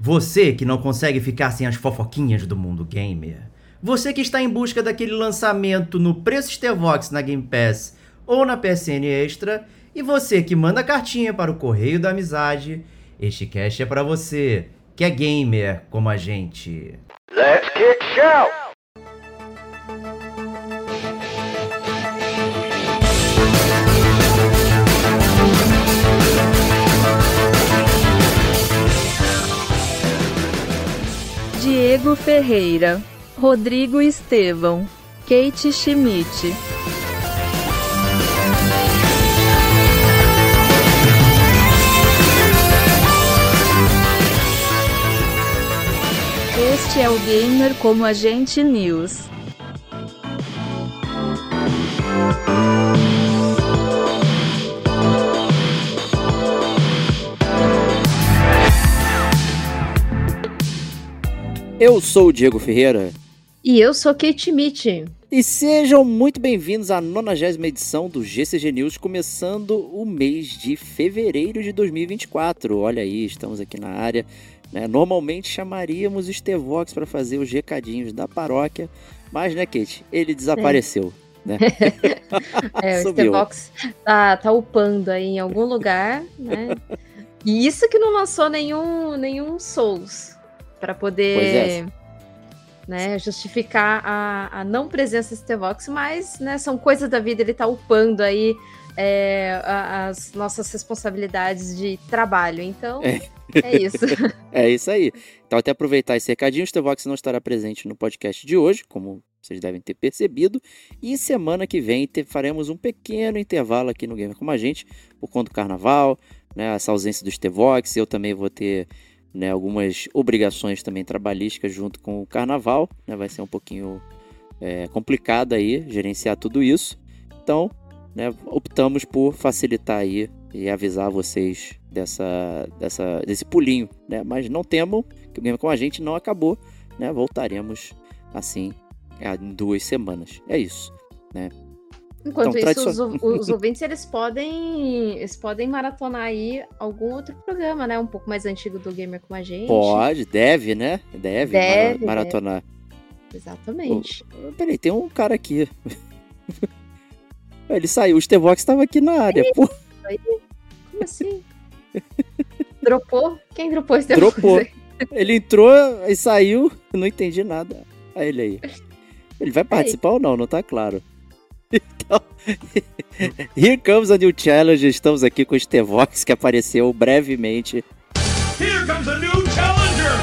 Você que não consegue ficar sem as fofoquinhas do mundo gamer. Você que está em busca daquele lançamento no preço Stevox na Game Pass ou na PSN Extra. E você que manda cartinha para o Correio da Amizade. Este cast é para você, que é gamer como a gente. Let's kick shout! Diego Ferreira, Rodrigo Estevão, Kate Schmidt. Este é o Gamer como a gente News. Eu sou o Diego Ferreira. E eu sou Kate Schmidt. E sejam muito bem-vindos à 90ª edição do GCG News, começando o mês de fevereiro de 2024. Olha aí, estamos aqui na área. Né? Normalmente chamaríamos o Stevox para fazer os recadinhos da paróquia, mas, né, Kate, ele desapareceu. Né? O Stevox tá upando aí em algum lugar, né? E isso que não lançou nenhum Souls para poder justificar a não presença do Stevox, mas, né, são coisas da vida, ele tá upando aí as nossas responsabilidades de trabalho, então é isso. É isso aí. Então, até aproveitar esse recadinho, o Stevox não estará presente no podcast de hoje, como vocês devem ter percebido, e semana que vem faremos um pequeno intervalo aqui no Gamer Como a Gente, por conta do carnaval, né, essa ausência do Stevox. Eu também vou ter, né, algumas obrigações também trabalhísticas junto com o carnaval, né, vai ser um pouquinho complicado aí gerenciar tudo isso, então, né, optamos por facilitar aí e avisar vocês desse pulinho, né, mas não temam que o Game Com a Gente não acabou, né, voltaremos assim em 2 semanas, é isso, né. Enquanto então, isso, os ouvintes eles podem maratonar aí algum outro programa, né? Um pouco mais antigo do Gamer Como a Gente. Deve, né? Deve maratonar. Exatamente. Peraí, tem um cara aqui. Ele saiu, o Stevox estava aqui na área. Pô. Como assim? Dropou? Quem dropou o Stevox? Dropou. Ele entrou e saiu, não entendi nada. Olha ele aí. Ele vai participar ou não? Não tá claro. Então, here comes a new challenge. Estamos aqui com o Stevox, que apareceu brevemente. Here comes a new challenger!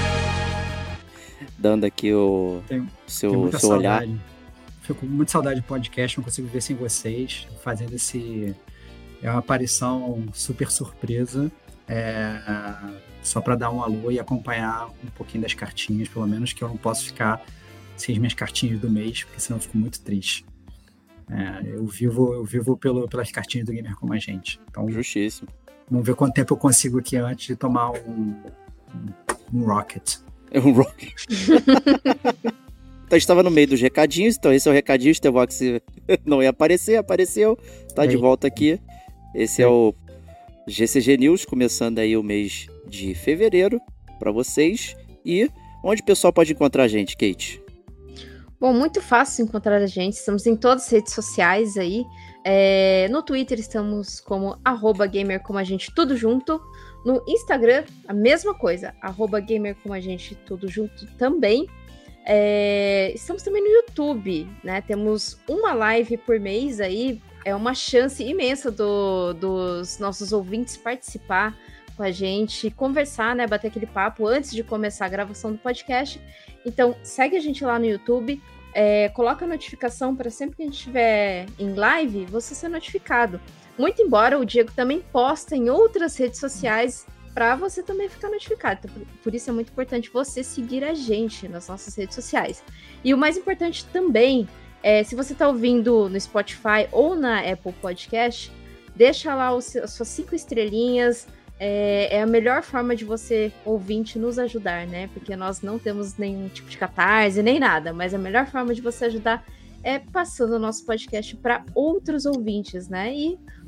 Dando aqui o seu olhar. Fico com muita saudade do podcast, não consigo ver sem vocês. Fazendo uma aparição super surpresa. Só para dar um alô e acompanhar um pouquinho das cartinhas, pelo menos, que eu não posso ficar sem as minhas cartinhas do mês, porque senão eu fico muito triste. Eu vivo pelas cartinhas do Gamer Como a Gente. Então, justíssimo. Vamos ver quanto tempo eu consigo aqui antes de tomar um Rocket. Um Rocket. Então, estava no meio dos recadinhos. Então, esse é o recadinho. O Stevox não ia aparecer, apareceu. Está de volta aqui. Esse é o GCG News, começando aí o mês de fevereiro para vocês. E onde o pessoal pode encontrar a gente, Kate? Bom, muito fácil encontrar a gente, estamos em todas as redes sociais aí, no Twitter estamos como @gamercomagente tudo junto, no Instagram a mesma coisa, @gamercomagente tudo junto também, estamos também no YouTube, né, temos uma live por mês aí, é uma chance imensa dos nossos ouvintes participar com a gente, conversar, né, bater aquele papo antes de começar a gravação do podcast. Então, segue a gente lá no YouTube, coloca a notificação para sempre que a gente estiver em live, você ser notificado. Muito embora o Diego também posta em outras redes sociais para você também ficar notificado. Então, por isso é muito importante você seguir a gente nas nossas redes sociais. E o mais importante também, se você está ouvindo no Spotify ou na Apple Podcast, deixa lá as suas 5 estrelinhas. É a melhor forma de você, ouvinte, nos ajudar, né? Porque nós não temos nenhum tipo de catarse, nem nada, mas a melhor forma de você ajudar é passando o nosso podcast para outros ouvintes, né? E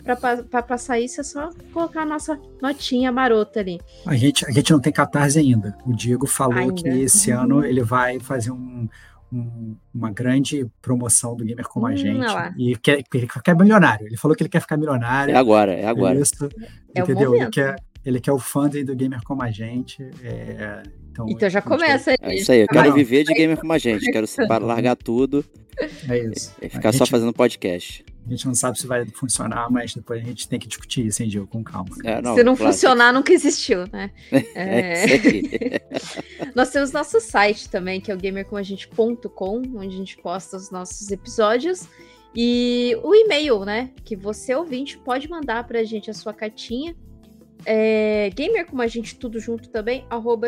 Pra passar isso é só colocar a nossa notinha marota ali. A gente não tem Catarse ainda. O Diego falou Ainda. que esse ano ele vai fazer uma grande promoção do Gamer Como a Gente. Lá. E ele quer milionário. Ele falou que ele quer ficar milionário. É agora. É isso, É o entendeu? momento. Ele quer o funding do Gamer Como a Gente. Então já começa aí. É isso aí, eu quero Não. viver de gamer como a gente, quero largar tudo É isso. e ficar só fazendo podcast. A gente não sabe se vai funcionar, mas depois a gente tem que discutir isso, hein, Diego, com calma. Se não funcionar, nunca existiu, né? É isso aí. Nós temos nosso site também, que é o gamercomagente.com, onde a gente posta os nossos episódios. E o e-mail, né? Que você, ouvinte, pode mandar pra gente a sua cartinha. Gamercomagente, tudo junto também,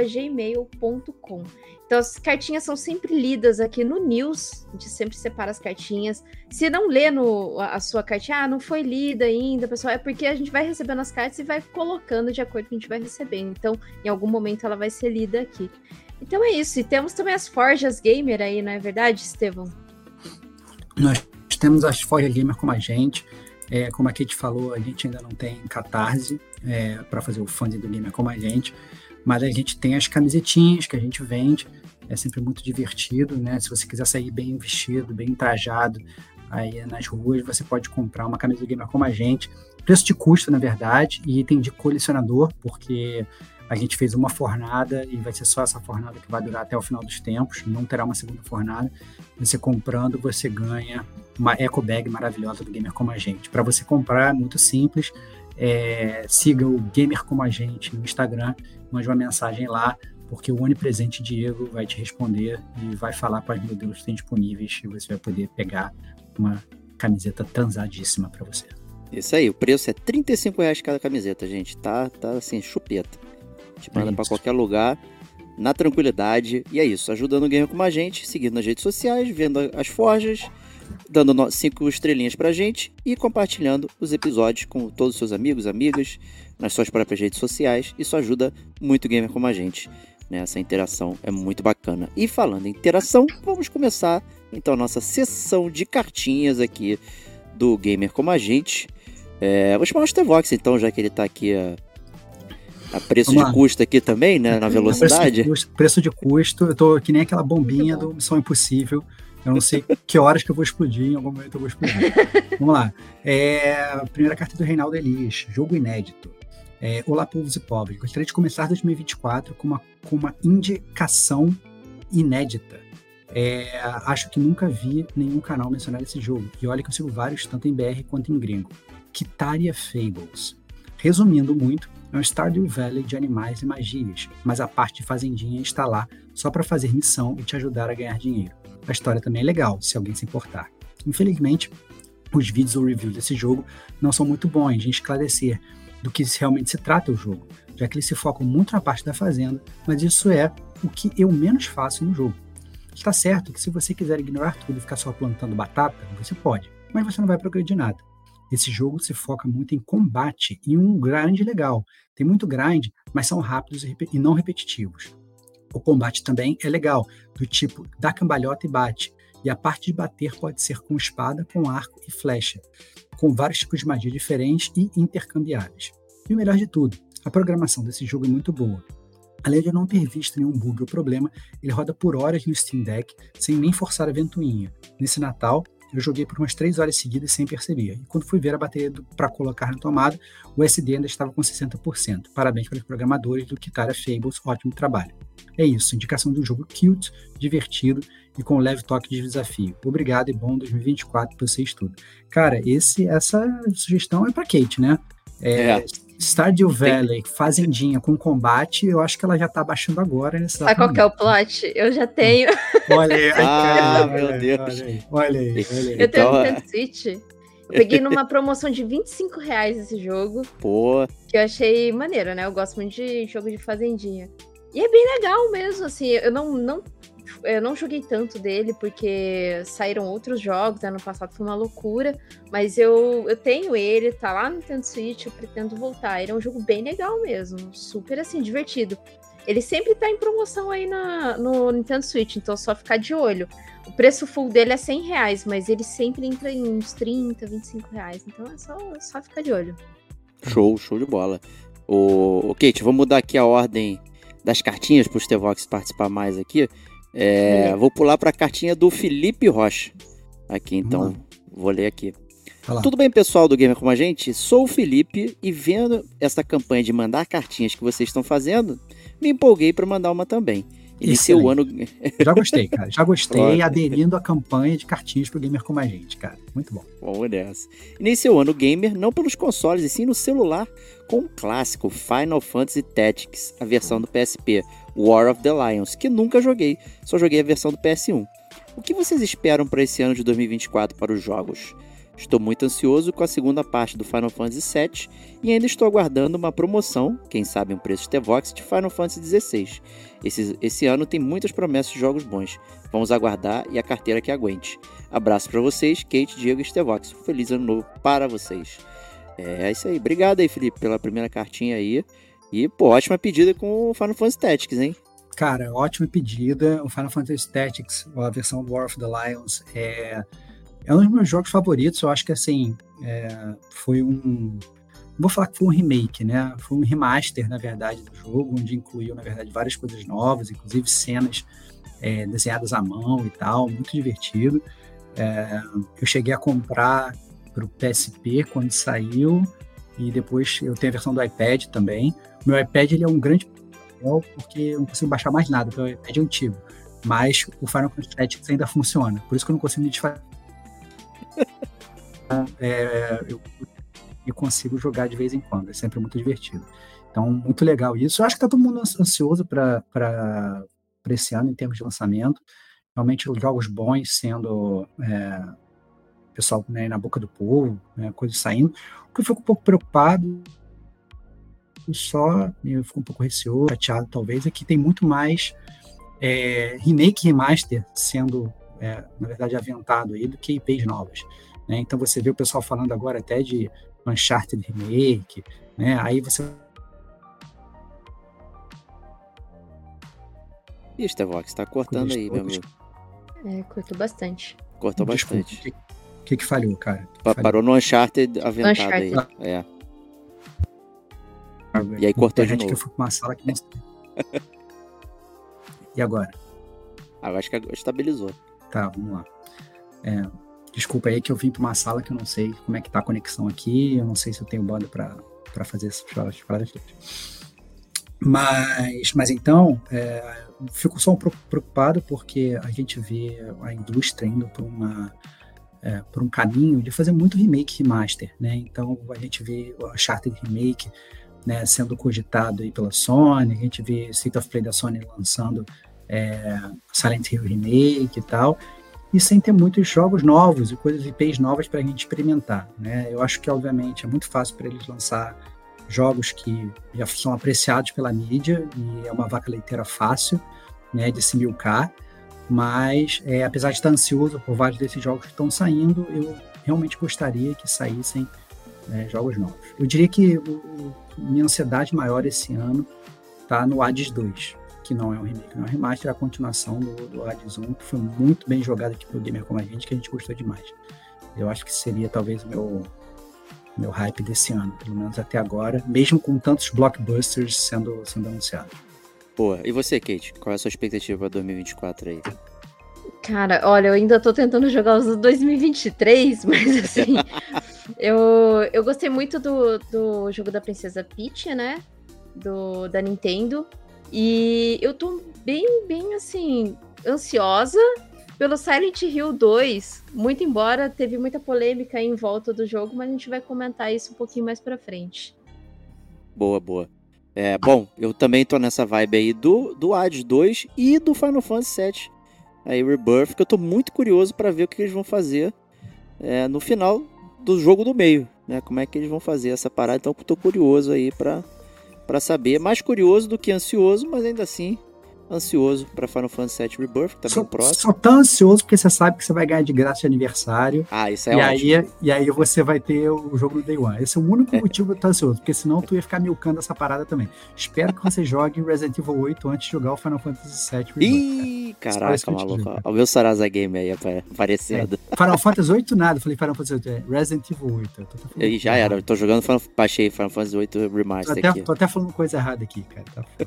@gmail.com. Então, as cartinhas são sempre lidas aqui no News. A gente sempre separa as cartinhas. Se não lê a sua cartinha, não foi lida ainda, pessoal, é porque a gente vai recebendo as cartas e vai colocando de acordo com o que a gente vai recebendo. Então, em algum momento, ela vai ser lida aqui. Então é isso. E temos também as Forjas Gamer aí, não é verdade, Estevão? Nós temos as Forjas Gamer Como a Gente. Como a Kate falou, a gente ainda não tem Catarse para fazer o funding do Gamer Como a Gente. Mas a gente tem as camisetinhas que a gente vende, é sempre muito divertido, né? Se você quiser sair bem vestido, bem trajado aí nas ruas, você pode comprar uma camisa do Gamer Como a Gente. Preço de custo, na verdade, e item de colecionador, porque a gente fez uma fornada e vai ser só essa fornada que vai durar até o final dos tempos, não terá uma segunda fornada. Você comprando, você ganha uma eco bag maravilhosa do Gamer Como a Gente. Para você comprar, é muito simples. Siga o Gamer Como a Gente no Instagram, mande uma mensagem lá, porque o onipresente Diego vai te responder e vai falar quais modelos tem disponíveis e você vai poder pegar uma camiseta transadíssima para você. Isso aí, o preço é R$35 cada camiseta, gente. Tá assim, chupeta. A gente manda para qualquer lugar, na tranquilidade. E é isso, ajudando o Gamer Como a Gente, seguindo nas redes sociais, vendo as forjas, dando 5 estrelinhas pra gente e compartilhando os episódios com todos os seus amigos, amigas, nas suas próprias redes sociais. Isso ajuda muito o Gamer Como a Gente, né? Essa interação é muito bacana. E falando em interação, vamos começar então a nossa sessão de cartinhas aqui do Gamer Como a Gente. Vou chamar o Stevox então, já que ele tá aqui a preço de custo aqui também, né? Na velocidade. Preço de custo, eu tô que nem aquela bombinha do Missão Impossível. Eu não sei que horas que eu vou explodir, em algum momento eu vou explodir. Vamos lá. Primeira carta do Reinaldo Elias, jogo inédito. Olá, povos e pobres. Gostaria de começar 2024 com uma indicação inédita. Acho que nunca vi nenhum canal mencionar esse jogo. E olha que eu sigo vários, tanto em BR quanto em gringo. Kytaria Fables. Resumindo muito, é um Stardew Valley de animais e magias, mas a parte de fazendinha está lá só para fazer missão e te ajudar a ganhar dinheiro. A história também é legal, se alguém se importar. Infelizmente, os vídeos ou reviews desse jogo não são muito bons em esclarecer do que realmente se trata o jogo, já que eles se focam muito na parte da fazenda, mas isso é o que eu menos faço no jogo. Está certo que se você quiser ignorar tudo e ficar só plantando batata, você pode, mas você não vai progredir nada. Esse jogo se foca muito em combate e um grind legal. Tem muito grind, mas são rápidos e não repetitivos. O combate também é legal, do tipo dá cambalhota e bate. E a parte de bater pode ser com espada, com arco e flecha, com vários tipos de magia diferentes e intercambiáveis. E o melhor de tudo, a programação desse jogo é muito boa. Além de eu não ter visto nenhum bug ou problema, ele roda por horas no Steam Deck, sem nem forçar a ventoinha. Nesse Natal, eu joguei por umas 3 horas seguidas sem perceber. E quando fui ver a bateria para colocar na tomada, o SD ainda estava com 60%. Parabéns para os programadores do Kytaria Fables, ótimo trabalho. É isso, indicação do jogo cute, divertido e com um leve toque de desafio. Obrigado e bom 2024 para vocês tudo. Cara, essa sugestão é para Kate, né? Stardew Valley, fazendinha com combate, eu acho que ela já tá baixando agora nesse. Sabe qual que é o plot? Eu já tenho. Olha aí, meu Deus. Olha aí. Eu tenho um Nintendo Switch. Eu peguei numa promoção de R$25 esse jogo. Pô. Que eu achei maneiro, né? Eu gosto muito de jogo de fazendinha. E é bem legal mesmo, assim. Eu não joguei tanto dele, porque saíram outros jogos, ano passado foi uma loucura, mas eu tenho ele, tá lá no Nintendo Switch, eu pretendo voltar. Ele é um jogo bem legal mesmo, super, assim, divertido. ele sempre tá em promoção aí no Nintendo Switch, então é só ficar de olho. O preço full dele é R$100, mas ele sempre entra em uns 30, R$25, então é só ficar de olho. Show de bola. Ô, Kate, vou mudar aqui a ordem das cartinhas para o Stevox participar mais aqui. Vou pular para a cartinha do Felipe Rocha. Aqui, então, vou ler aqui. Tudo bem, pessoal do Gamer Como a Gente? Sou o Felipe e vendo essa campanha de mandar cartinhas que vocês estão fazendo, me empolguei para mandar uma também. Iniciei o ano... Já gostei, cara. Já gostei aderindo à campanha de cartinhas pro Gamer Como a Gente, cara. Muito bom. Vamos nessa. Iniciei o ano gamer não pelos consoles, e sim no celular, com o clássico Final Fantasy Tactics, a versão do PSP, War of the Lions, que nunca joguei, só joguei a versão do PS1. O que vocês esperam para esse ano de 2024 para os jogos? Estou muito ansioso com a segunda parte do Final Fantasy VII e ainda estou aguardando uma promoção, quem sabe um preço Stevox, de Final Fantasy XVI. Esse ano tem muitas promessas de jogos bons. Vamos aguardar e a carteira que aguente. Abraço para vocês, Kate, Diego e Stevox. Feliz ano novo para vocês. É isso aí. Obrigado aí, Felipe, pela primeira cartinha aí. E, ótima pedida com o Final Fantasy Tactics, hein? Cara, ótima pedida. O Final Fantasy Tactics, a versão do War of the Lions, é um dos meus jogos favoritos. Eu acho que, assim, foi um... Vou falar que foi um remake, né? Foi um remaster, na verdade, do jogo, onde incluiu, na verdade, várias coisas novas, inclusive cenas desenhadas à mão e tal, muito divertido. Eu cheguei a comprar para o PSP quando saiu, e depois eu tenho a versão do iPad também. O meu iPad, ele é um grande papel, porque eu não consigo baixar mais nada, porque o iPad é antigo. Mas o Final Fantasy Tactics ainda funciona, por isso que eu não consigo me desfazer. Eu consigo jogar de vez em quando, é sempre muito divertido. Então, muito legal isso. Eu acho que está todo mundo ansioso para esse ano em termos de lançamento. Realmente, os jogos bons sendo pessoal, né, na boca do povo, né, coisas saindo. O que eu fico um pouco preocupado, eu fico um pouco receoso, chateado talvez, é que tem muito mais remake e remaster sendo, na verdade, aventado aí do que IPs novas. Né? Então você vê o pessoal falando agora até de Uncharted Remake, né? Aí você... Ih, Stevox, tá cortando aí, meu amigo. Cortou bastante. Cortou Desculpa, bastante. O que falhou, cara? Parou no Uncharted aventado aí. E aí cortou de novo. Que eu fui pra uma sala que não... E agora? Agora acho que estabilizou. Tá, vamos lá. Desculpa aí que eu vim para uma sala que eu não sei como é que tá a conexão aqui, eu não sei se eu tenho banda para fazer essas paradas. Mas então, fico só um pouco preocupado porque a gente vê a indústria indo por um caminho de fazer muito remake e remaster, né? Então a gente vê o Uncharted Remake, né, sendo cogitado aí pela Sony, a gente vê State of Play da Sony lançando Silent Hill Remake e tal, e sem ter muitos jogos novos e coisas IPs novas para a gente experimentar, né? Eu acho que, obviamente, é muito fácil para eles lançar jogos que já são apreciados pela mídia e é uma vaca leiteira fácil, né, de se milcar, mas apesar de estar ansioso por vários desses jogos que estão saindo, eu realmente gostaria que saíssem jogos novos. Eu diria que minha ansiedade maior esse ano está no Hades 2, que não é um remake, não é um remaster, é a continuação do Hades 1, que foi muito bem jogado aqui pelo Gamer Como a Gente, que a gente gostou demais. Eu acho que seria talvez o meu hype desse ano, pelo menos até agora, mesmo com tantos blockbusters sendo anunciados. Boa. E você, Kate? Qual é a sua expectativa para 2024 aí? Cara, olha, eu ainda tô tentando jogar os do 2023, mas assim, eu gostei muito do jogo da Princesa Peach, né? Da Nintendo. E eu tô bem, assim, ansiosa pelo Silent Hill 2, muito embora teve muita polêmica aí em volta do jogo, mas a gente vai comentar isso um pouquinho mais pra frente. Boa. Bom, eu também tô nessa vibe aí do Hades 2 e do Final Fantasy VII, aí Rebirth, que eu tô muito curioso pra ver o que eles vão fazer no final do jogo do meio, né? Como é que eles vão fazer essa parada, então eu tô curioso aí pra saber, mais curioso do que ansioso, mas ainda assim ansioso para Final Fantasy VII Rebirth, que tá bem próximo. Só tá ansioso porque você sabe que você vai ganhar de graça de aniversário. Ah, isso é ótimo. E aí você vai ter o jogo do Day One. Esse é o único motivo que eu tô ansioso, porque senão tu ia ficar milcando essa parada também. Espero que você jogue Resident Evil 8 antes de jogar o Final Fantasy VII Rebirth. Ih, caraca, maluco. Olha o meu Sarasa Game aí aparecendo. Final Fantasy 8 nada, eu falei Final Fantasy 8, Resident Evil 8. E já era, eu tô jogando, baixei Final Fantasy 8 Remaster aqui. Tô até falando coisa errada aqui, cara.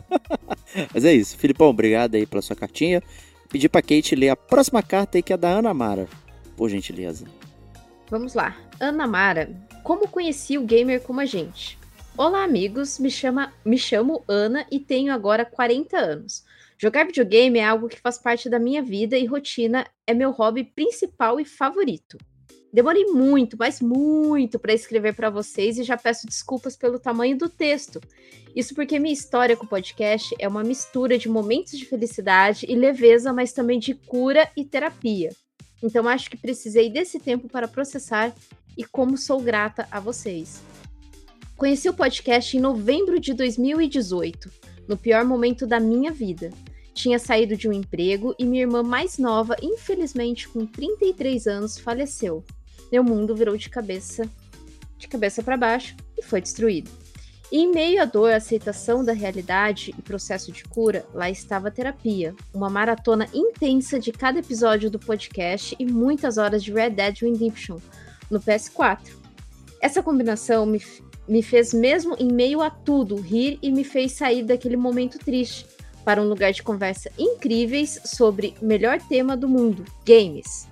Tá. Mas é isso, Filipão, obrigado aí pela sua cartinha. Pedi pra Kate ler a próxima carta aí, que é da Ana Mara, por gentileza. Vamos lá. Ana Mara, como conheci o gamer como a gente? Olá, amigos, me chamo Ana e tenho agora 40 anos. Jogar videogame é algo que faz parte da minha vida e rotina, é meu hobby principal e favorito. Demorei muito, mas muito para escrever para vocês e já peço desculpas pelo tamanho do texto. Isso porque minha história com o podcast é uma mistura de momentos de felicidade e leveza, mas também de cura e terapia. Então acho que precisei desse tempo para processar e como sou grata a vocês. Conheci o podcast em novembro de 2018, no pior momento da minha vida. Tinha saído de um emprego e minha irmã mais nova, infelizmente com 33 anos, faleceu. Meu mundo virou de cabeça para baixo e foi destruído. E em meio à dor, aceitação da realidade e processo de cura, lá estava a terapia, uma maratona intensa de cada episódio do podcast e muitas horas de Red Dead Redemption no PS4. Essa combinação me fez, mesmo em meio a tudo, rir e me fez sair daquele momento triste para um lugar de conversa incríveis sobre o melhor tema do mundo, games.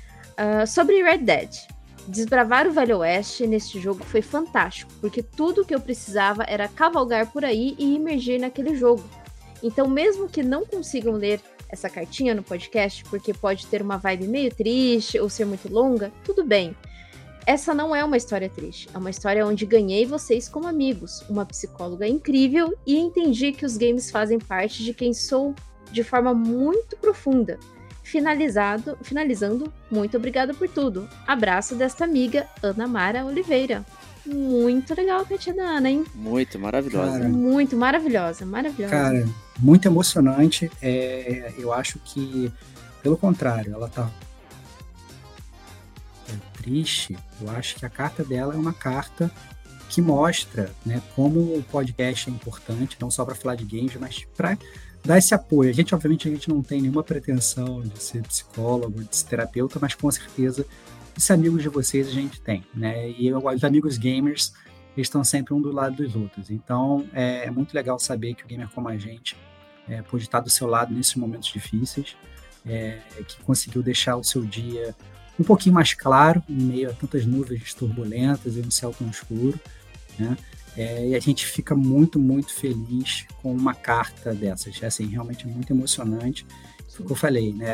Sobre Red Dead, desbravar o Velho Oeste neste jogo foi fantástico, porque tudo o que eu precisava era cavalgar por aí e imergir naquele jogo. Então, mesmo que não consigam ler essa cartinha no podcast, porque pode ter uma vibe meio triste ou ser muito longa, tudo bem. Essa não é uma história triste, é uma história onde ganhei vocês como amigos, uma psicóloga incrível e entendi que os games fazem parte de quem sou de forma muito profunda. Finalizando, muito obrigada por tudo. Abraço desta amiga, Ana Mara Oliveira. Muito legal a cartinha da Ana, hein? Muito maravilhosa. Cara, muito maravilhosa. Cara, muito emocionante. Eu acho que, pelo contrário, ela tá triste. Eu acho que a carta dela é uma carta que mostra, né, como o podcast é importante, não só para falar de games, mas para dar esse apoio. Obviamente, a gente não tem nenhuma pretensão de ser psicólogo, de ser terapeuta, mas com certeza, esses amigos de vocês a gente tem, né? E os amigos gamers, eles estão sempre um do lado dos outros. Então, é muito legal saber que o gamer como a gente pode estar do seu lado nesses momentos difíceis, que conseguiu deixar o seu dia um pouquinho mais claro, em meio a tantas nuvens turbulentas e um céu tão escuro, né? E a gente fica muito, muito feliz com uma carta dessas. Assim, realmente muito emocionante. Foi o que eu falei, né?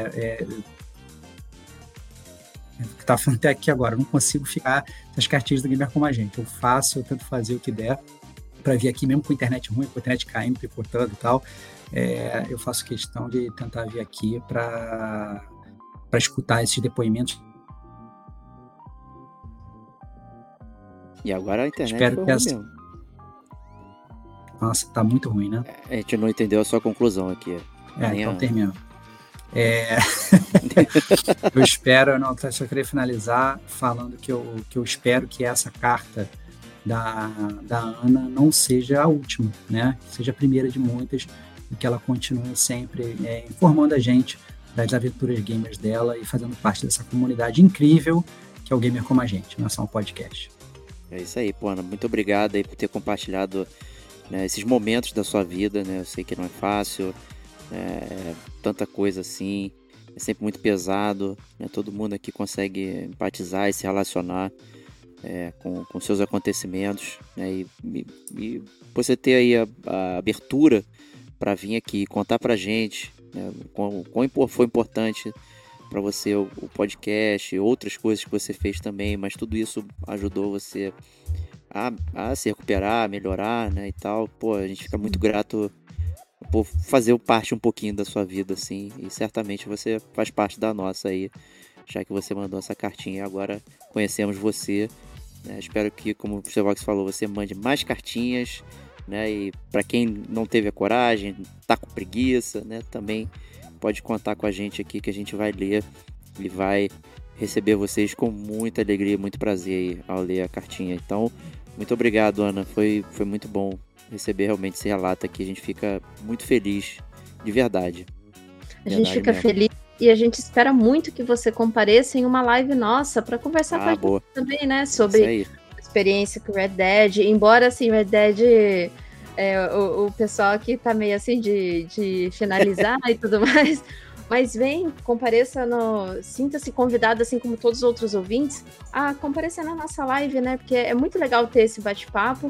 Que tá falando até aqui agora, eu não consigo ficar nas cartinhas do gamer como a gente. Eu tento fazer o que der para vir aqui, mesmo com a internet ruim, com a internet caindo, picotando e tal. Eu faço questão de tentar vir aqui para escutar esses depoimentos. E agora a internet Espero foi que ruim mesmo. Nossa, tá muito ruim, né? A gente não entendeu a sua conclusão aqui. Então termina. Eu espero, só queria finalizar falando que eu espero que essa carta da Ana não seja a última, né? Que seja a primeira de muitas e que ela continue sempre informando a gente das aventuras gamers dela e fazendo parte dessa comunidade incrível que é o Gamer Como a Gente, não é só um podcast. É isso aí, pô, Ana, muito obrigado aí por ter compartilhado, né, esses momentos da sua vida, né? Eu sei que não é fácil, tanta coisa assim, é sempre muito pesado, né? Todo mundo aqui consegue empatizar e se relacionar com seus acontecimentos, né? E você ter aí a abertura para vir aqui contar pra gente, né, quão foi importante para você o podcast, outras coisas que você fez também, mas tudo isso ajudou você a se recuperar, a melhorar, né, e tal. Pô, a gente fica muito grato por fazer parte um pouquinho da sua vida, assim, e certamente você faz parte da nossa aí, já que você mandou essa cartinha e agora conhecemos você, né? Espero que, como o Mr. Vox falou, você mande mais cartinhas, né? E para quem não teve a coragem, tá com preguiça, né? Também pode contar com a gente aqui que a gente vai ler e vai receber vocês com muita alegria e muito prazer aí ao ler a cartinha. Então, muito obrigado, Ana. Foi muito bom receber realmente esse relato aqui. A gente fica muito feliz, de verdade. A gente fica feliz e a gente espera muito que você compareça em uma live nossa para conversar com a gente também, né? Sobre a experiência com Red Dead. Embora, assim, Red Dead, o pessoal aqui tá meio assim de finalizar e tudo mais. Mas vem, compareça, sinta-se convidado, assim como todos os outros ouvintes, a comparecer na nossa live, né? Porque é muito legal ter esse bate-papo.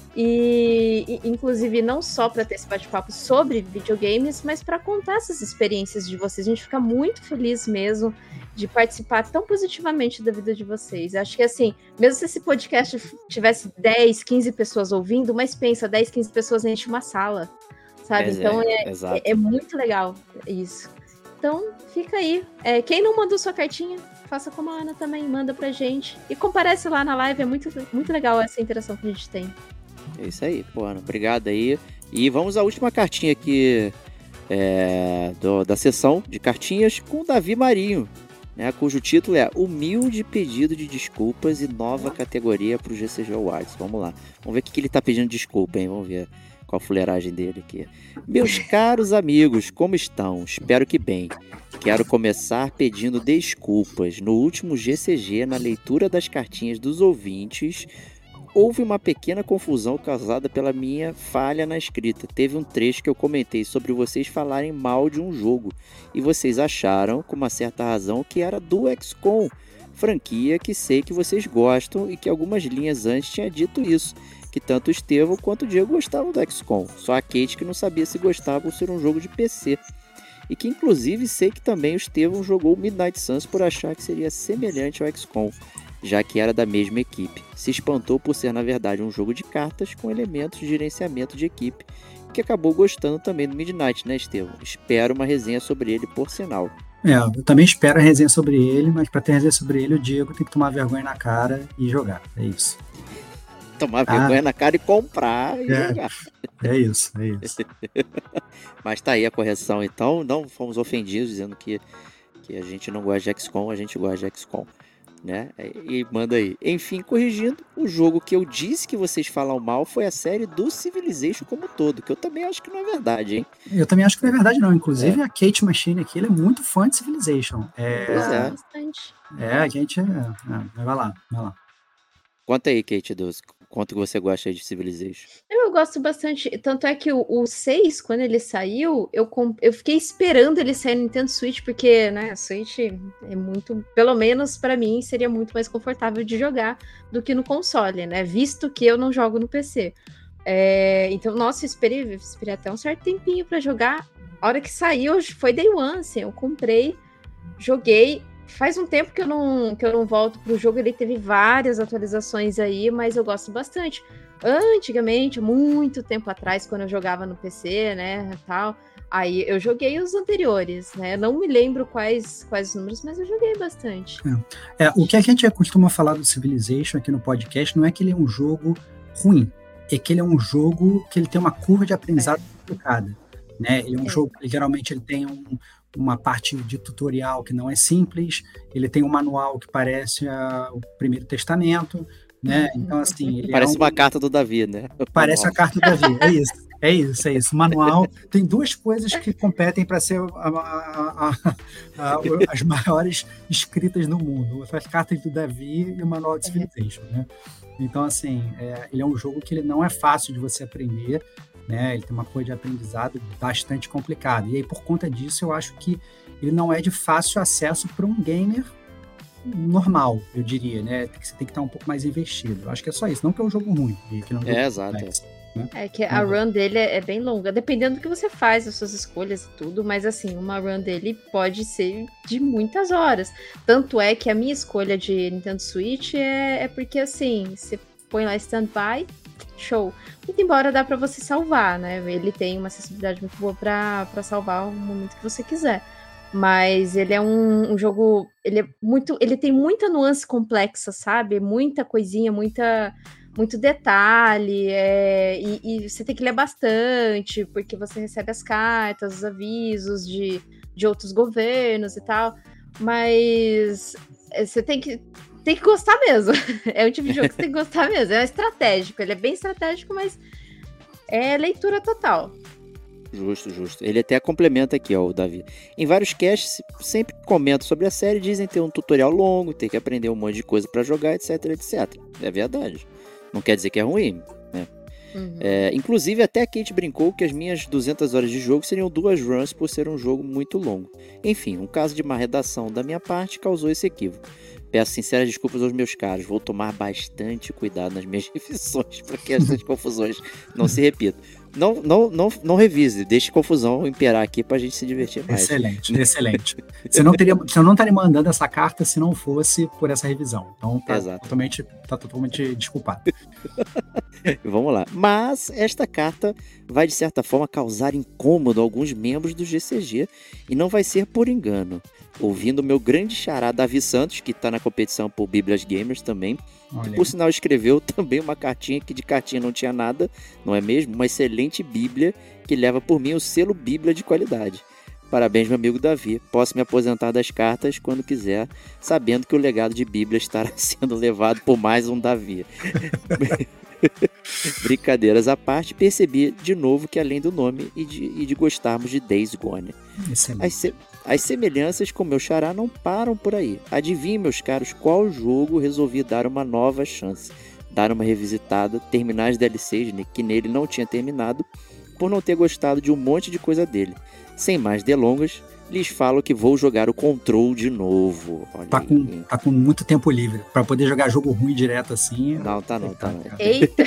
E inclusive não só para ter esse bate-papo sobre videogames, mas para contar essas experiências de vocês. A gente fica muito feliz mesmo de participar tão positivamente da vida de vocês. Acho que assim, mesmo se esse podcast tivesse 10, 15 pessoas ouvindo, mas pensa, 10, 15 pessoas enche uma sala, sabe? Então é muito legal isso. Então fica aí. Quem não mandou sua cartinha, faça como a Ana também, manda pra gente. E comparece lá na live, é muito, muito legal essa interação que a gente tem. É isso aí, pô, Ana, obrigado aí. E vamos à última cartinha aqui da sessão de cartinhas com o Davi Marinho, né, cujo título é Humilde Pedido de Desculpas e Nova Categoria para o GCG Awards. Vamos lá, vamos ver o que ele tá pedindo desculpa, hein? Vamos ver qual a fuleiragem dele aqui. Meus caros amigos, como estão? Espero que bem. Quero começar pedindo desculpas. No último GCG, na leitura das cartinhas dos ouvintes, houve uma pequena confusão causada pela minha falha na escrita. Teve um trecho que eu comentei sobre vocês falarem mal de um jogo e vocês acharam, com uma certa razão, que era do XCOM, franquia que sei que vocês gostam e que algumas linhas antes tinha dito isso, que tanto o Estevão quanto o Diego gostavam do XCOM, só a Kate que não sabia se gostava por ser um jogo de PC. E que inclusive sei que também o Estevão jogou Midnight Suns por achar que seria semelhante ao XCOM, já que era da mesma equipe. Se espantou por ser, na verdade, um jogo de cartas com elementos de gerenciamento de equipe, que acabou gostando também do Midnight, né, Estevão? Espero uma resenha sobre ele, por sinal. Eu também espero a resenha sobre ele, mas para ter resenha sobre ele, o Diego tem que tomar vergonha na cara e jogar. É isso. Tomar vergonha na cara e comprar e jogar. É isso. Mas tá aí a correção, então. Não fomos ofendidos dizendo que a gente não gosta de XCOM, a gente gosta de XCOM. Né? E manda aí. Enfim, corrigindo, o jogo que eu disse que vocês falam mal foi a série do Civilization como um todo, que eu também acho que não é verdade, hein? Eu também acho que não é verdade, não. Inclusive, a Kate Machine aqui, ele é muito fã de Civilization. Pois é. Bastante. A gente... vai lá. Conta aí, Kate, quanto que você gosta aí de Civilization? Eu gosto bastante, tanto é que o 6, quando ele saiu, eu fiquei esperando ele sair no Nintendo Switch, porque, né, a Switch é muito, pelo menos pra mim, seria muito mais confortável de jogar do que no console, né, visto que eu não jogo no PC. Então, nossa, eu esperei até um certo tempinho pra jogar. A hora que saiu, foi Day One, assim, eu comprei, joguei. Faz um tempo que eu não volto pro jogo, ele teve várias atualizações aí, mas eu gosto bastante. Antigamente, muito tempo atrás, quando eu jogava no PC, né, tal, aí eu joguei os anteriores, né, eu não me lembro quais números, mas eu joguei bastante. O que a gente costuma falar do Civilization aqui no podcast não é que ele é um jogo ruim, é que ele é um jogo que ele tem uma curva de aprendizado complicada, né, ele é um jogo que geralmente ele tem uma parte de tutorial que não é simples, ele tem um manual que parece o Primeiro Testamento, né? Então, assim... Ele parece uma carta do Davi, né? Parece a carta do Davi, é isso. O manual tem duas coisas que competem para ser as maiores escritas no mundo, as cartas do Davi e o manual de Civilization, né? Então, assim, ele é um jogo que ele não é fácil de você aprender, né? Ele tem uma coisa de aprendizado bastante complicada. E aí, por conta disso, eu acho que ele não é de fácil acesso para um gamer normal, eu diria, né? Você tem que estar um pouco mais investido. Eu acho que é só isso, não que é um jogo ruim. Que não é exato. Né? É que a run dele é bem longa, dependendo do que você faz, das suas escolhas e tudo, mas assim, uma run dele pode ser de muitas horas. Tanto é que a minha escolha de Nintendo Switch é porque, assim, você põe lá standby, show. Muito embora dá pra você salvar, né? Ele tem uma acessibilidade muito boa pra salvar o momento que você quiser. Mas ele é um jogo... Ele tem muita nuance complexa, sabe? Muita coisinha, muito detalhe, e você tem que ler bastante, porque você recebe as cartas, os avisos de outros governos e tal, mas você tem que gostar mesmo. É um tipo de jogo que você tem que gostar mesmo. É estratégico, ele é bem estratégico, mas é leitura total. Justo. Ele até complementa aqui, ó, o Davi. Em vários casts, sempre comentam sobre a série, dizem ter um tutorial longo, ter que aprender um monte de coisa pra jogar, etc. É verdade. Não quer dizer que é ruim, né? Inclusive, até a Kate brincou que as minhas 200 horas de jogo seriam 2 runs por ser um jogo muito longo. Enfim, um caso de má redação da minha parte causou esse equívoco. Peço sinceras desculpas aos meus caros, vou tomar bastante cuidado nas minhas revisões para que essas confusões não se repitam. Não revise, deixe confusão imperar aqui pra gente se divertir mais. Excelente. Você não estaria mandando essa carta se não fosse por essa revisão. Então tá totalmente desculpado. Vamos lá. Mas esta carta vai, de certa forma, causar incômodo a alguns membros do GCG e não vai ser por engano. Ouvindo o meu grande xará Davi Santos, que está na competição por Bíblias Gamers também, que por sinal escreveu também uma cartinha que de cartinha não tinha nada, não é mesmo? Uma excelente Bíblia que leva por mim o selo Bíblia de qualidade. Parabéns, meu amigo Davi. Posso me aposentar das cartas quando quiser, sabendo que o legado de Bíblia estará sendo levado por mais um Davi. Brincadeiras à parte, percebi de novo que além do nome e de gostarmos de Days Gone. As semelhanças com meu xará não param por aí. Adivinhem, meus caros, qual jogo resolvi dar uma nova chance, dar uma revisitada, terminar as DLCs que nele não tinha terminado, por não ter gostado de um monte de coisa dele. Sem mais delongas, lhes falo que vou jogar o Control de novo. Olha tá com muito tempo livre. Pra poder jogar jogo ruim direto assim... Não. Eita!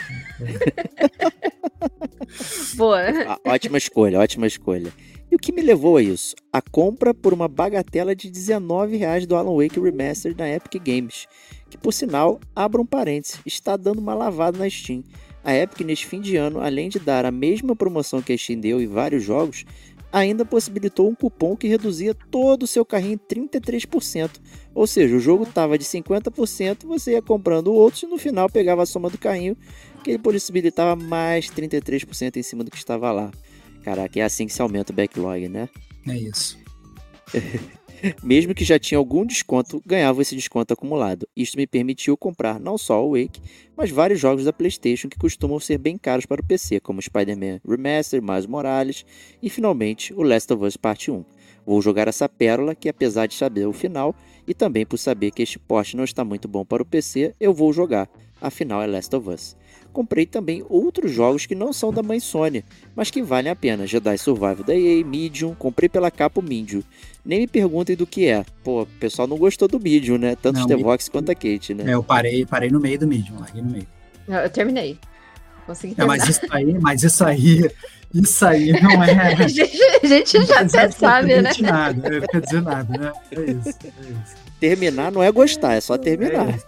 Boa. Ótima escolha. E o que me levou a isso? A compra por uma bagatela de R$19 do Alan Wake Remastered na Epic Games, que por sinal, abra um parênteses, está dando uma lavada na Steam. A Epic neste fim de ano, além de dar a mesma promoção que a Steam deu em vários jogos, ainda possibilitou um cupom que reduzia todo o seu carrinho em 33%. Ou seja, o jogo estava de 50%, você ia comprando outros e no final pegava a soma do carrinho, que ele possibilitava mais 33% em cima do que estava lá. Caraca, é assim que se aumenta o backlog, né? É isso. Mesmo que já tinha algum desconto, ganhava esse desconto acumulado. Isto me permitiu comprar não só o Wake, mas vários jogos da PlayStation que costumam ser bem caros para o PC, como Spider-Man Remastered, Miles Morales e, finalmente, o Last of Us Part 1. Vou jogar essa pérola que, apesar de saber o final, e também por saber que este port não está muito bom para o PC, eu vou jogar. Afinal, é Last of Us. Comprei também outros jogos que não são da mãe Sony, mas que valem a pena. Jedi Survival da EA, Medium, comprei pela capa o Medium. Nem me perguntem do que é. Pô, o pessoal não gostou do Medium, né? Tanto o Stevox quanto a Kate, né? Eu parei no meio do Medium, larguei no meio. Não, eu terminei. Consegui terminar. Mas isso aí não é... A gente já até sabe, né? Não quer dizer nada, né? É isso. Terminar não é gostar, é só terminar.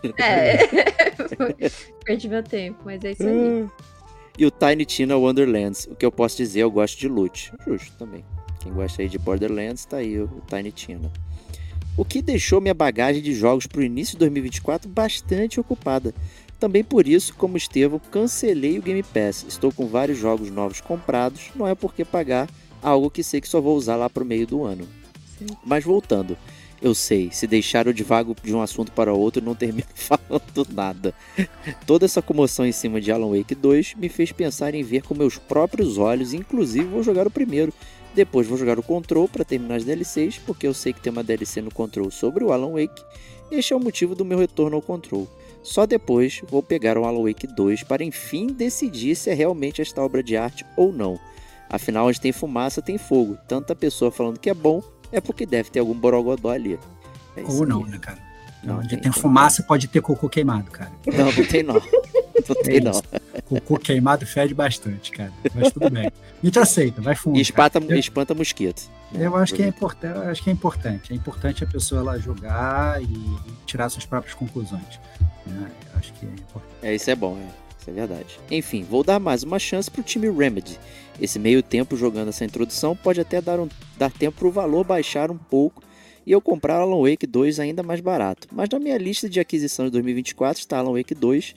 Perdi meu tempo, mas é isso aí. E o Tiny Tina Wonderlands. O que eu posso dizer, eu gosto de loot. Justo também. Quem gosta aí de Borderlands, tá aí o Tiny Tina. O que deixou minha bagagem de jogos pro início de 2024 bastante ocupada. Também por isso, como Estevão, cancelei o Game Pass. Estou com vários jogos novos comprados, não é porque pagar algo que sei que só vou usar lá pro meio do ano. Sim. Mas voltando, eu sei, se deixar eu divago de um assunto para outro, não termino falando nada. Toda essa comoção em cima de Alan Wake 2 me fez pensar em ver com meus próprios olhos, inclusive vou jogar o primeiro. Depois vou jogar o Control para terminar as DLCs, porque eu sei que tem uma DLC no Control sobre o Alan Wake. Este é o motivo do meu retorno ao Control. Só depois vou pegar o Alan Wake 2 para enfim decidir se é realmente esta obra de arte ou não. Afinal, onde tem fumaça tem fogo. Tanta pessoa falando que é bom, é porque deve ter algum borogodó ali. É ou não, né, cara? Onde tem fumaça pode ter cocô queimado, cara. Não tem não. Não tem não. Cocô queimado fede bastante, cara. Mas tudo bem. A gente aceita, vai fundo. E espanta mosquito. Né? Eu acho que é importante. É importante a pessoa ela jogar e tirar suas próprias conclusões. Eu acho que é importante. Isso é bom, isso é verdade. Enfim, vou dar mais uma chance pro time Remedy. Esse meio tempo jogando essa introdução pode até dar tempo pro valor baixar um pouco e eu comprar Alan Wake 2 ainda mais barato. Mas na minha lista de aquisição de 2024 está Alan Wake 2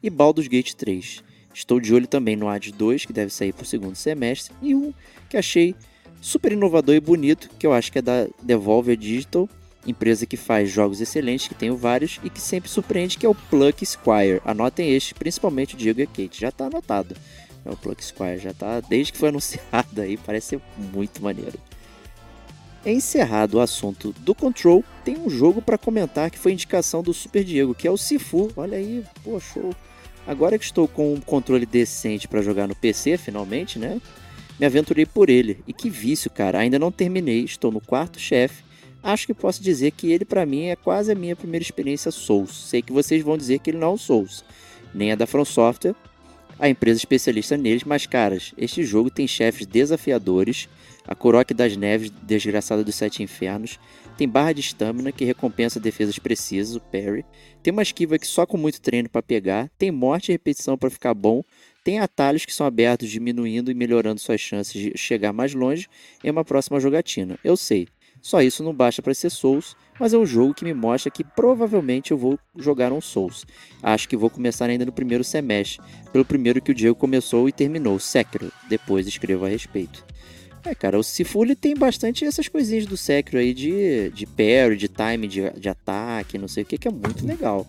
e Baldur's Gate 3. Estou de olho também no Hades 2, que deve sair para o segundo semestre, e um que achei super inovador e bonito, que eu acho que é da Devolver Digital, empresa que faz jogos excelentes, que tenho vários, e que sempre surpreende, que é o Pluck Squire. Anotem este, principalmente o Diego e a Kate, já está anotado. O Pluck Squire já está, desde que foi anunciado aí, parece ser muito maneiro. Encerrado o assunto do Control, tem um jogo para comentar que foi indicação do Super Diego, que é o Sifu. Olha aí, pô, show. Agora que estou com um controle decente para jogar no PC, finalmente, né? Me aventurei por ele. E que vício, cara. Ainda não terminei, estou no quarto chefe. Acho que posso dizer que ele, para mim, é quase a minha primeira experiência Souls. Sei que vocês vão dizer que ele não é um Souls, nem é da From Software, a empresa especialista neles, mas, caras, este jogo tem chefes desafiadores, a Korok das Neves, desgraçada dos Sete Infernos, tem barra de estamina que recompensa defesas precisas, o parry, tem uma esquiva que só com muito treino para pegar, tem morte e repetição para ficar bom, tem atalhos que são abertos diminuindo e melhorando suas chances de chegar mais longe em uma próxima jogatina. Eu sei, só isso não basta para ser Souls, mas é um jogo que me mostra que provavelmente eu vou jogar um Souls. Acho que vou começar ainda no primeiro semestre, pelo primeiro que o Diego começou e terminou, Sekiro. Depois escrevo a respeito. Cara, o Sifu ele tem bastante essas coisinhas do Sekiro aí de parry, de time, de ataque, não sei o que é muito legal.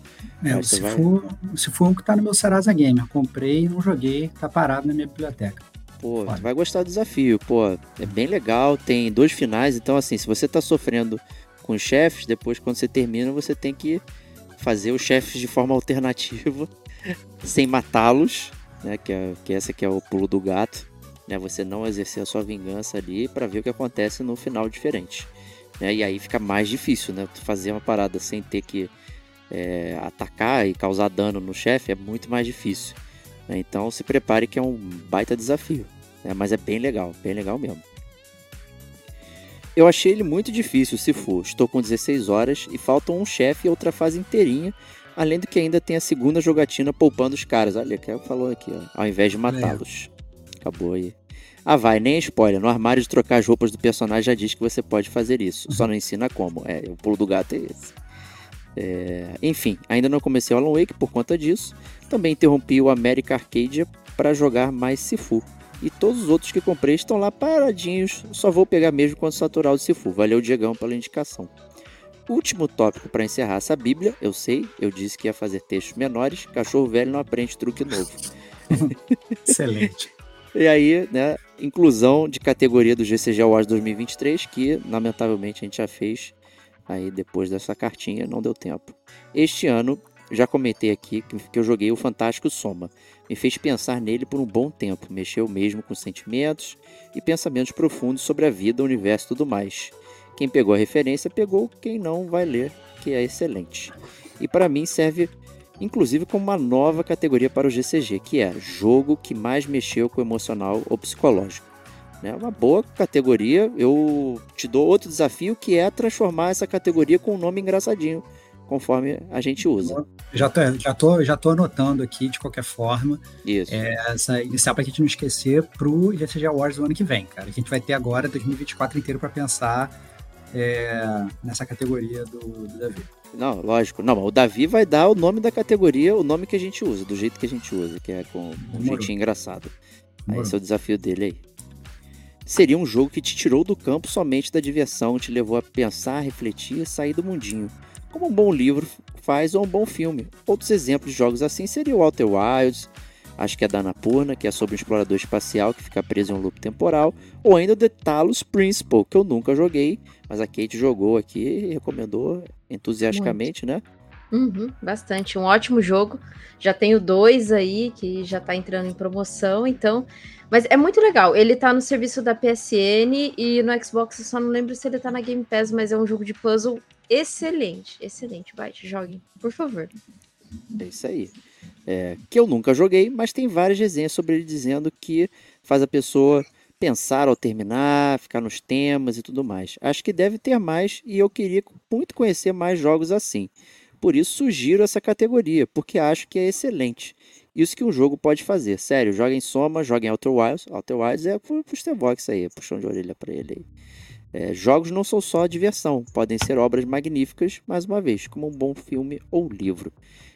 O Sifu é um que tá no meu Serasa Gamer. Comprei, não joguei, tá parado na minha biblioteca. Pô, tu vai gostar do desafio, pô, é bem legal, tem 2 finais, então assim, se você tá sofrendo com os chefes, depois quando você termina, você tem que fazer os chefes de forma alternativa, sem matá-los, né, que essa que é o pulo do gato, né, você não exercer a sua vingança ali para ver o que acontece no final diferente, né, e aí fica mais difícil, né, fazer uma parada sem ter que atacar e causar dano no chefe é muito mais difícil. Então se prepare que é um baita desafio, né? Mas é bem legal mesmo. Eu achei ele muito difícil, se for. Estou com 16 horas e faltam um chefe e outra fase inteirinha, além do que ainda tem a segunda jogatina poupando os caras. Olha, que falou aqui, ó, ao invés de matá-los. Acabou aí. Ah, vai, nem spoiler. No armário de trocar as roupas do personagem já diz que você pode fazer isso. Só não ensina como. O pulo do gato é esse. Enfim, ainda não comecei o Alan Wake por conta disso. Também interrompi o America Arcadia para jogar mais Sifu. E todos os outros que comprei estão lá paradinhos. Só vou pegar mesmo quando saturar o Sifu. Valeu, Diegão, pela indicação. Último tópico para encerrar essa bíblia. Eu sei, eu disse que ia fazer textos menores. Cachorro velho não aprende truque novo. Excelente. E aí, né, inclusão de categoria do GCG Awards 2023, que lamentavelmente a gente já fez. Aí depois dessa cartinha não deu tempo. Este ano, já comentei aqui que eu joguei o Fantástico Soma. Me fez pensar nele por um bom tempo. Mexeu mesmo com sentimentos e pensamentos profundos sobre a vida, o universo e tudo mais. Quem pegou a referência, pegou. Quem não, vai ler, que é excelente. E para mim serve, inclusive, como uma nova categoria para o GCG, que é jogo que mais mexeu com o emocional ou psicológico. É uma boa categoria. Eu te dou outro desafio, que é transformar essa categoria com um nome engraçadinho, conforme a gente usa. Já tô anotando aqui, de qualquer forma. Isso. Iniciar pra gente não esquecer pro GCG Awards do ano que vem, cara. A gente vai ter agora 2024 inteiro para pensar nessa categoria do Davi. Não, lógico. Não, o Davi vai dar o nome da categoria, o nome que a gente usa, do jeito que a gente usa, que é com um jeitinho engraçado. Aí esse é o desafio dele aí. Seria um jogo que te tirou do campo somente da diversão, te levou a pensar, refletir, sair do mundinho. Como um bom livro faz ou um bom filme. Outros exemplos de jogos assim seriam o Outer Wilds, acho que é da Annapurna, que é sobre um explorador espacial que fica preso em um loop temporal, ou ainda o The Talos Principle, que eu nunca joguei, mas a Kate jogou aqui e recomendou entusiasticamente, né? Bastante, um ótimo jogo. Já tenho 2 aí que já tá entrando em promoção, então. Mas é muito legal. Ele tá no serviço da PSN e no Xbox, eu só não lembro se ele tá na Game Pass, mas é um jogo de puzzle excelente. Excelente, Byte, joguem, por favor. É isso aí. Que eu nunca joguei, mas tem várias resenhas sobre ele dizendo que faz a pessoa pensar ao terminar, ficar nos temas e tudo mais. Acho que deve ter mais e eu queria muito conhecer mais jogos assim. Por isso sugiro essa categoria, porque acho que é excelente. Isso que um jogo pode fazer. Sério, joguem Soma, joguem Outer Wilds. Outer Wilds é pro Stevox aí, puxão de orelha pra ele aí. Jogos não são só diversão, podem ser obras magníficas, mais uma vez, como um bom filme ou livro.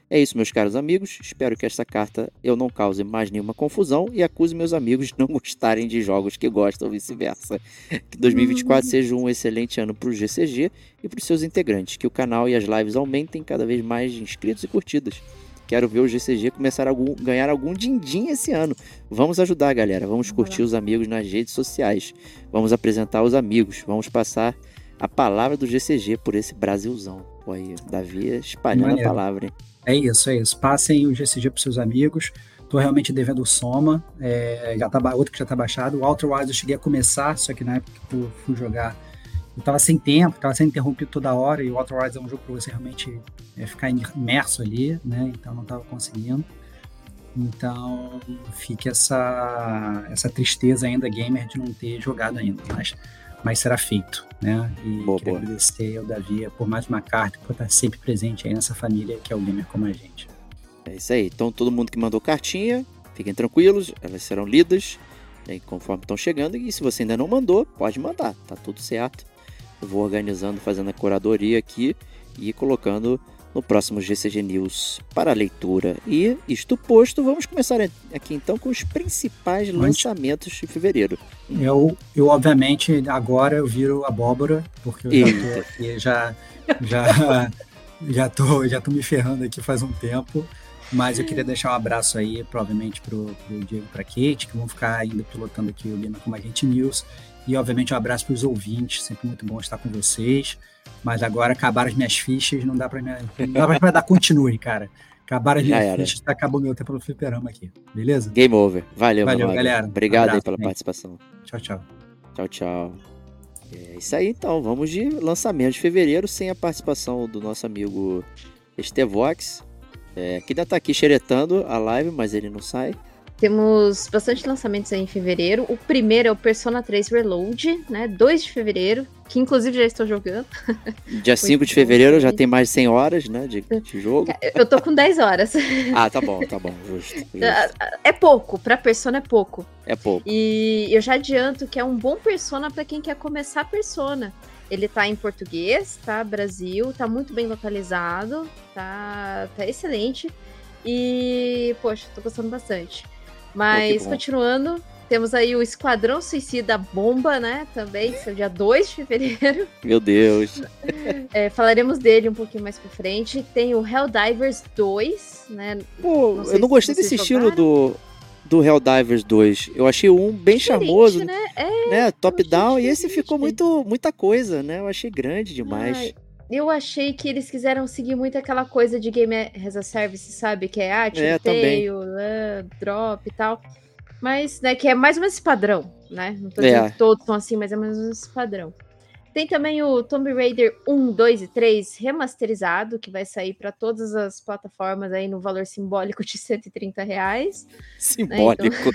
É isso, meus caros amigos. Espero que esta carta eu não cause mais nenhuma confusão e acuse meus amigos de não gostarem de jogos que gostam, vice-versa. Que 2024 seja um excelente ano para o GCG e para os seus integrantes. Que o canal e as lives aumentem cada vez mais de inscritos e curtidas. Quero ver o GCG começar a ganhar algum din-din esse ano. Vamos ajudar, galera. Vamos curtir os amigos nas redes sociais. Vamos apresentar os amigos. Vamos passar a palavra do GCG por esse Brasilzão. Pô, aí, Davi espalhando a palavra, hein? É isso. Passem o GCG para seus amigos. Tô realmente devendo o Soma. Outro que já tá baixado. O Outer Wilds eu cheguei a começar, só que na época que eu fui jogar, eu tava sem tempo, tava sendo interrompido toda hora, e o Outer Wilds é um jogo para você realmente ficar imerso ali, né? Então não tava conseguindo. Então fica essa tristeza ainda, gamer, de não ter jogado ainda. Mas será feito, né? E quero agradecer ao Davi por mais uma carta, por estar sempre presente aí nessa família que é o Gamer Como a Gente. É isso aí. Então, todo mundo que mandou cartinha, fiquem tranquilos, elas serão lidas, né, conforme estão chegando. E se você ainda não mandou, pode mandar, tá tudo certo. Eu vou organizando, fazendo a curadoria aqui e colocando no próximo GCG News para leitura. E, isto posto, vamos começar aqui então com os principais lançamentos de fevereiro. Eu obviamente, agora eu viro abóbora, porque eu já tô aqui, já tô me ferrando aqui faz um tempo, mas eu queria deixar um abraço aí, provavelmente pro Diego e pra Kate, que vão ficar ainda pilotando aqui o Gamer Como a Gente News, e obviamente um abraço pros ouvintes, sempre muito bom estar com vocês, mas agora acabaram as minhas fichas, não dá pra dar continue, cara. Acabaram as minhas fichas, acabou meu tempo no fliperama aqui, beleza? Game over. Valeu galera. Obrigado aí pela participação. Tchau. Tchau. É isso aí, então. Vamos de lançamento de fevereiro, sem a participação do nosso amigo Estevox, que ainda tá aqui xeretando a live, mas ele não sai. Temos bastante lançamentos aí em fevereiro. O primeiro é o Persona 3 Reload, né? 2 de fevereiro, que inclusive já estou jogando. Dia 5 de fevereiro já tem mais de 100 horas, né, de jogo. Eu tô com 10 horas. Ah, tá bom, justo. É pouco, pra Persona é pouco. É pouco. E eu já adianto que é um bom Persona pra quem quer começar Persona. Ele tá em português, tá? Brasil, tá muito bem localizado, tá excelente. E, poxa, tô gostando bastante. Mas, continuando, temos aí o Esquadrão Suicida Bomba, né? Também, que é o dia 2 de fevereiro. Meu Deus. Falaremos dele um pouquinho mais pra frente. Tem o Helldivers 2, né? Pô, eu não gostei desse estilo do Helldivers 2. Eu achei um bem charmoso, né? Top-down, e esse ficou muita coisa, né? Eu achei grande demais. Eu achei que eles quiseram seguir muito aquela coisa de Game as a Service, sabe? Que é tiroteio, drop e tal. Mas, né, que é mais ou menos esse padrão, né? Não tô dizendo que todos são assim, mas é mais ou menos esse padrão. Tem também o Tomb Raider 1, 2 e 3 remasterizado, que vai sair para todas as plataformas aí no valor simbólico de R$130. Simbólico.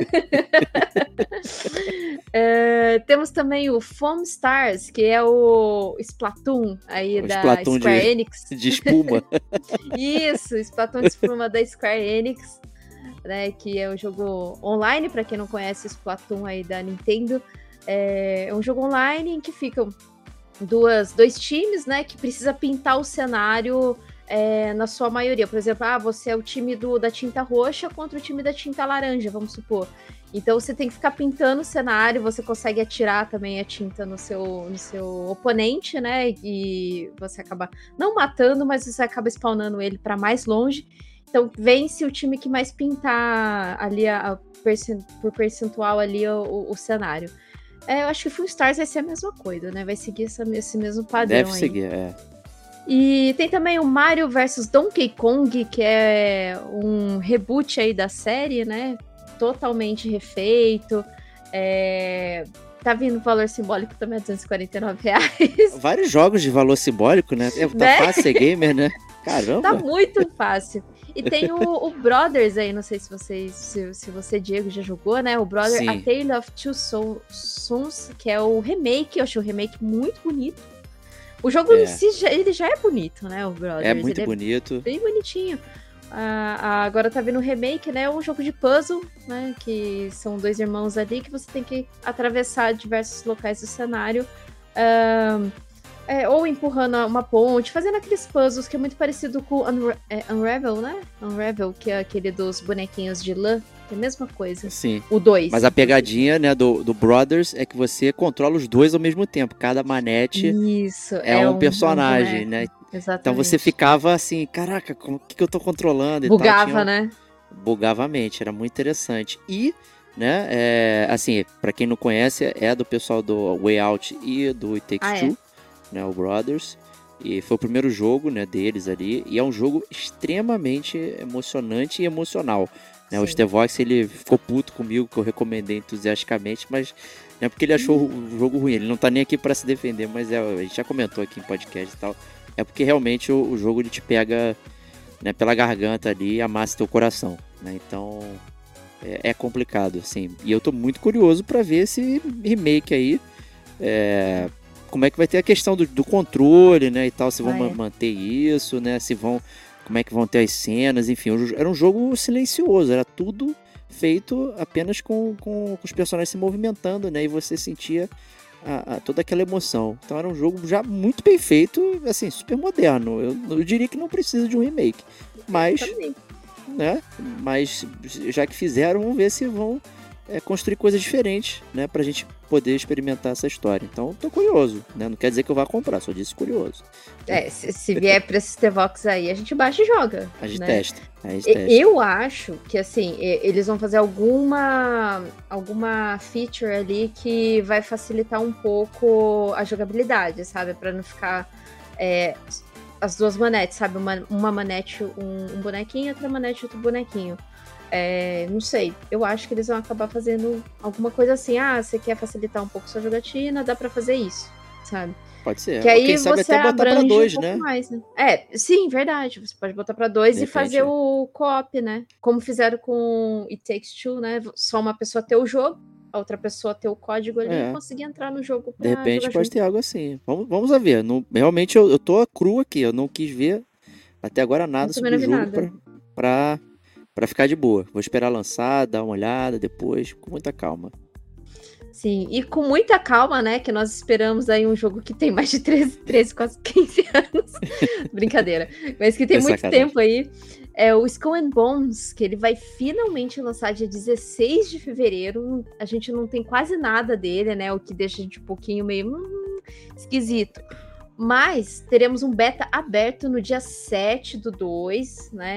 Temos também o Foam Stars, que é o Splatoon aí da Splatoon Square Enix. De espuma. Isso, Splatoon de espuma da Square Enix, né, que é um jogo online, para quem não conhece o Splatoon aí da Nintendo. É um jogo online em que ficam dois times, né, que precisa pintar o cenário na sua maioria. Por exemplo, você é o time da tinta roxa contra o time da tinta laranja, vamos supor. Então você tem que ficar pintando o cenário, você consegue atirar também a tinta no seu oponente, né, e você acaba não matando, mas você acaba spawnando ele para mais longe. Então vence o time que mais pintar ali por percentual ali o cenário. Eu acho que Full Stars vai ser a mesma coisa, né? Vai seguir esse mesmo padrão. Deve seguir, E tem também o Mario vs Donkey Kong, que é um reboot aí da série, né? Totalmente refeito. Tá vindo valor simbólico também, R$249. Vários jogos de valor simbólico, né? Tá fácil ser gamer, né? Caramba! Tá muito fácil. E tem o Brothers aí, não sei se você, Diego, já jogou, né? O Brother, Sim. A Tale of Two Sons, que é o remake. Eu achei o remake muito bonito. O jogo em si, ele já é bonito, né? O Brothers. É muito bonito. Bem bonitinho. Agora tá vindo o remake, né? Um jogo de puzzle, né? Que são 2 irmãos ali que você tem que atravessar diversos locais do cenário. Ou empurrando uma ponte, fazendo aqueles puzzles que é muito parecido com Unravel, né? Unravel, que é aquele dos bonequinhos de lã, que é a mesma coisa. Sim. O 2. Mas a pegadinha, né, do Brothers é que você controla os dois ao mesmo tempo. Cada manete Isso, é um personagem, né? Exatamente. Então você ficava assim, caraca, o que eu tô controlando? E bugava, tal. né? Bugava a mente, era muito interessante. E, né, assim, pra quem não conhece, é do pessoal do Way Out e do It Takes Two, né, o Brothers. E foi o primeiro jogo, né, deles ali. E é um jogo extremamente emocionante e emocional. Né? O Stevox, ele ficou puto comigo, que eu recomendei entusiasticamente, mas não é porque ele achou o jogo ruim. Ele não tá nem aqui pra se defender, mas a gente já comentou aqui em podcast e tal. É porque realmente o jogo ele te pega, né, pela garganta ali e amassa teu coração, né? Então é complicado, assim. E eu tô muito curioso pra ver esse remake aí. Como é que vai ter a questão do controle, né, e tal, se vão manter isso, né, como é que vão ter as cenas, enfim, era um jogo silencioso, era tudo feito apenas com os personagens se movimentando, né, e você sentia toda aquela emoção. Então era um jogo já muito bem feito, assim, super moderno. Eu diria que não precisa de um remake, mas, né, mas já que fizeram, vamos ver se vão construir coisas diferentes, né, pra gente poder experimentar essa história. Então, tô curioso, né? Não quer dizer que eu vá comprar, só disse curioso. Se vier pra esses Stevox aí, a gente baixa e joga. A gente né? testa. Eu acho que, assim, eles vão fazer alguma feature ali que vai facilitar um pouco a jogabilidade, sabe? Pra não ficar as duas manetes, sabe? Uma manete, um bonequinho, outra manete, outro bonequinho. Não sei, eu acho que eles vão acabar fazendo alguma coisa assim. Você quer facilitar um pouco sua jogatina, dá pra fazer isso, sabe? Pode ser. Que aí quem sabe você até botar pra 2, um né? Mais, né? Sim, verdade. Você pode botar pra 2 e fazer o co-op, né? Como fizeram com It Takes Two, né? Só uma pessoa ter o jogo, a outra pessoa ter o código ali e conseguir entrar no jogo pra de repente jogar pode junto. ter algo assim. Vamos a ver. Realmente eu tô cru aqui, eu não quis ver até agora nada sobre o jogo pra ficar de boa. Vou esperar lançar, dar uma olhada depois, com muita calma. Sim, e com muita calma, né, que nós esperamos aí um jogo que tem mais de 13 quase 15 anos. Brincadeira. Mas que tem muito tempo aí. É o Skull and Bones, que ele vai finalmente lançar dia 16 de fevereiro. A gente não tem quase nada dele, né, o que deixa a gente um pouquinho meio esquisito. Mas teremos um beta aberto no dia 7/2, né?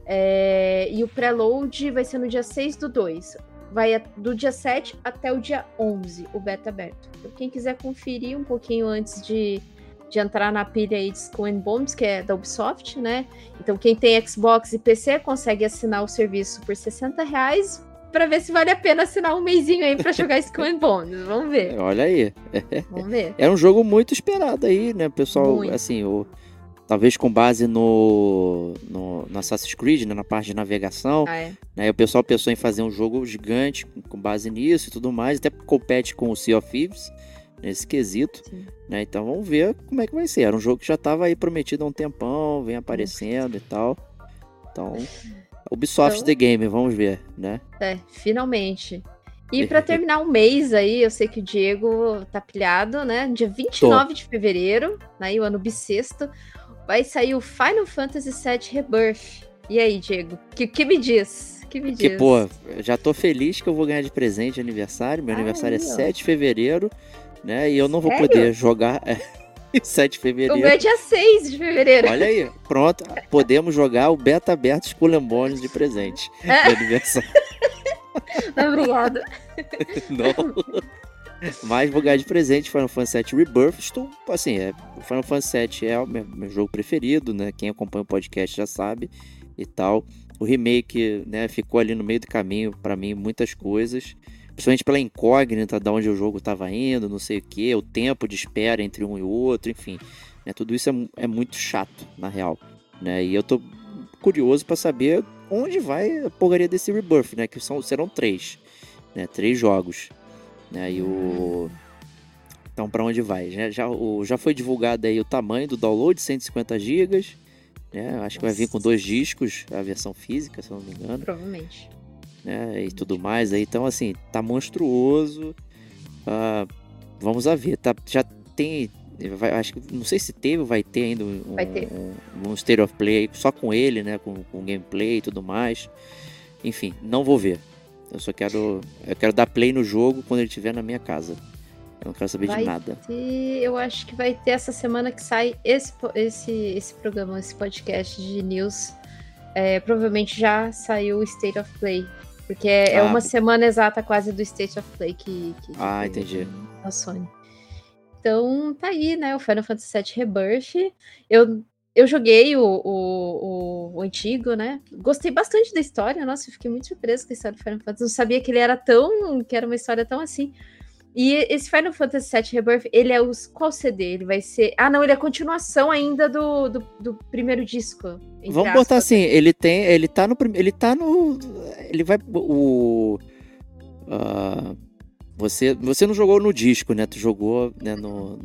E o preload vai ser no dia 6/2. Vai do dia 7 até o dia 11, o beta aberto. Então, quem quiser conferir um pouquinho antes de entrar na pilha aí de Skull and Bones, que é da Ubisoft, né? Então, quem tem Xbox e PC consegue assinar o serviço por R$60 para ver se vale a pena assinar um mêsinho aí para jogar Skull and Bones. Vamos ver. Olha aí. Vamos ver. É um jogo muito esperado aí, né, pessoal? Muito. Assim, talvez com base no Assassin's Creed, né, na parte de navegação. Né, o pessoal pensou em fazer um jogo gigante com base nisso e tudo mais. Até compete com o Sea of Thieves nesse quesito. Né, então vamos ver como é que vai ser. Era um jogo que já estava aí prometido há um tempão, vem aparecendo e tal. Então, Ubisoft The Game, vamos ver, né? Finalmente. E para terminar o mês aí, eu sei que o Diego tá pilhado, né? Dia 29 de fevereiro, né, o ano bissexto, vai sair o Final Fantasy VII Rebirth. E aí, Diego? Que me diz? Que, pô, já tô feliz que eu vou ganhar de presente de aniversário. Meu aniversário é 7 de fevereiro, né? E eu não vou poder jogar 7 de fevereiro. O meu é dia 6 de fevereiro. Olha aí, pronto. Podemos jogar o beta aberto Skull and Bones de presente de aniversário. Não, obrigada. Não. Mas vou ganhar de presente Final Fantasy VII Rebirth. Estou, assim, o Final Fantasy VII é o meu jogo preferido, né? Quem acompanha o podcast já sabe e tal. O remake, né, ficou ali no meio do caminho para mim, muitas coisas. Principalmente pela incógnita de onde o jogo estava indo, não sei o que, o tempo de espera entre um e outro, enfim. Né, tudo isso é muito chato, na real. Né, e eu tô curioso para saber onde vai a porcaria desse Rebirth, né? Que serão 3. Né, 3 jogos. Né, então, para onde vai? Já foi divulgado aí o tamanho do download, 150 GB. Né, acho que vai vir com 2 discos, a versão física, se eu não me engano. Provavelmente. Né, e tudo mais aí. Então, assim, tá monstruoso. Vamos a ver. Já tem Acho que não sei se teve ou vai ter ainda Vai ter. um State of Play só com ele, né? Com gameplay e tudo mais. Enfim, não vou ver. Eu quero dar play no jogo quando ele estiver na minha casa. Eu não quero saber de nada. Eu acho que vai ter essa semana que sai esse programa, esse podcast de news. Provavelmente já saiu o State of Play. Porque é uma semana exata quase do State of Play que entendi. Na Sony. Então, tá aí, né? O Final Fantasy VII Rebirth. Eu joguei o antigo, né? Gostei bastante da história. Nossa, eu fiquei muito surpresa com a história do Final Fantasy. Não sabia que que era uma história tão assim. E esse Final Fantasy VII Rebirth, ele é qual CD? Ele vai ser... Ah, não, ele é a continuação ainda do primeiro disco. Vamos botar assim, ele vai... Você não jogou no disco, né? Tu jogou, né,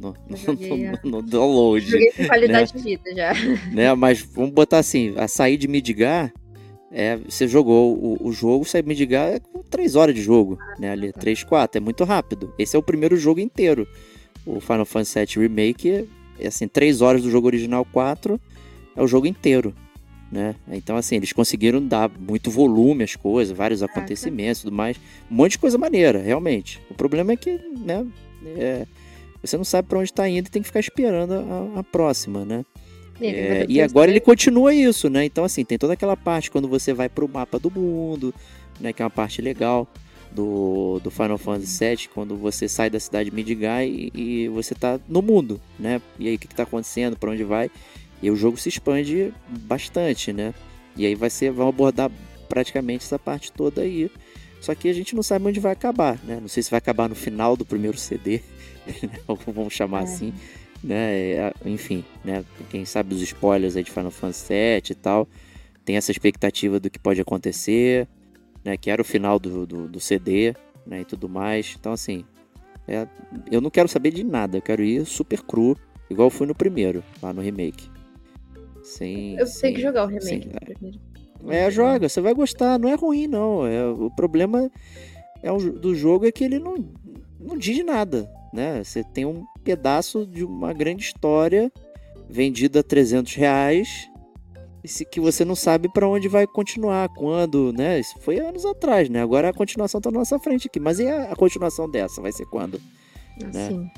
no download. Joguei com qualidade, né, de vida já. Né? Mas vamos botar assim, a sair de Midgar, você jogou o jogo, sair de Midgar é com 3 horas de jogo, né? Ali, 3, 4, é muito rápido. Esse é o primeiro jogo inteiro. O Final Fantasy VII Remake, assim, 3 horas do jogo original, 4, é o jogo inteiro. Né? Então, assim, eles conseguiram dar muito volume às coisas, vários acontecimentos e tudo mais. Um monte de coisa maneira, realmente. O problema é que, né, você não sabe pra onde tá indo e tem que ficar esperando a próxima, né? E agora ele continua isso, né? Então, assim, tem toda aquela parte quando você vai pro mapa do mundo, né? Que é uma parte legal do Final Fantasy VII, quando você sai da cidade de Midgar e você tá no mundo, né? E aí, o que tá acontecendo, pra onde vai... E o jogo se expande bastante, né? E aí vão abordar praticamente essa parte toda aí. Só que a gente não sabe onde vai acabar, né? Não sei se vai acabar no final do primeiro CD, vamos chamar assim, né? Enfim, né? Quem sabe os spoilers aí de Final Fantasy VII e tal, tem essa expectativa do que pode acontecer, né? Que era o final do CD, né? E tudo mais. Então, assim, eu não quero saber de nada, eu quero ir super cru, igual eu fui no primeiro, lá no remake. Eu tenho que jogar o remake primeiro. Joga, você vai gostar, não é ruim não. O problema do jogo é que ele não diz nada, né? Você tem um pedaço de uma grande história vendida a R$300 que você não sabe pra onde vai continuar, quando, né? Isso foi anos atrás, né? Agora a continuação tá na nossa frente aqui, mas e a continuação dessa? Vai ser quando? Né?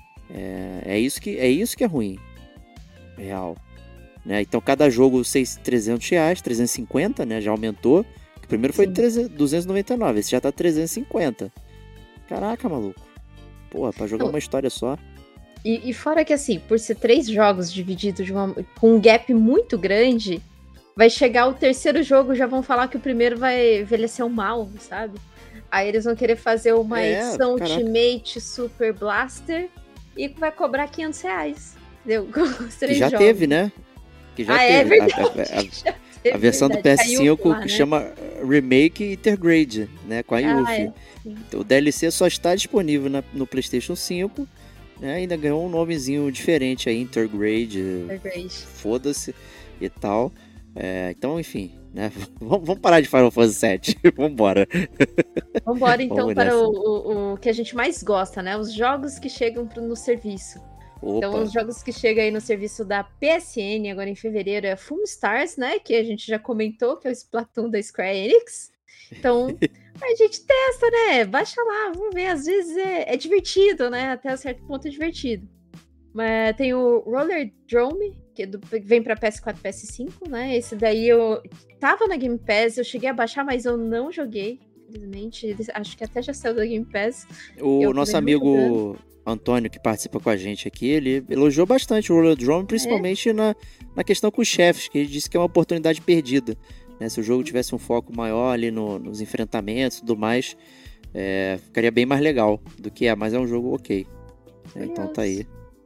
É isso que é ruim, real. Né? Então cada jogo R$300, 350, né? Já aumentou. O primeiro foi 299, esse já tá 350. Caraca, maluco. Porra, pra jogar uma história só. E fora que, assim, por ser 3 jogos divididos com um gap muito grande, vai chegar o terceiro jogo, já vão falar que o primeiro vai envelhecer mal, sabe? Aí eles vão querer fazer uma edição Ultimate Super Blaster e vai cobrar R$500. Entendeu? Com os 3 que já jogos. Teve, né? Que já teve. É verdade. A versão do PS5 lá, que chama Remake Intergrade, né? Com a Yuffie. O DLC só está disponível no PlayStation 5, né? Ainda ganhou um nomezinho diferente aí, Intergrade. Foda-se e tal. Então, enfim, né? Vamos parar de Final Fantasy VII. Vambora. Vambora, então, para o que a gente mais gosta, né? Os jogos que chegam no serviço. Opa. Então, os jogos que chegam aí no serviço da PSN, agora em fevereiro, é Full Stars, né? Que a gente já comentou, que é o Splatoon da Square Enix. Então, a gente testa, né? Baixa lá, vamos ver. Às vezes é divertido, né? Até um certo ponto é divertido. Mas tem o Roller Drome, que vem para PS4 e PS5, né? Esse daí eu tava na Game Pass, eu cheguei a baixar, mas eu não joguei, infelizmente. Acho que até já saiu da Game Pass. O nosso amigo Antônio, que participa com a gente aqui, ele elogiou bastante o Roller Drome, principalmente na questão com os chefes, que ele disse que é uma oportunidade perdida, né? Se o jogo tivesse um foco maior ali nos enfrentamentos e tudo mais, ficaria bem mais legal do que mas é um jogo ok. Então tá aí.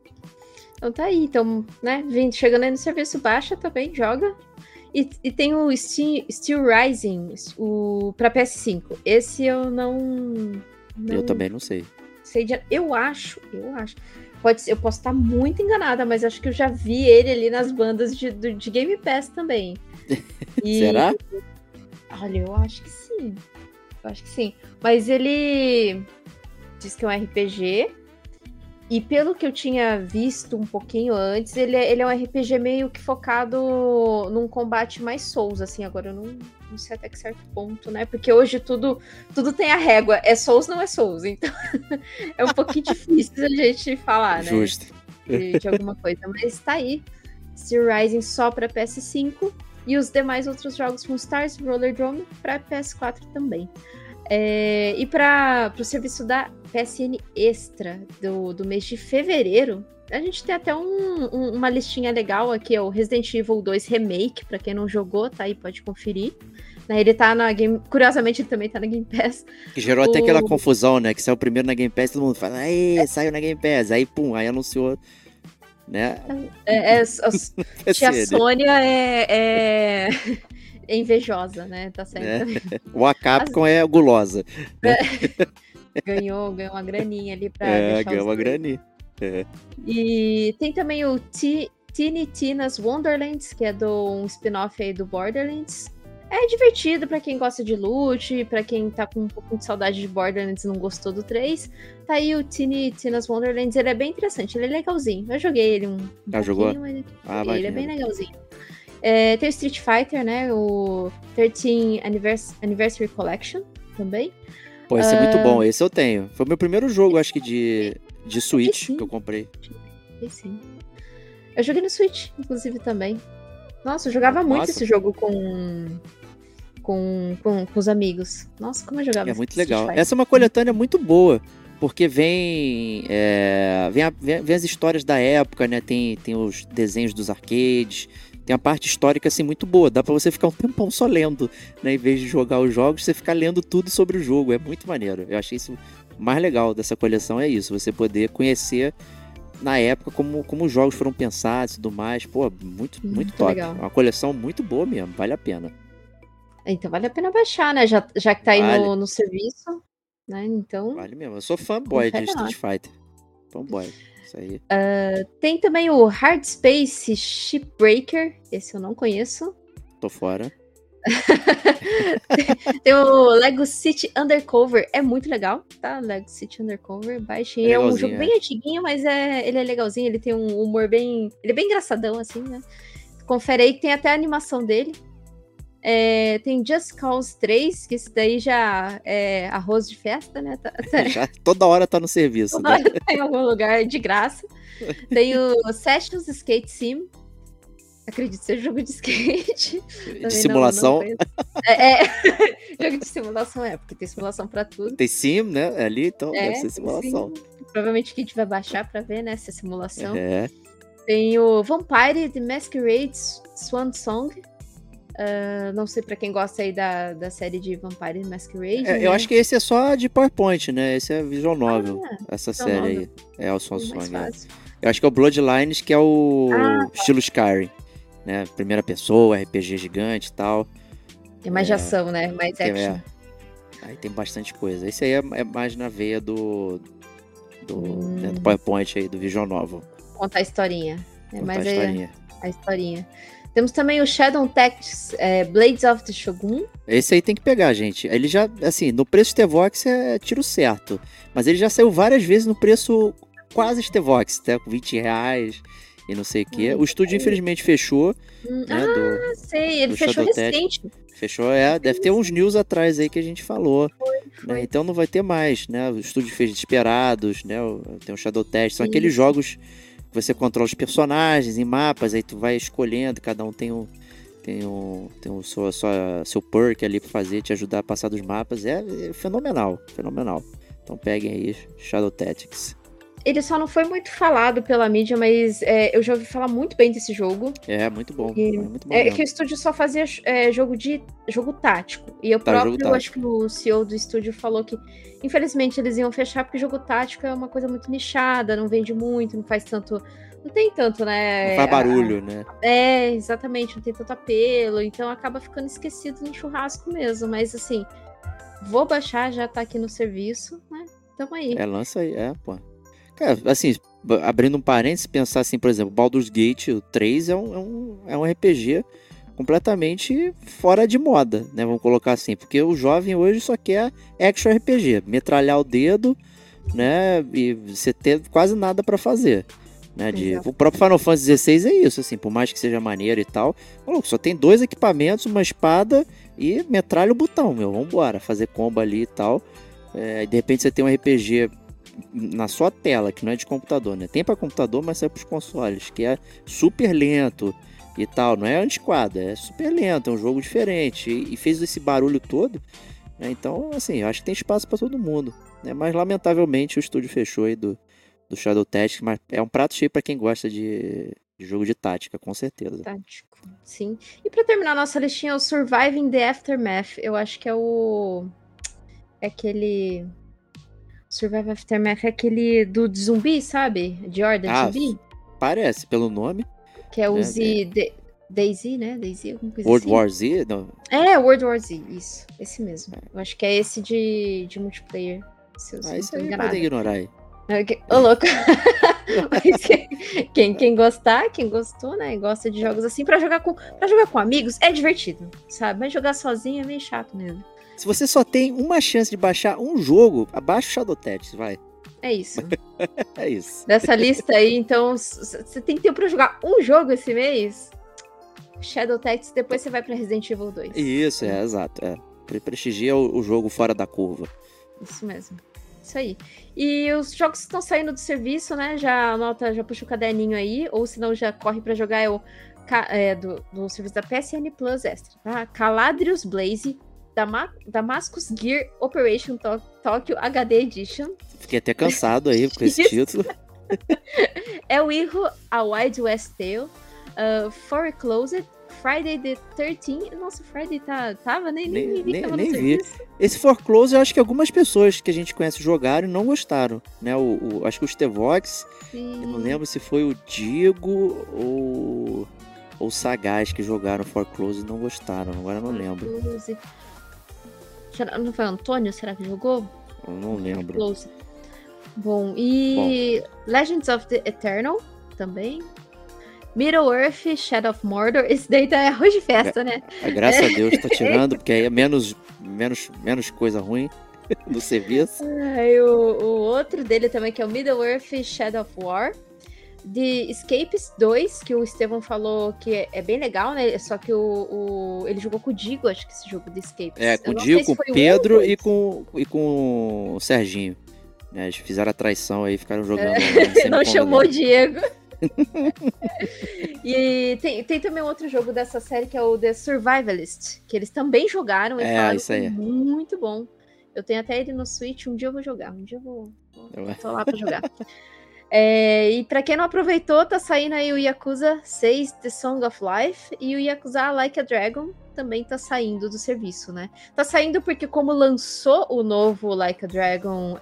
Então, né, chegando aí no serviço, baixa também, joga. E tem o Steel Rising, pra PS5. Esse eu não... Eu também não sei. Eu acho. Pode ser, eu posso estar muito enganada, mas acho que eu já vi ele ali nas bandas de Game Pass também. Será? Olha, eu acho que sim. Mas ele diz que é um RPG. E pelo que eu tinha visto um pouquinho antes, ele é um RPG meio que focado num combate mais Souls, assim. Agora eu não sei até que certo ponto, né? Porque hoje tudo tem a régua. É Souls, não é Souls. Então é um pouquinho difícil a gente falar, né? Justo. De alguma coisa. Mas tá aí. Steel Rising só pra PS5. E os demais outros jogos com Stars Roller Drome pra PS4 também. E para o serviço da PSN Extra do mês de fevereiro, a gente tem até uma listinha legal aqui, é o Resident Evil 2 Remake, para quem não jogou, tá aí, pode conferir. Ele tá na Game... Curiosamente, ele também tá na Game Pass. Que gerou até aquela confusão, né? Que saiu primeiro na Game Pass, todo mundo fala, saiu na Game Pass. Aí, pum, aí anunciou, né? Tia Sônia é invejosa, né? Tá certo. O a Capcom é gulosa. Ganhou uma graninha ali pra deixar ganhou uma graninha. E tem também o Tiny Tina's Wonderlands, que é um spin-off aí do Borderlands. É divertido pra quem gosta de loot, pra quem tá com um pouco de saudade de Borderlands e não gostou do 3. Tá aí o Tiny Tina's Wonderlands, ele é bem interessante, ele é legalzinho. Eu joguei ele um jogou? Mas ele é bem legalzinho. Tem o Street Fighter, né? O 13 Anniversary Collection também. Pô, esse é muito bom, esse eu tenho. Foi o meu primeiro jogo, acho que de Switch que eu comprei. Sim. Eu joguei no Switch, inclusive, também. Nossa, eu jogava muito esse jogo com os amigos. Nossa, como eu jogava É muito legal. Essa é uma coletânea muito boa, porque vem as histórias da época, né? Tem os desenhos dos arcades, tem a parte histórica, assim, muito boa. Dá pra você ficar um tempão só lendo, né? Em vez de jogar os jogos, você ficar lendo tudo sobre o jogo. É muito maneiro. Eu achei isso mais legal dessa coleção, é isso. Você poder conhecer na época como os jogos foram pensados e tudo mais. Pô, muito top. Legal. Uma coleção muito boa mesmo, vale a pena. Então vale a pena baixar, né? Já que tá aí no serviço, né? Então... Vale mesmo. Eu sou fanboy de Street Fighter. Fanboy. Isso aí. Tem também o Hard Space Shipbreaker. Esse eu não conheço. Tô fora. Tem o Lego City Undercover. É muito legal, tá? Lego City Undercover. Baixem. É um jogo bem antiguinho, mas ele é legalzinho. Ele tem um humor bem... Ele é bem engraçadão, assim, né? Confere aí que tem até a animação dele. Tem Just Cause 3, que isso daí já é arroz de festa, né? Já, toda hora tá no serviço. Toda hora tá em algum lugar de graça. Tem o Sessions Skate Sim. Acredito ser jogo de skate. De simulação. Não jogo de simulação porque tem simulação pra tudo. Tem sim, né? Ali, então deve ser simulação. Sim. Provavelmente que a gente vai baixar pra ver, né? Se é simulação. É. Tem o Vampire The Masquerade Swan Song. Não sei pra quem gosta aí da série de Vampire The Masquerade. Né? Eu acho que esse é só de PowerPoint, né? Esse é visual novel. Essa série aí. É o Swan Song. Eu acho que é o Bloodlines, que é o estilo Skyrim. Né? Primeira pessoa, RPG gigante e tal. Tem mais de ação, né? Mais action. Aí tem bastante coisa. Esse aí é mais na veia do PowerPoint aí, do visual novel. Contar a historinha. Contar a historinha. A historinha. Temos também o Shadow Tactics Blades of the Shogun. Esse aí tem que pegar, gente. Ele já, assim, no preço Stevox é tiro certo. Mas ele já saiu várias vezes no preço quase Stevox, até com R$20 e não sei o quê. O estúdio, infelizmente, fechou. Né, sei. Ele fechou recente. Fechou, deve ter uns news atrás aí que a gente falou. Foi. Né, então não vai ter mais, né? O estúdio fez Desperados, né? Tem o Shadow Test. São aqueles jogos que você controla os personagens em mapas, aí tu vai escolhendo, cada um tem seu perk ali pra fazer, te ajudar a passar dos mapas. É fenomenal. Então peguem aí Shadow Tactics. Ele só não foi muito falado pela mídia, mas eu já ouvi falar muito bem desse jogo. É, muito bom. Muito bom que o estúdio só fazia jogo tático. E acho que o CEO do estúdio falou que, infelizmente, eles iam fechar porque jogo tático é uma coisa muito nichada, não vende muito, não faz tanto... Não tem tanto, né? Não faz barulho, né? Exatamente, não tem tanto apelo, então acaba ficando esquecido no churrasco mesmo. Mas, assim, vou baixar, já tá aqui no serviço, né? Tamo aí. Lança aí, pô. Cara, assim, abrindo um parênteses, pensar assim, por exemplo, Baldur's Gate 3 é um RPG completamente fora de moda, né? Vamos colocar assim, porque o jovem hoje só quer action RPG, metralhar o dedo, né? E você ter quase nada pra fazer. Né, Exato. o próprio Final Fantasy XVI é isso, assim, por mais que seja maneiro e tal, só tem 2 equipamentos, uma espada e metralha o botão, vambora, fazer combo ali e tal. De repente você tem um RPG na sua tela, que não é de computador, né? Tem pra computador, mas sai pros consoles, que é super lento e tal, não é antiquado, é super lento, é um jogo diferente, e fez esse barulho todo, né? Então, assim, eu acho que tem espaço pra todo mundo, né? Mas lamentavelmente o estúdio fechou aí do Shadow Tactics, mas é um prato cheio pra quem gosta de jogo de tática, com certeza. Tático, sim. E pra terminar nossa listinha, o Surviving the Aftermath. Eu acho que é aquele... Surviving Aftermath é aquele do de zumbi, sabe? De horda de zumbi. Parece, pelo nome. Que é o DayZ, né? DayZ, alguma coisa World assim. War Z? Não. World War Z, isso. Esse mesmo. Eu acho que é esse de multiplayer. Se eu não Isso tô aí enganada. pode ignorar aí. Ô, louco. quem gostar, quem gostou, né? Gosta de jogos assim pra jogar com amigos, é divertido, sabe? Mas jogar sozinho é meio chato mesmo. Se você só tem uma chance de baixar um jogo, abaixa o Shadow Tactics, vai. É isso. É isso. Dessa lista aí, então, você tem tempo pra jogar um jogo esse mês? Shadow Tactics, depois você vai pra Resident Evil 2. Isso, exato. Prestigia o jogo fora da curva. Isso mesmo. Isso aí. E os jogos que estão saindo do serviço, né? Já anota, já puxa o caderninho aí, ou senão já corre pra jogar do serviço da PSN Plus Extra, tá? Caladrius Blaze, Damascus Gear Operation Tokyo HD Edition. Fiquei até cansado aí com esse título. É o Iho, a Wild West Tale, For Closed, Friday the 13th. Nossa, Friday tava, nem vi. Esse For Close, eu acho que algumas pessoas que a gente conhece jogaram e não gostaram, né? Acho que o Stevox, eu não lembro se foi o Diego ou o Sagaz que jogaram For Close e não gostaram, agora eu não lembro. Não foi o Antônio, será que jogou? Eu não lembro. Close. Bom, e Legends of the Eternal também. Middle-earth, Shadow of Mordor. Esse daí tá arroz de festa, né? Graças a Deus tá tirando, porque aí é menos coisa ruim do serviço. O outro dele também, que é o Middle-earth, Shadow of War. The Escapes 2, que o Estevão falou que é bem legal, né? Só que ele jogou com o Digo, acho que esse jogo do Escapes. Com o Digo, com o Pedro e com o Serginho. Né? Eles fizeram a traição aí, ficaram jogando. Não chamou o Diego. E tem também outro jogo dessa série que é o The Survivalist, que eles também jogaram e falaram isso aí. Muito bom. Eu tenho até ele no Switch, um dia eu vou jogar, tô lá pra jogar. E pra quem não aproveitou, tá saindo aí o Yakuza 6 The Song of Life e o Yakuza Like a Dragon também tá saindo do serviço, né? Tá saindo porque como lançou o novo Like a Dragon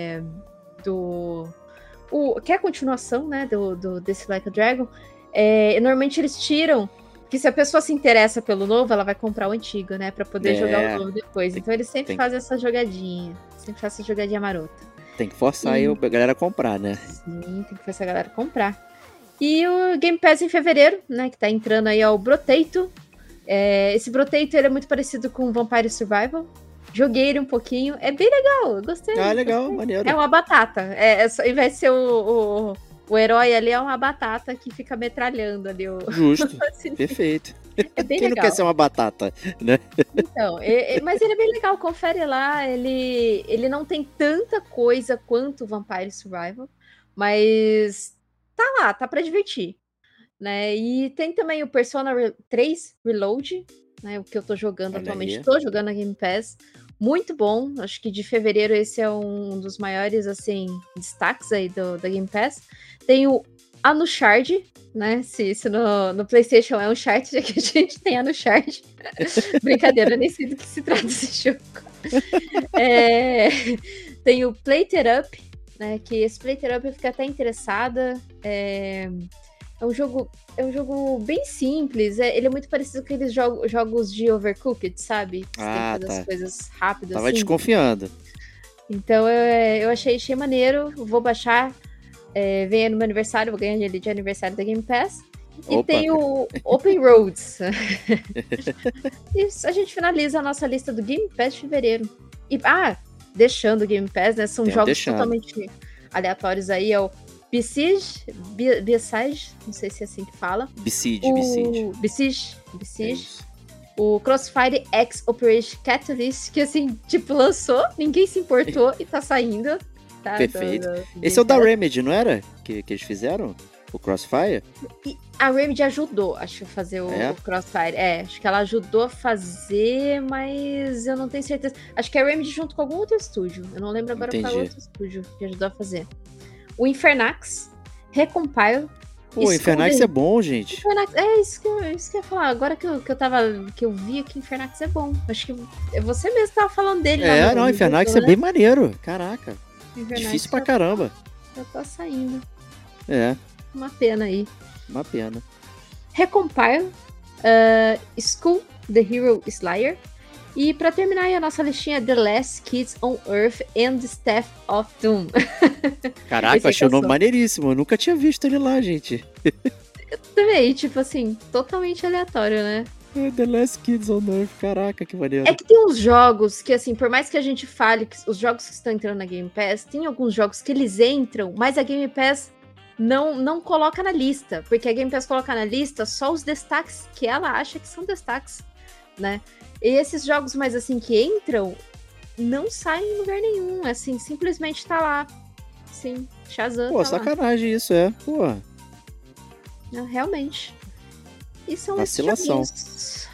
que é a continuação, né, desse Like a Dragon, normalmente eles tiram, que se a pessoa se interessa pelo novo, ela vai comprar o antigo, né, pra poder jogar o novo depois. Então eles sempre fazem essa jogadinha, marota. Tem que forçar aí a galera a comprar, né? Sim, tem que forçar a galera a comprar. E o Game Pass em fevereiro, né, que tá entrando aí, é o Brotato. Esse Brotato, ele é muito parecido com Vampire Survival. Joguei ele um pouquinho, é bem legal, eu gostei. Legal, maneiro. É uma batata, ao invés de ser o herói ali, é uma batata que fica metralhando ali. Justo, perfeito. É bem Quem legal. não quer ser uma batata, né? Então, mas ele é bem legal, confere lá, ele não tem tanta coisa quanto o Vampire Survival, mas tá lá, tá pra divertir, né? E tem também o Persona 3 Reload, né, o que eu tô jogando atualmente, tô jogando na Game Pass, muito bom, acho que de fevereiro esse é um dos maiores, assim, destaques aí da Game Pass. Tem o Anushard, né, se isso no PlayStation é um chart, já que a gente tem Anushard. Brincadeira, eu nem sei do que se trata esse jogo. Tem o Plate It Up, né, que esse Plate It Up eu fiquei até interessada, é um jogo bem simples, ele é muito parecido com aqueles jogos de Overcooked, sabe? Você tem que fazer as coisas rápidas. Tava desconfiando. Então eu achei maneiro, vou baixar, vem aí no meu aniversário, vou ganhar ele de aniversário da Game Pass. E tem o Open Roads. E a gente finaliza a nossa lista do Game Pass de fevereiro. E, deixando o Game Pass, né? São Tem jogos deixado. totalmente aleatórios aí. É o Besiege, não sei se é assim que fala. Besiege. Besiege. É isso. O Crossfire X Operation Catalyst, que assim, tipo, lançou, ninguém se importou e tá saindo. Tá, Perfeito. do Esse é o da Game Pass. Remedy, não era? Que eles fizeram? O Crossfire? E a Remedy ajudou, acho, a fazer o Crossfire. Acho que ela ajudou a fazer, mas eu não tenho certeza. Acho que é a Remedy junto com algum outro estúdio. Eu não lembro agora qual outro estúdio que ajudou a fazer. O Infernax, Recompile. Pô, o Infernax é bom, gente. Infernax, isso que eu ia falar. Agora que eu vi aqui, Infernax é bom. Acho que você mesmo tava falando dele. Não, Infernax é bem maneiro. Caraca. Infernax Difícil pra caramba. Já tá saindo. É. Uma pena aí. Uma pena. Recompile, Skull, The Hero Slayer. E pra terminar aí a nossa listinha, The Last Kids on Earth and the Staff of Doom. Caraca, eu achei o nome maneiríssimo. Eu nunca tinha visto ele lá, gente. Eu também, tipo assim, totalmente aleatório, né? The Last Kids on Earth, caraca, que maneiro. É que tem uns jogos que, assim, por mais que a gente fale que os jogos que estão entrando na Game Pass, tem alguns jogos que eles entram, mas a Game Pass não coloca na lista, porque a Game Pass coloca na lista só os destaques que ela acha que são destaques, né? E esses jogos mais assim que entram, não saem em lugar nenhum, assim, simplesmente tá lá. Sim, Shazam. Pô, tá sacanagem isso, Pô. Não, realmente. E são Vacilação. esses joguinhos.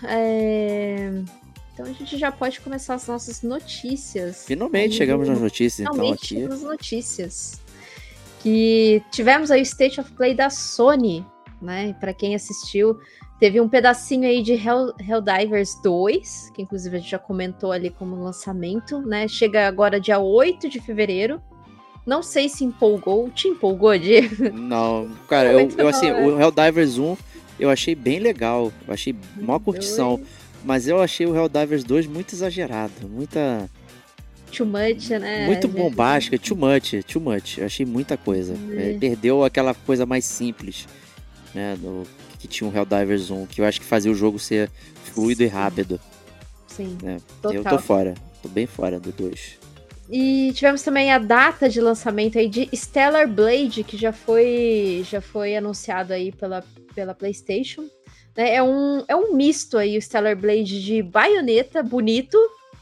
Então a gente já pode começar as nossas notícias. Finalmente chegamos nas notícias, então, aqui. Chegamos nas notícias. Que tivemos aí o State of Play da Sony, né? Para quem assistiu, teve um pedacinho aí de Helldivers 2, que inclusive a gente já comentou ali como lançamento, né? Chega agora dia 8 de fevereiro. Não sei se empolgou. Te empolgou, Diego? Não, cara, eu assim, o Helldivers 1 eu achei bem legal. Eu achei mó curtição. Mas eu achei o Helldivers 2 muito exagerado. Muita... Too much, né? Muito bombástica, too much. Eu achei muita coisa. Perdeu aquela coisa mais simples, né? Que tinha o Helldivers 1, que eu acho que fazia o jogo ser fluido e rápido. Sim, né? total. Eu tô fora. Tô bem fora do 2. E tivemos também a data de lançamento aí de Stellar Blade, que já foi anunciado aí pela PlayStation. Né? É um misto aí, o Stellar Blade de Bayonetta, bonito,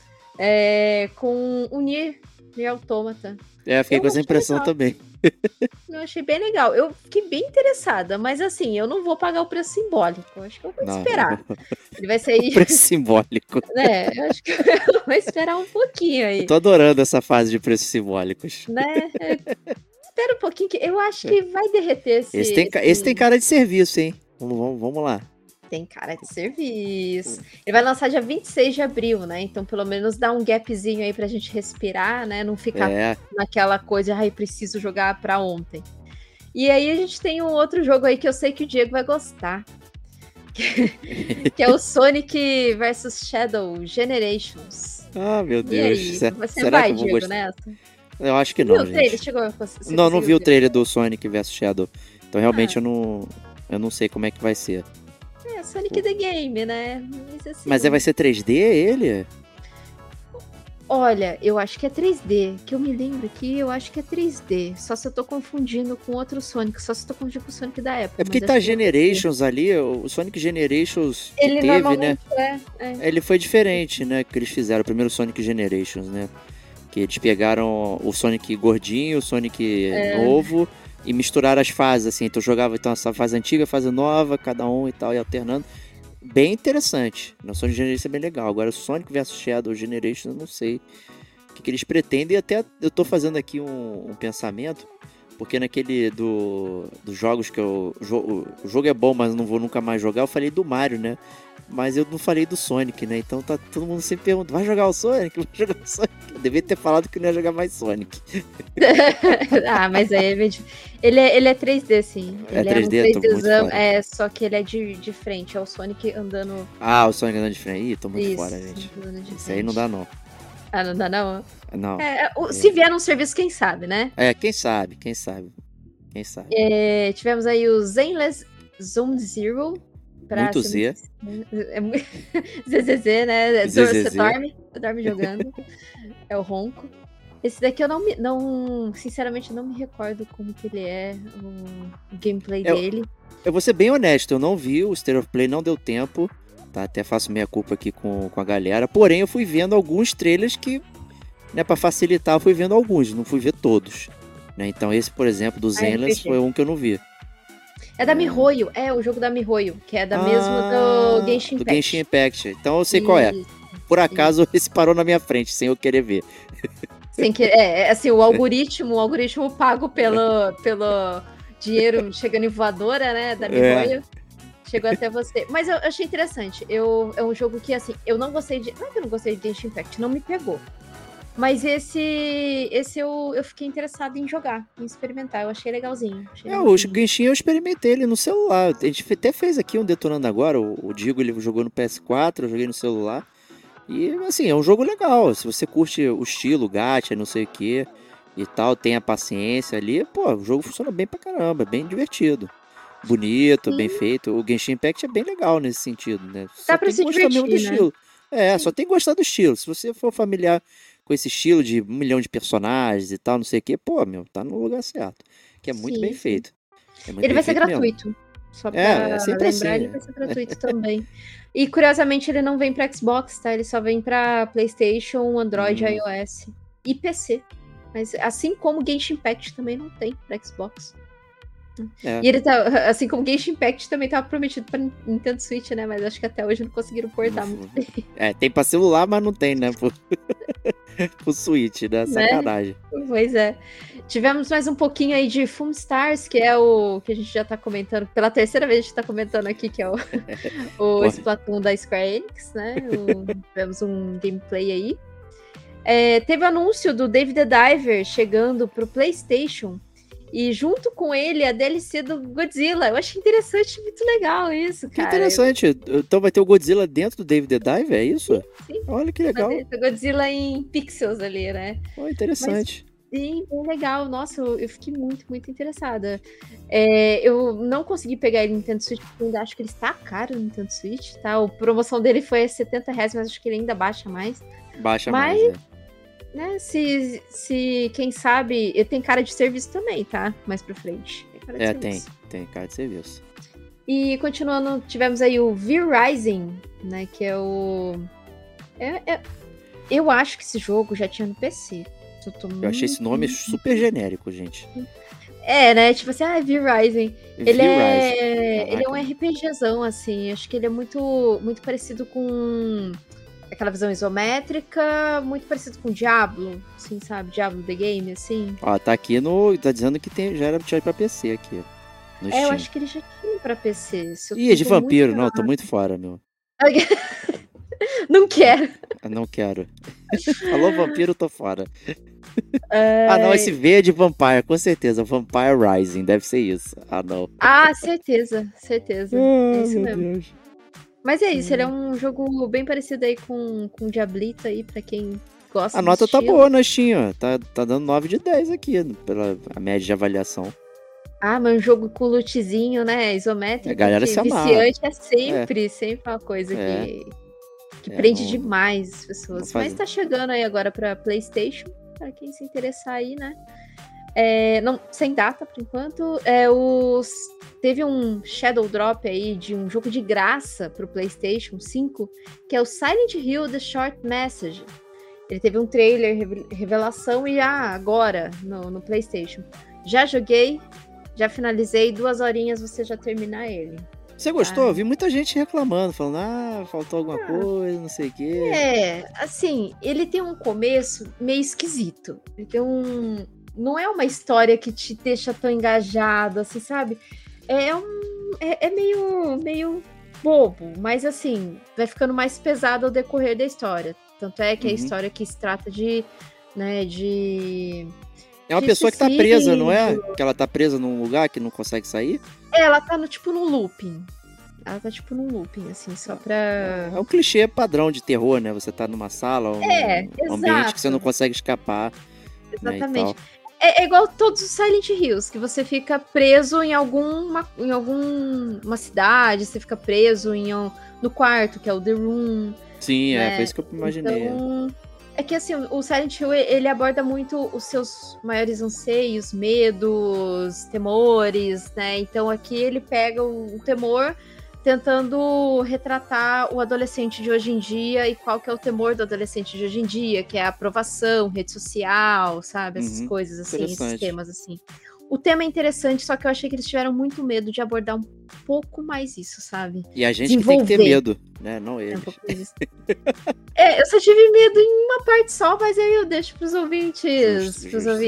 com o Nier Automata. Fiquei com essa impressão também. Eu achei bem legal. Eu fiquei bem interessada, mas assim, eu não vou pagar o preço simbólico. Eu acho que eu vou esperar. Ele vai sair... O preço simbólico. Eu acho que eu vou esperar um pouquinho aí. Eu tô adorando essa fase de preços simbólicos. Né? Espera um pouquinho, que eu acho que vai derreter esse tem cara de serviço, hein? Vamos lá. Tem cara de serviço. Ele vai lançar dia 26 de abril, né? Então, pelo menos dá um gapzinho aí pra gente respirar, né? Não ficar naquela coisa, preciso jogar pra ontem. E aí a gente tem um outro jogo aí que eu sei que o Diego vai gostar. Que é o Sonic vs Shadow Generations. Ah, meu Deus. Você vai, Diego, nessa? Eu acho que não, gente. Não vi o trailer do Sonic vs Shadow. Então, realmente, eu não sei como é que vai ser. Sonic the Game, né? Mas vai ser 3D ele? Olha, eu acho que é 3D. Que eu me lembro aqui, eu acho que é 3D. Só se eu tô confundindo com outro Sonic. Só se eu tô confundindo com o Sonic da época. É porque tá Generations ali, o Sonic Generations que ele teve, né? Ele foi diferente, né? Que eles fizeram, o primeiro Sonic Generations, né? Que eles pegaram o Sonic gordinho, o Sonic novo... E misturaram as fases, assim. Então eu jogava essa fase antiga, fase nova, cada um e tal, e alternando. Bem interessante. O Sonic Generations é bem legal. Agora o Sonic vs Shadow Generations, eu não sei o que eles pretendem. E até eu tô fazendo aqui um pensamento, porque naquele dos jogos que o jogo é bom, mas não vou nunca mais jogar, eu falei do Mario, né? Mas eu não falei do Sonic, né? Então tá todo mundo sempre perguntando, vai jogar o Sonic? Vai jogar o Sonic? Eu devia ter falado que não ia jogar mais Sonic. Mas aí ele é 3D, sim. Ele é 3D? Tô muito fora. Só que ele é de frente, é o Sonic andando... Ah, o Sonic andando de frente? Ih, tô muito fora, gente. Isso aí não dá, não. Ah, não dá, não? Não. Se vier num serviço, quem sabe, né? Quem sabe. Tivemos aí o Zenless Zone Zero. Muito Z. ZZZ, né? ZZZ. Você dorme jogando. É o ronco. Esse daqui eu sinceramente, não me recordo como que ele é, o gameplay dele. Eu vou ser bem honesto, eu não vi o State of Play, não deu tempo, tá? Até faço minha culpa aqui com a galera, porém eu fui vendo alguns trailers que, né, pra facilitar, eu fui vendo alguns, não fui ver todos, né? Então esse, por exemplo, do Zenless foi um que eu não vi. É da MiHoYo, o jogo da MiHoYo, que é da mesma do Genshin Impact. Do Genshin Impact, então eu sei qual é. Por acaso esse parou na minha frente, sem eu querer ver. Sem que, assim, o algoritmo pago pelo dinheiro chegando em voadora, né, da MiHoYo, chegou até você. Mas eu achei interessante. É um jogo que, assim, eu não gostei de... Não é que eu não gostei de Genshin Impact, não me pegou. Mas esse eu fiquei interessado em jogar, em experimentar. Eu achei legalzinho. O Genshin eu experimentei ele no celular. A gente até fez aqui um Detonando Agora. O Diego ele jogou no PS4, eu joguei no celular. E, assim, é um jogo legal. Se você curte o estilo, gacha, não sei o que e tal, tem a paciência ali, pô, o jogo funciona bem pra caramba, é bem divertido. Bonito, bem feito. O Genshin Impact é bem legal nesse sentido, né? Dá pra se divertir, do estilo. Só tem que gostar do estilo. Se você for familiar com esse estilo de 1 milhão de personagens e tal, não sei o que, pô, tá no lugar certo. Que é muito bem feito. Ele vai ser gratuito. Mesmo. Só pra lembrar, assim, ele vai ser gratuito também. E, curiosamente, ele não vem pra Xbox, tá? Ele só vem pra PlayStation, Android, iOS e PC. Mas, assim como Genshin Impact também não tem pra Xbox. E ele tá, assim como Genshin Impact também tava prometido pra Nintendo Switch, né? Mas acho que até hoje não conseguiram portar muito bem. Tem pra celular, mas não tem, né? Pro Switch, né? Sacanagem. Pois é. Tivemos mais um pouquinho aí de Foam Stars, que é o que a gente já tá comentando. Pela terceira vez a gente tá comentando aqui, que é o Splatoon da Square Enix, né? Tivemos um gameplay aí. Teve anúncio do Dave the Diver chegando pro PlayStation. E junto com ele, a DLC do Godzilla. Eu achei interessante, muito legal isso, cara. Que interessante. Então vai ter o Godzilla dentro do Dave the Dive, é isso? Sim. Olha que legal. Vai ter o Godzilla em pixels ali, né? Interessante. Sim, bem legal. Nossa, eu fiquei muito, muito interessada. Eu não consegui pegar ele no Nintendo Switch, porque eu ainda acho que ele está caro no Nintendo Switch, tá? A promoção dele foi R$70, mas acho que ele ainda baixa mais. Baixa mais, né, se quem sabe, ele tem cara de serviço também, tá? Mais pra frente. Tem cara de serviço. E continuando, tivemos aí o V-Rising, né, que é o... Eu acho que esse jogo já tinha no PC. Eu achei esse nome super genérico, gente. Né, tipo assim, V-Rising. Ele é um RPGzão, assim, acho que ele é muito, muito parecido com... aquela visão isométrica, muito parecido com Diablo, assim, sabe? Diablo The Game, assim. Ó, tá aqui tá dizendo que já tinha pra PC aqui. Eu acho que ele já tinha pra PC. Ih, é de vampiro, não, tô muito fora, meu. Não quero. Não quero. Falou vampiro, tô fora. Não, esse V é de Vampire, com certeza. Vampire Rising, deve ser isso. Não. Certeza. É isso mesmo. Deus. Mas é isso, ele é um jogo bem parecido aí com Diablito aí, pra quem gosta. A nota tá boa na Steam, ó. Tá dando 9 de 10 aqui, pela média de avaliação. Mas um jogo com lootzinho, né, isométrico, a galera se amarra. Viciante sempre uma coisa que prende demais as pessoas. Mas tá chegando aí agora pra PlayStation, pra quem se interessar aí, né. Não, sem data, por enquanto. Teve um Shadow Drop aí de um jogo de graça pro PlayStation 5, que é o Silent Hill The Short Message. Ele teve um trailer, revelação, e agora, no PlayStation. Já joguei, já finalizei, 2 horinhas você já terminar ele. Você gostou? Eu vi muita gente reclamando, falando, faltou alguma coisa, não sei o quê. Assim, ele tem um começo meio esquisito. Ele tem não é uma história que te deixa tão engajado, assim, sabe? É meio bobo, mas assim, vai ficando mais pesado ao decorrer da história. Tanto é que a história que se trata de, né, de... É uma pessoa que tá presa, não é? Que ela tá presa num lugar que não consegue sair? Ela tá num looping. Ela tá num looping, assim, só pra... É um clichê padrão de terror, né? Você tá numa sala, um ambiente que você não consegue escapar. Exatamente. Né, é igual todos os Silent Hills, que você fica preso em alguma cidade, você fica preso no quarto, que é o The Room. Sim, foi isso que eu imaginei. Então, É que assim, o Silent Hill, ele aborda muito os seus maiores anseios, medos, temores, né? Então aqui ele pega o temor tentando retratar o adolescente de hoje em dia e qual que é o temor do adolescente de hoje em dia, que é a aprovação, rede social, sabe? Essas coisas assim, esses temas assim. O tema é interessante, só que eu achei que eles tiveram muito medo de abordar um pouco mais isso, sabe? E a gente que tem que ter medo, né? Não eles. Eu só tive medo em uma parte só, mas aí eu deixo pros ouvintes,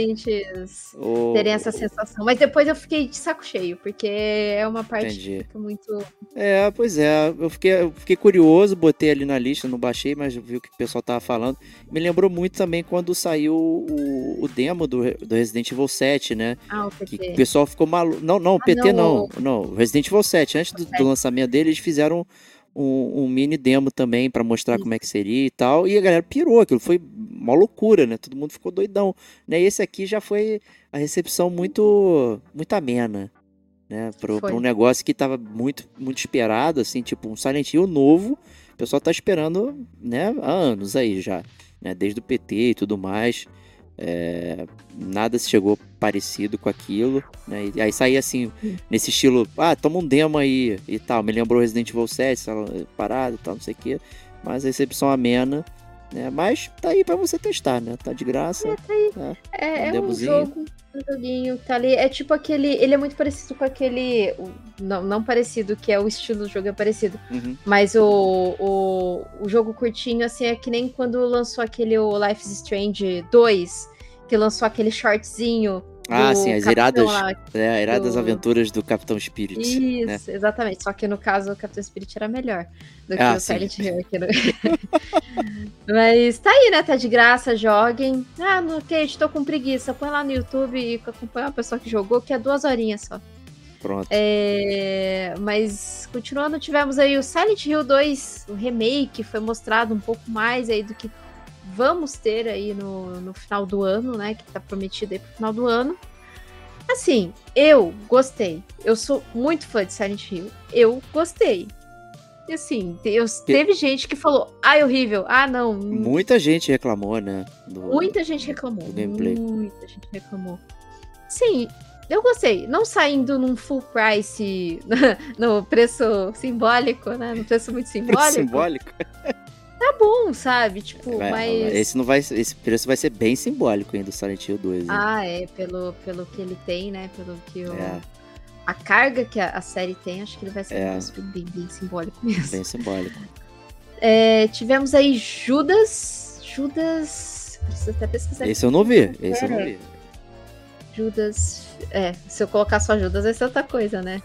terem essa sensação. Mas depois eu fiquei de saco cheio, porque é uma parte que fica muito... Pois é. Eu fiquei curioso, botei ali na lista, não baixei, mas vi o que o pessoal tava falando. Me lembrou muito também quando saiu o demo do Resident Evil 7, né? Ah, o PT. Que o pessoal ficou maluco. Não, o PT não. Não, Resident Evil 7. Antes do lançamento dele, eles fizeram um mini demo também pra mostrar como é que seria e tal. E a galera pirou, aquilo foi uma loucura, né? Todo mundo ficou doidão. Né? E esse aqui já foi a recepção muito amena, né? Pra um negócio que tava muito, muito esperado, assim, tipo um Silent Hill novo. O pessoal tá esperando, né, há anos aí já, né? Desde o PT e tudo mais. Nada se chegou parecido com aquilo, né? E aí saía assim, nesse estilo, toma um demo aí e tal, me lembrou Resident Evil 7, parado e tal, não sei o que, mas a recepção amena, né? Mas tá aí pra você testar, né? Tá de graça. Tá aí. Né? É um joguinho que tá ali, é tipo aquele, ele é muito parecido com aquele, não parecido, que é o estilo do jogo é parecido, mas o jogo curtinho, assim, é que nem quando lançou aquele o Life is Strange 2, que lançou aquele shortzinho. Sim, as iradas aventuras do Capitão Spirit. Isso, né? Exatamente. Só que no caso o Capitão Spirit era melhor do que o Silent Hill aqui no... Mas tá aí, né? Tá de graça, joguem. No Kate, tô com preguiça. Põe lá no YouTube e acompanha uma pessoa que jogou, que é 2 horinhas só. Pronto. Mas continuando, tivemos aí o Silent Hill 2, o remake, foi mostrado um pouco mais aí do que vamos ter aí no final do ano, né? Que tá prometido aí pro final do ano. Assim, eu gostei. Eu sou muito fã de Silent Hill. Eu gostei. E assim, teve gente que falou, é horrível. Não. Muita gente reclamou, né? Muita gente reclamou. Do gameplay. Muita gente reclamou. Sim, eu gostei. Não saindo num full price, no preço simbólico, né? No preço muito simbólico. Tá bom, sabe? Tipo, mas... Esse preço vai ser bem simbólico ainda do Silent Hill 2. Hein? Pelo que ele tem, né? Pelo que a carga que a série tem, acho que ele vai ser bem simbólico mesmo. Bem simbólico. Tivemos aí Judas... Preciso até pesquisar. Esse eu não vi. Judas... se eu colocar só Judas, vai ser outra coisa, né?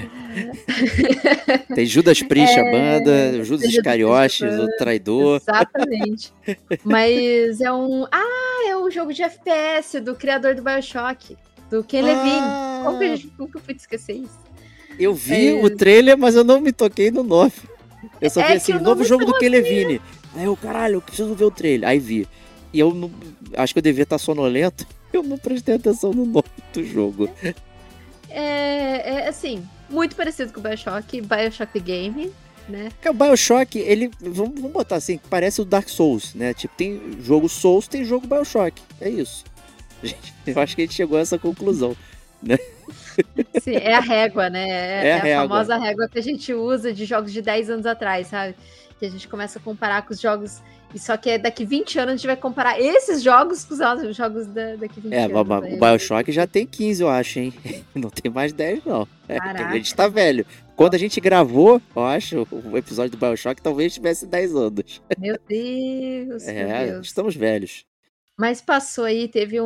Tem Judas Priest, a banda, Judas Iscariotes, o traidor. Exatamente. Mas é um jogo de FPS do criador do BioShock, do Ken Levine. Como que eu pude esquecer isso? Eu vi o trailer, mas eu não me toquei no nome. Eu só vi assim, novo jogo do Ken Levine. Aí eu, caralho, eu preciso ver o trailer. Aí vi. E eu acho que eu devia estar sonolento. Eu não prestei atenção no nome do jogo. Assim, muito parecido com o BioShock The Game, né? Porque o BioShock, ele, vamos botar assim, parece o Dark Souls, né? Tipo, tem jogo Souls, tem jogo BioShock. É isso. Gente, eu acho que a gente chegou a essa conclusão, né? Sim, é a régua, né? É a régua. Famosa régua que a gente usa de jogos de 10 anos atrás, sabe? Que a gente começa a comparar com os jogos... E só que daqui 20 anos a gente vai comparar esses jogos com os jogos daqui 20 anos. O BioShock já tem 15, eu acho, hein? Não tem mais 10, não. Caraca. A gente tá velho. Quando a gente gravou, eu acho, o episódio do BioShock, talvez tivesse 10 anos. Meu Deus, meu Deus. Estamos velhos. Mas passou aí, teve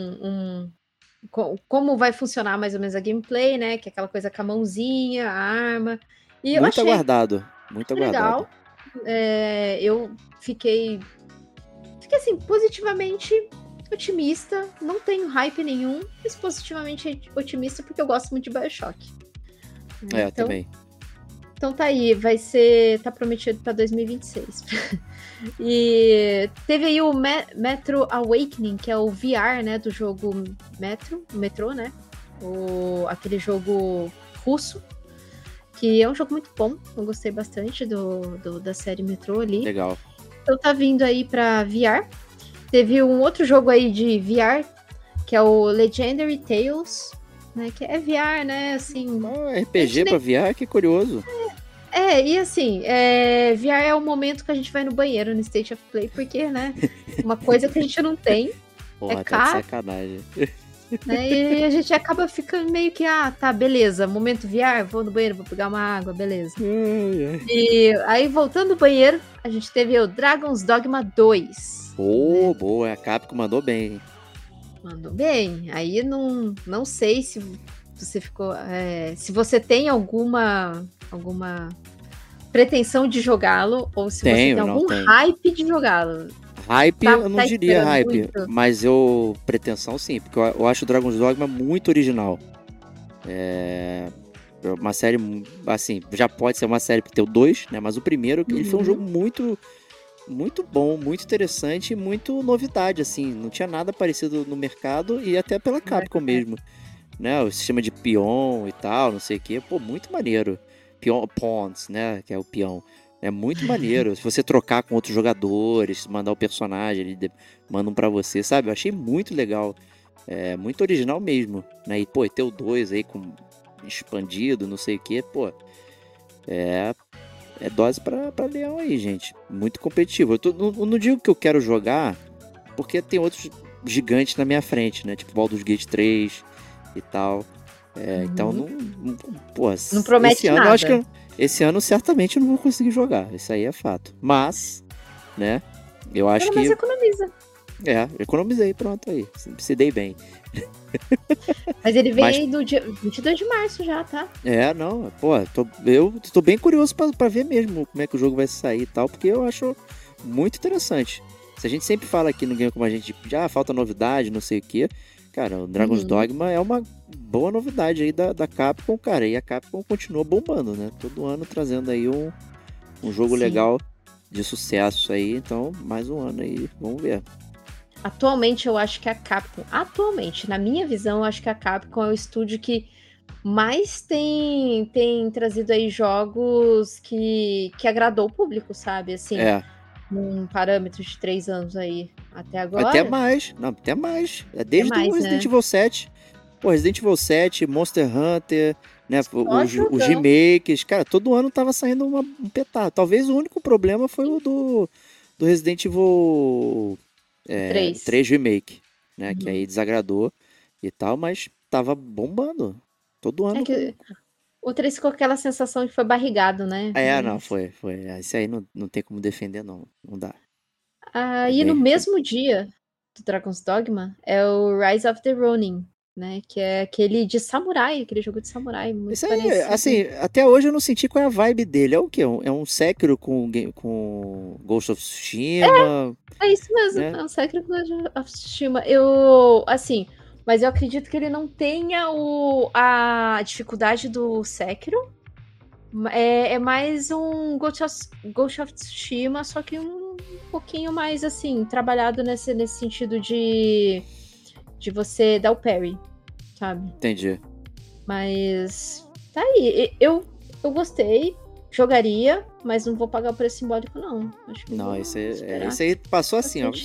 como vai funcionar mais ou menos a gameplay, né? Que é aquela coisa com a mãozinha, a arma. E eu achei aguardado. Muito aguardado. Legal. Eu fiquei assim, positivamente otimista. Não tenho hype nenhum, mas positivamente otimista porque eu gosto muito de BioShock. Também. Então tá aí, tá prometido pra 2026. E teve aí o Metro Awakening, que é o VR, né, do jogo Metro, né? Aquele jogo russo, que é um jogo muito bom. Eu gostei bastante da série Metro ali. Legal. Então tá vindo aí pra VR. Teve um outro jogo aí de VR, que é o Legendary Tales, né? Que é VR, né? Assim. RPG pra VR, que curioso. E assim, VR é o momento que a gente vai no banheiro no State of Play, porque, né? Uma coisa que a gente não tem. Porra, tá de caro. sacanagem. Né, e a gente acaba ficando meio que, tá, beleza, momento VR, vou no banheiro, vou pegar uma água, beleza. E aí, voltando do banheiro, a gente teve o Dragon's Dogma 2. Boa, a Capcom mandou bem. Mandou bem. Aí não sei se você ficou. Se você tem alguma pretensão de jogá-lo, ou se você tem algum hype de jogá-lo. Hype, eu não diria hype, muito. Mas pretensão sim, porque eu acho o Dragon's Dogma muito original. É uma série, assim, já pode ser uma série porque tem o 2, né? Mas o primeiro, ele foi um jogo muito, muito bom, muito interessante e muito novidade, assim. Não tinha nada parecido no mercado e até pela Capcom mesmo, né? O sistema de peão e tal, não sei o quê. Pô, muito maneiro. Pawns, né? Que é o peão. É muito maneiro. Se você trocar com outros jogadores, mandar o personagem, eles mandam pra você, sabe? Eu achei muito legal. É muito original mesmo, né? E, pô, ter o 2 aí com expandido, não sei o que, pô. É dose pra leão aí, gente. Muito competitivo. Eu não digo que eu quero jogar, porque tem outros gigantes na minha frente, né? Tipo Baldur's Gate 3 e tal. Então, não promete nada. Eu acho que esse ano certamente eu não vou conseguir jogar. Isso aí é fato. Mas, né? Eu acho que... Mas economiza. Economizei, pronto aí. Se dei bem. Mas ele vem aí do dia 22 de março já, tá? Não. Pô, eu tô bem curioso pra ver mesmo como é que o jogo vai sair e tal, porque eu acho muito interessante. Se a gente sempre fala aqui no Game Como a gente, falta novidade, não sei o quê. Cara, o Dragon's Dogma é uma boa novidade aí da Capcom, cara. E a Capcom continua bombando, né? Todo ano trazendo aí um jogo legal de sucesso aí. Então, mais um ano aí, vamos ver. Atualmente, eu acho que a Capcom... na minha visão, eu acho que a Capcom é o estúdio que mais tem trazido aí jogos que agradou o público, sabe? Assim, num parâmetro de 3 anos aí. Até agora. Até mais. Não, até mais. Desde o Resident Evil 7. Pô, Resident Evil 7, Monster Hunter, né? Os remakes. Cara, todo ano tava saindo um petardo. Talvez o único problema foi o do Resident Evil 3 Remake, né? Que aí desagradou e tal, mas tava bombando. Todo ano. O 3 ficou com aquela sensação de foi barrigado, né? Não, foi. Esse aí não tem como defender, não. Não dá. E no mesmo dia do Dragon's Dogma é o Rise of the Ronin, né? Que é aquele de samurai, aquele jogo de samurai. Muito isso parecido. aí, assim, até hoje eu não senti qual é a vibe dele. É o quê? É um Sekiro com Ghost of Tsushima? É isso mesmo, né? É um Sekiro com Ghost of Tsushima. Mas eu acredito que ele não tenha a dificuldade do Sekiro. É mais um Ghost of Tsushima, só que um pouquinho mais, assim, trabalhado nesse sentido de você dar o parry, sabe? Entendi. Mas tá aí. Eu gostei, jogaria, mas não vou pagar o preço simbólico, não. Acho que não, esse aí passou assim, ó.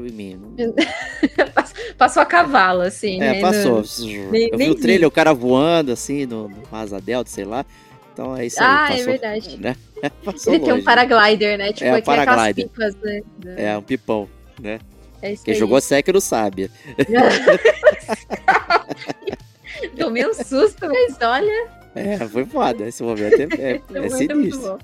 Passou a cavalo, assim, né? Passou. Eu vi o trailer, o cara voando, assim, no Asa Delta, sei lá. Então é isso aí. Passou, é verdade. Né? Ele tem um paraglider, né? Tipo, um paraglider. Pipas, né? Um pipão, né? É isso. Quem aí. jogou Sekiro sabe. Tomei um susto, mas olha... Foi foda. Esse momento é sinistro.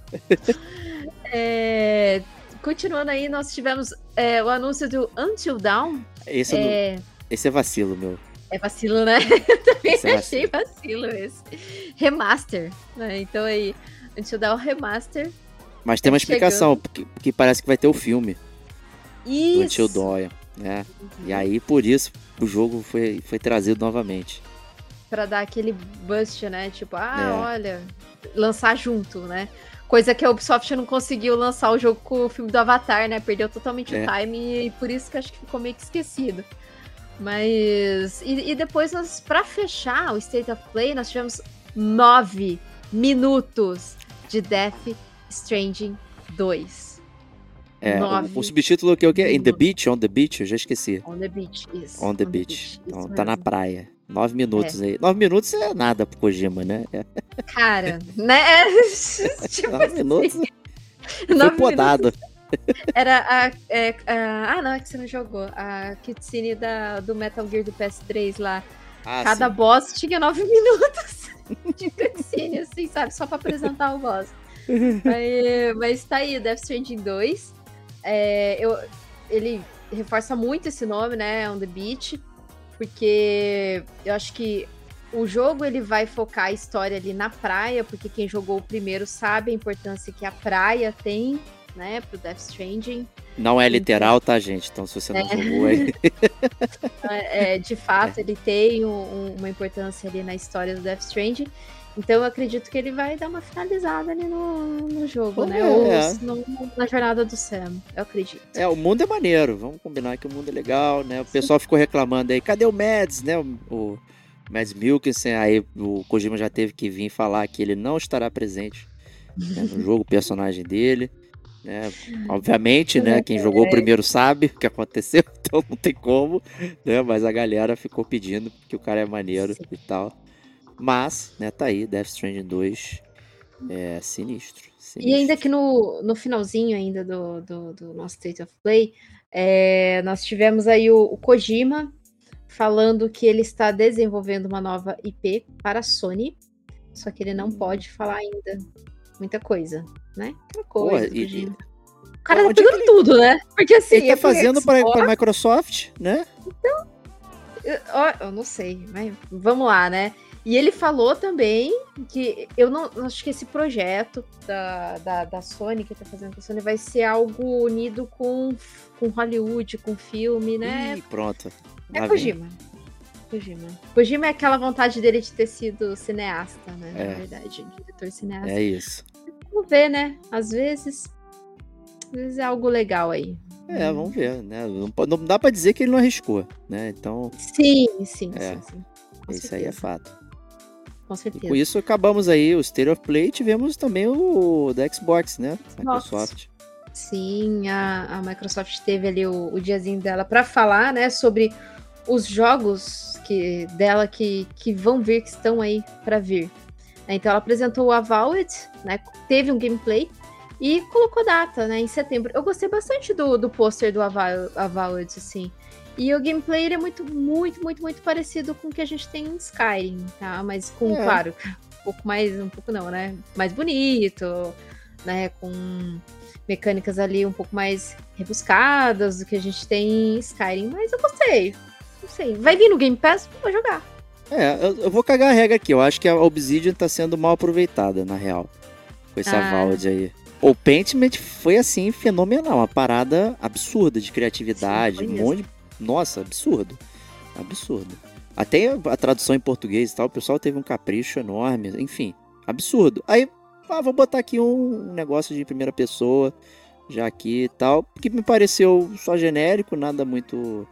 Continuando aí, nós tivemos o anúncio do Until Dawn. Esse é vacilo, meu. É vacilo, né? Eu também achei vacilo esse. Remaster, né? Então aí, Until Dawn Remaster. Mas tem uma explicação, porque parece que vai ter o filme. Isso. Do Until Dawn, né? E aí, por isso, o jogo foi trazido novamente. Pra dar aquele boost, né? Tipo, olha, lançar junto, né? Coisa que a Ubisoft não conseguiu lançar o jogo com o filme do Avatar, né? Perdeu totalmente o time e por isso que acho que ficou meio que esquecido. Mas... E depois, pra fechar o State of Play, nós tivemos 9 minutos de Death Stranding 2. 9. O subtítulo que é o quê? In the Beach? On the Beach? Eu já esqueci. On the Beach, isso. On the Beach. Então isso tá na mesmo. praia. 9 minutos aí. 9 minutos é nada pro Kojima, né? Cara, né? Tipo 9 assim, minutos foi 9 podado. Era não, é que você não jogou. A cutscene do Metal Gear do PS3 lá. Cada sim. boss tinha 9 minutos de cutscene, assim, sabe? Só pra apresentar o boss. Mas tá aí, Death Stranding 2. Ele reforça muito esse nome, né? On the Beach. Porque eu acho que o jogo ele vai focar a história ali na praia, porque quem jogou o primeiro sabe a importância que a praia tem, né, pro Death Stranding. Não é literal, tá, gente? Então se você não jogou aí... De fato, ele tem uma importância ali na história do Death Stranding. Então eu acredito que ele vai dar uma finalizada ali no jogo, né? Ou na jornada do Sam, eu acredito. O mundo é maneiro, vamos combinar que o mundo é legal, né? O pessoal ficou reclamando aí, cadê o Mads, né? O Mads Mikkelsen, aí o Kojima já teve que vir falar que ele não estará presente, né, no jogo, o personagem dele, né? Obviamente, né? Quem jogou o primeiro sabe o que aconteceu, então não tem como, né? Mas a galera ficou pedindo que o cara é maneiro e tal. Mas, né, tá aí, Death Stranding 2 é sinistro. E ainda que no finalzinho ainda do nosso State of Play, nós tivemos aí o Kojima falando que ele está desenvolvendo uma nova IP para a Sony, só que ele não pode falar ainda muita coisa, né? Aquela coisa, Kojima. O cara tá pegando tudo, né? Porque assim... Ele tá fazendo para Microsoft, né? Então, eu não sei, mas vamos lá, né? E ele falou também que eu não acho que esse projeto da Sony, que tá fazendo com a Sony, vai ser algo unido com Hollywood, com filme, né? Ih, pronto. Kojima. Kojima é aquela vontade dele de ter sido cineasta, né? Na verdade, diretor cineasta. É isso. Vamos ver, né? Às vezes é algo legal aí. Vamos ver, né? Não dá pra dizer que ele não arriscou, né? Então... Sim. Isso aí é fato. Com certeza. E com isso acabamos aí o State of Play, tivemos também o da Xbox, né? Microsoft. Sim, a Microsoft teve ali o diazinho dela para falar, né, sobre os jogos dela que vão vir, que estão aí para vir. Então ela apresentou o Avowed, né, teve um gameplay e colocou data, né, em setembro. Eu gostei bastante do pôster do Avowed, assim. E o gameplay ele é muito parecido com o que a gente tem em Skyrim, tá? Mas claro, um pouco não, né? Mais bonito, né? Com mecânicas ali um pouco mais rebuscadas do que a gente tem em Skyrim. Mas eu gostei. Não sei. Vai vir no Game Pass? Vou jogar. Eu vou cagar a regra aqui. Eu acho que a Obsidian tá sendo mal aproveitada, na real. Com essa Valve aí. O Pentiment foi, assim, fenomenal. Uma parada absurda de criatividade. Sim, um monte de... Nossa, absurdo. Até a tradução em português e tal, o pessoal teve um capricho enorme. Enfim, absurdo. Aí, vou botar aqui um negócio de primeira pessoa, já aqui e tal, que me pareceu só genérico, nada muito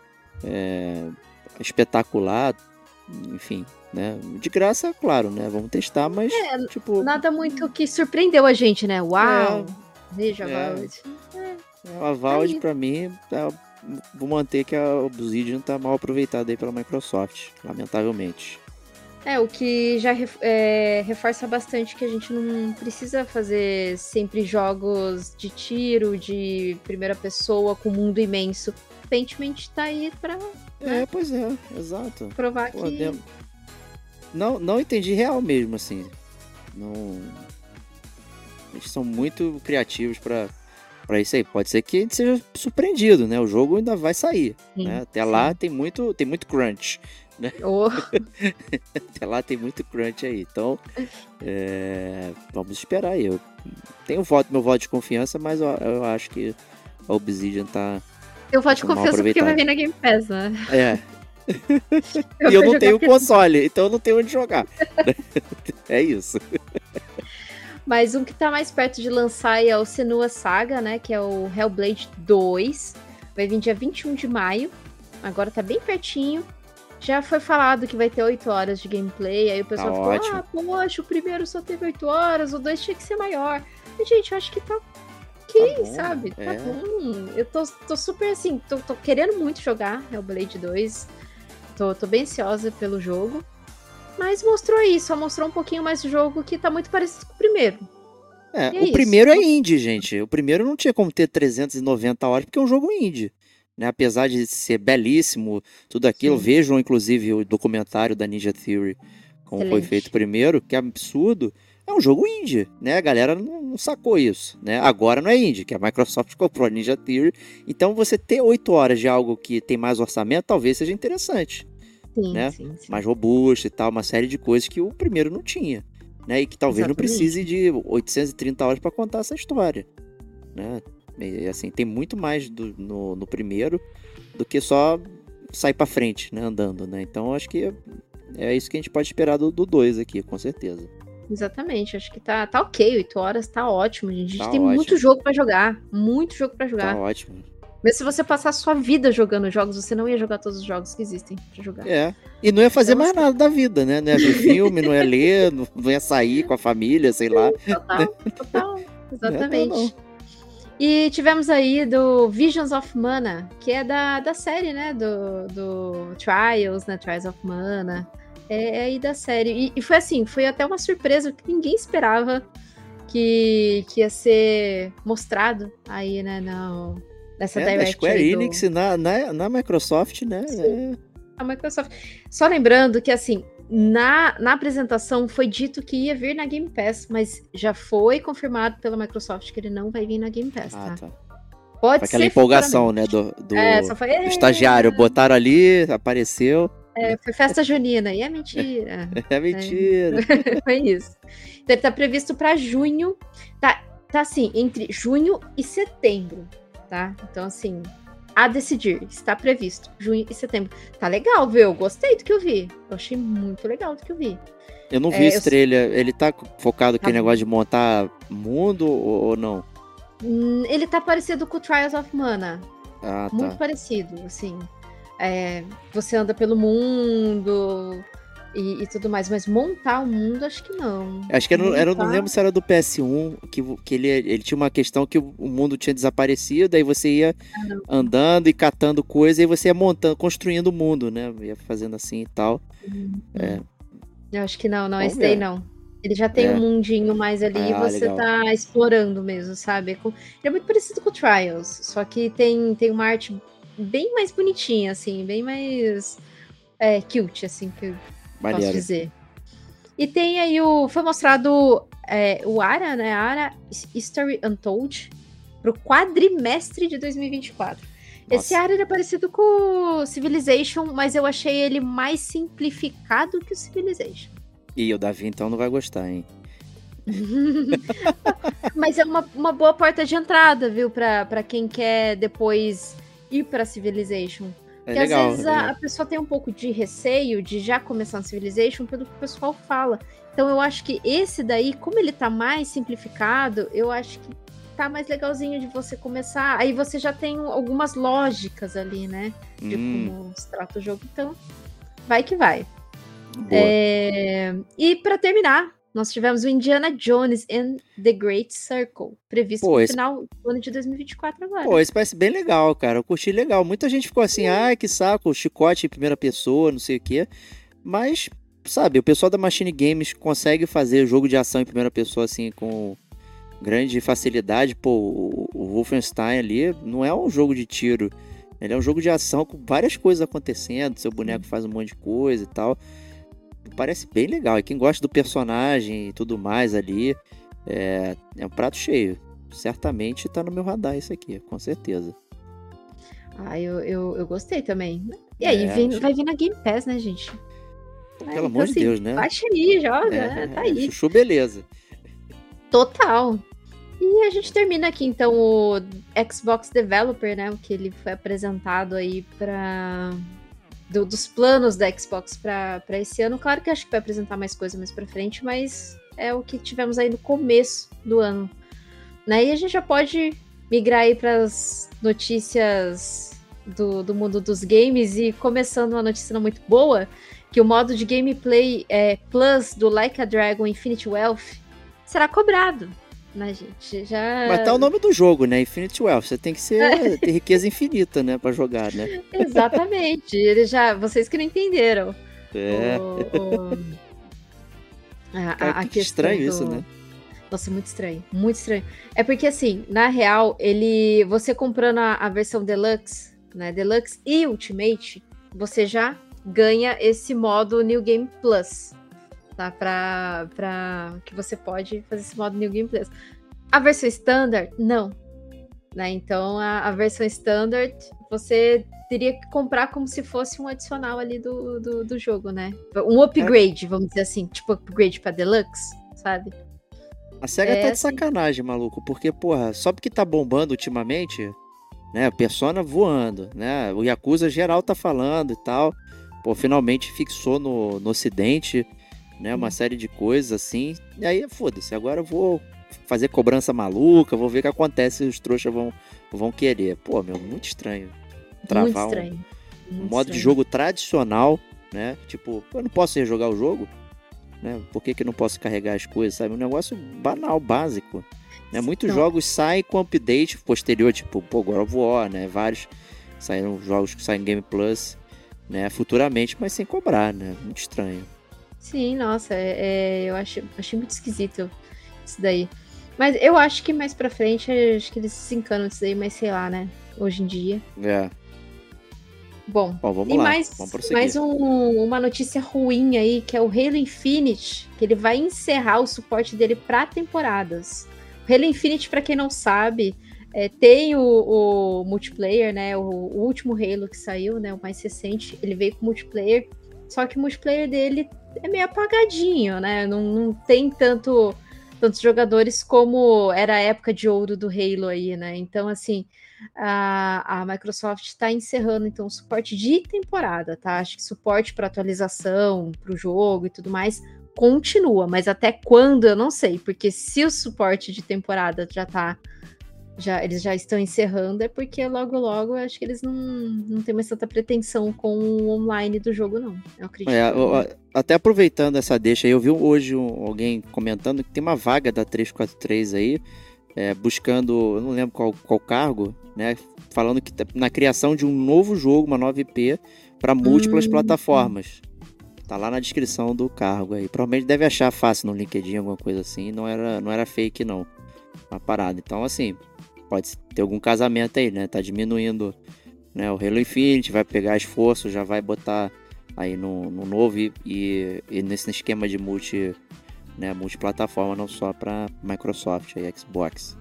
espetacular, enfim, né? De graça, claro, né? Vamos testar, mas tipo... Nada muito que surpreendeu a gente, né? Uau! Veja a Valve. A Valve, pra mim, vou manter que a Obsidian tá mal aproveitada aí pela Microsoft, lamentavelmente. O que já reforça bastante que a gente não precisa fazer sempre jogos de tiro, de primeira pessoa, com mundo imenso. Pentiment tá aí pra... Pois é, exato. Provar que... Não entendi real mesmo, assim. Não... Eles são muito criativos pra isso aí. Pode ser que a gente seja surpreendido, né? O jogo ainda vai sair, né? Até lá tem muito crunch, né? Até lá tem muito crunch aí. Então, vamos esperar aí. Eu tenho meu voto de confiança, mas eu acho que a Obsidian tá... Eu voto de confiança porque vai vir na Game Pass, né? E eu não tenho console, então eu não tenho onde jogar. É isso. Mas um que tá mais perto de lançar é o Senua Saga, né? Que é o Hellblade 2. Vai vir dia 21 de maio. Agora tá bem pertinho. Já foi falado que vai ter 8 horas de gameplay. Aí o pessoal ficou, poxa, o primeiro só teve 8 horas, o 2 tinha que ser maior. E, gente, eu acho que ok, bom, sabe? Tá é. bom. Eu tô super assim, tô querendo muito jogar Hellblade 2. Tô bem ansiosa pelo jogo. Mas mostrou aí, só mostrou um pouquinho mais do jogo que tá muito parecido com o primeiro. E é O isso. primeiro é indie, gente. O primeiro não tinha como ter 390 horas, porque é um jogo indie. Né? Apesar de ser belíssimo, tudo aquilo. Sim. Vejam, inclusive, o documentário da Ninja Theory, como foi Excelente. feito primeiro, que é absurdo. É um jogo indie, né? A galera não sacou isso, né? Agora não é indie, que a Microsoft comprou a Ninja Theory. Então você ter 8 horas de algo que tem mais orçamento, talvez seja interessante. Sim, Né? sim. Mais robusto e tal, uma série de coisas que o primeiro não tinha, né? E que talvez não Exatamente. precise de 830 horas para contar essa história, né? E, assim, tem muito mais no primeiro do que só sair para frente, né? Andando, né? Então acho que é isso que a gente pode esperar do 2 aqui, com certeza. Exatamente, acho que tá ok, 8 horas tá ótimo, gente. A gente Tá tem ótimo. muito jogo pra jogar, muito jogo pra jogar. Tá ótimo. Mas se você passar a sua vida jogando jogos, você não ia jogar todos os jogos que existem pra jogar. É. E não ia fazer Então, mais nada da vida, né? Não ia ver filme, não ia ler, não ia sair com a família, sei lá. Total, exatamente. Não. E tivemos aí do Visions of Mana, que é da série, né? Do Trials, né? Trials of Mana. É aí da série. E foi assim, foi até uma surpresa que ninguém esperava que ia ser mostrado aí, né? Nessa Da Direct Square aí Enix na Microsoft, né? Sim. A Microsoft. Só lembrando que, assim, na apresentação foi dito que ia vir na Game Pass, mas já foi confirmado pela Microsoft que ele não vai vir na Game Pass, tá? Tá. Pode Foi aquela ser empolgação, né? futuramente. Só foi... Do estagiário. Botaram ali, apareceu. Foi festa junina, e é mentira. É mentira. Foi isso. Então ele tá previsto para junho. Tá assim, entre junho e setembro, tá? Então, assim, a decidir. Está previsto. Junho e setembro. Tá legal, viu? Eu gostei do que eu vi. Eu achei muito legal do que eu vi. Eu não vi esse trailer. Ele tá focado naquele negócio de montar mundo ou não? Ele tá parecido com o Trials of Mana. Ah, tá. Muito parecido, assim. Você anda pelo mundo e tudo mais, mas montar o mundo, acho que não. Acho que eu não lembro se era do PS1, que ele tinha uma questão que o mundo tinha desaparecido, aí você ia andando e catando coisa, e você ia montando, construindo o mundo, né? Ia fazendo assim e tal. Eu acho que não, Vamos esse daí ver. não. Ele já tem um mundinho mais ali e você legal. tá explorando mesmo, sabe? Ele é muito parecido com o Trials, só que tem uma arte bem mais bonitinha, assim, bem mais cute, assim, que eu posso dizer. E tem aí foi mostrado o ARA, né? ARA History Untold pro quadrimestre de 2024. Nossa. Esse ARA ele é parecido com o Civilization, mas eu achei ele mais simplificado que o Civilization. E o Davi então não vai gostar, hein? Mas é uma boa porta de entrada, viu? Pra quem quer depois ir pra Civilization. Porque legal, às vezes a pessoa tem um pouco de receio de já começar no Civilization pelo que o pessoal fala. Então eu acho que esse daí, como ele tá mais simplificado, eu acho que tá mais legalzinho de você começar. Aí você já tem algumas lógicas ali, né? De como se trata o jogo. Então, vai que vai. E pra terminar, nós tivemos o Indiana Jones and the Great Circle, previsto no final do ano de 2024 agora. Pô, esse parece bem legal, cara. Eu curti legal. Muita gente ficou assim, que saco, chicote em primeira pessoa, não sei o quê. Mas, sabe, o pessoal da Machine Games consegue fazer jogo de ação em primeira pessoa, assim, com grande facilidade. Pô, o Wolfenstein ali não é um jogo de tiro. Ele é um jogo de ação com várias coisas acontecendo. Seu boneco faz um monte de coisa e tal. Parece bem legal. E quem gosta do personagem e tudo mais ali, é um prato cheio. Certamente tá no meu radar isso aqui, com certeza. Eu gostei também. E aí, vai vir na Game Pass, né, gente? Pelo amor de Deus, né? Baixa aí, joga, tá aí. Chuchu, beleza. Total. E a gente termina aqui, então, o Xbox Developer, né? O que ele foi apresentado aí dos planos da Xbox para esse ano. Claro que acho que vai apresentar mais coisa mais para frente, mas é o que tivemos aí no começo do ano. Né? E a gente já pode migrar aí para as notícias do mundo dos games, e começando uma notícia não muito boa, que o modo de gameplay Plus do Like a Dragon Infinite Wealth será cobrado. né, gente? Já... Mas tá o nome do jogo, né? Infinity Wealth. Você tem que ter riqueza infinita, né? Pra jogar, né? Exatamente. Vocês que não entenderam. É. A que estranho isso, né? Nossa, muito estranho. Muito estranho. É porque, assim, na real, você comprando a versão Deluxe, né? Deluxe e Ultimate, você já ganha esse modo New Game Plus. Tá? Pra que você pode fazer esse modo New Game Plus. A versão Standard, não. Né? Então, a versão Standard, você teria que comprar como se fosse um adicional ali do jogo, né? Um upgrade, vamos dizer assim. Tipo, upgrade pra Deluxe, sabe? A SEGA tá de sacanagem, maluco. Porque, porra, só porque tá bombando ultimamente, né? Persona voando, né? O Yakuza geral tá falando e tal. Pô, finalmente fixou no ocidente, né? Uma série de coisas assim. E aí, foda-se, agora eu vou fazer cobrança maluca, vou ver o que acontece se os trouxas vão querer. Pô, meu, muito estranho. Travar um modo de jogo tradicional, né? Tipo, eu não posso rejogar o jogo, né? Por que eu não posso carregar as coisas, sabe? Um negócio banal, básico. Né? Muitos jogos saem com update posterior, tipo, God of War, né? Vários saíram jogos que saem em Game Plus, né? Futuramente, mas sem cobrar, né? Muito estranho. Sim, nossa, eu achei muito esquisito isso daí. Mas eu acho que mais pra frente, acho que eles se encanam disso daí, mas sei lá, né? Hoje em dia. Bom, vamos lá, vamos prosseguir. Uma notícia ruim aí, que é o Halo Infinite, que ele vai encerrar o suporte dele para temporadas. O Halo Infinite, para quem não sabe, tem o multiplayer, né? O último Halo que saiu, né? O mais recente, ele veio com multiplayer, só que o multiplayer dele é meio apagadinho, né? Não tem tantos jogadores como era a época de ouro do Halo aí, né? Então, assim, a Microsoft está encerrando, então, o suporte de temporada, tá? Acho que suporte para atualização, para o jogo e tudo mais, continua, mas até quando, eu não sei, porque se o suporte de temporada eles já estão encerrando, é porque logo, eu acho que eles não têm mais tanta pretensão com o online do jogo, não. Eu acredito. Até aproveitando essa deixa aí, eu vi hoje alguém comentando que tem uma vaga da 343 aí, buscando, eu não lembro qual cargo, né? Falando que na criação de um novo jogo, uma nova IP, para múltiplas plataformas. Tá lá na descrição do cargo aí. Provavelmente deve achar fácil no LinkedIn, alguma coisa assim. Não era fake, não. Uma parada. Então, assim, pode ter algum casamento aí, né? Tá diminuindo, né, o Halo Infinite, vai pegar esforço, já vai botar aí no novo e nesse esquema de multiplataforma, não só para Microsoft e Xbox.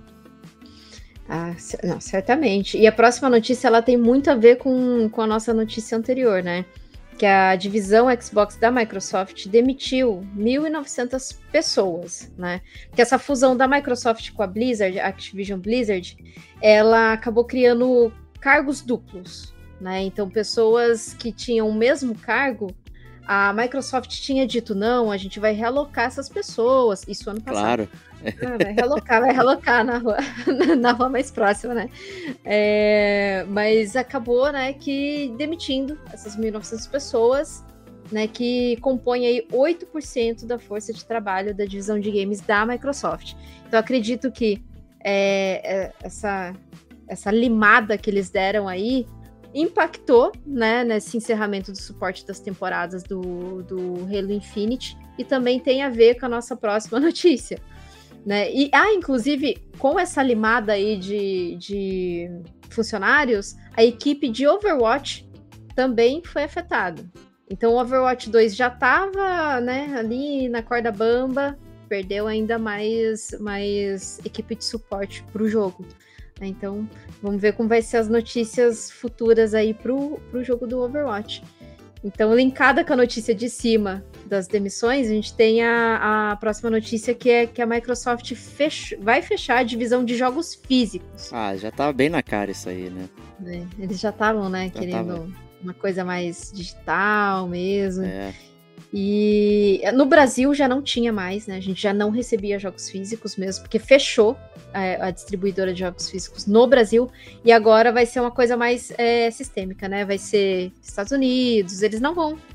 Não, certamente. E a próxima notícia, ela tem muito a ver com a nossa notícia anterior, né? Que a divisão Xbox da Microsoft demitiu 1.900 pessoas, né? Que essa fusão da Microsoft com a Blizzard, Activision Blizzard, ela acabou criando cargos duplos, né? Então, pessoas que tinham o mesmo cargo, a Microsoft tinha dito, não, a gente vai realocar essas pessoas, isso ano passado. Claro. Vai realocar na rua mais próxima, né? Mas acabou, né, que demitindo essas 1.900 pessoas, né, que compõem aí 8% da força de trabalho da divisão de games da Microsoft. Então, acredito que essa limada que eles deram aí impactou, né, nesse encerramento do suporte das temporadas do Halo Infinite, e também tem a ver com a nossa próxima notícia. Né? Inclusive, com essa limada aí de funcionários, a equipe de Overwatch também foi afetada. Então, o Overwatch 2 já estava, né, ali na corda bamba, perdeu ainda mais equipe de suporte para o jogo. Então, vamos ver como vai ser as notícias futuras aí pro jogo do Overwatch. Então, linkada com a notícia de cima das demissões, a gente tem a próxima notícia, que é que a Microsoft vai fechar a divisão de jogos físicos. Já tava bem na cara isso aí, né? Eles já estavam, né, querendo uma coisa mais digital mesmo. E no Brasil já não tinha mais, né? A gente já não recebia jogos físicos mesmo, porque fechou a distribuidora de jogos físicos no Brasil, e agora vai ser uma coisa mais sistêmica, né? Vai ser Estados Unidos, eles não vão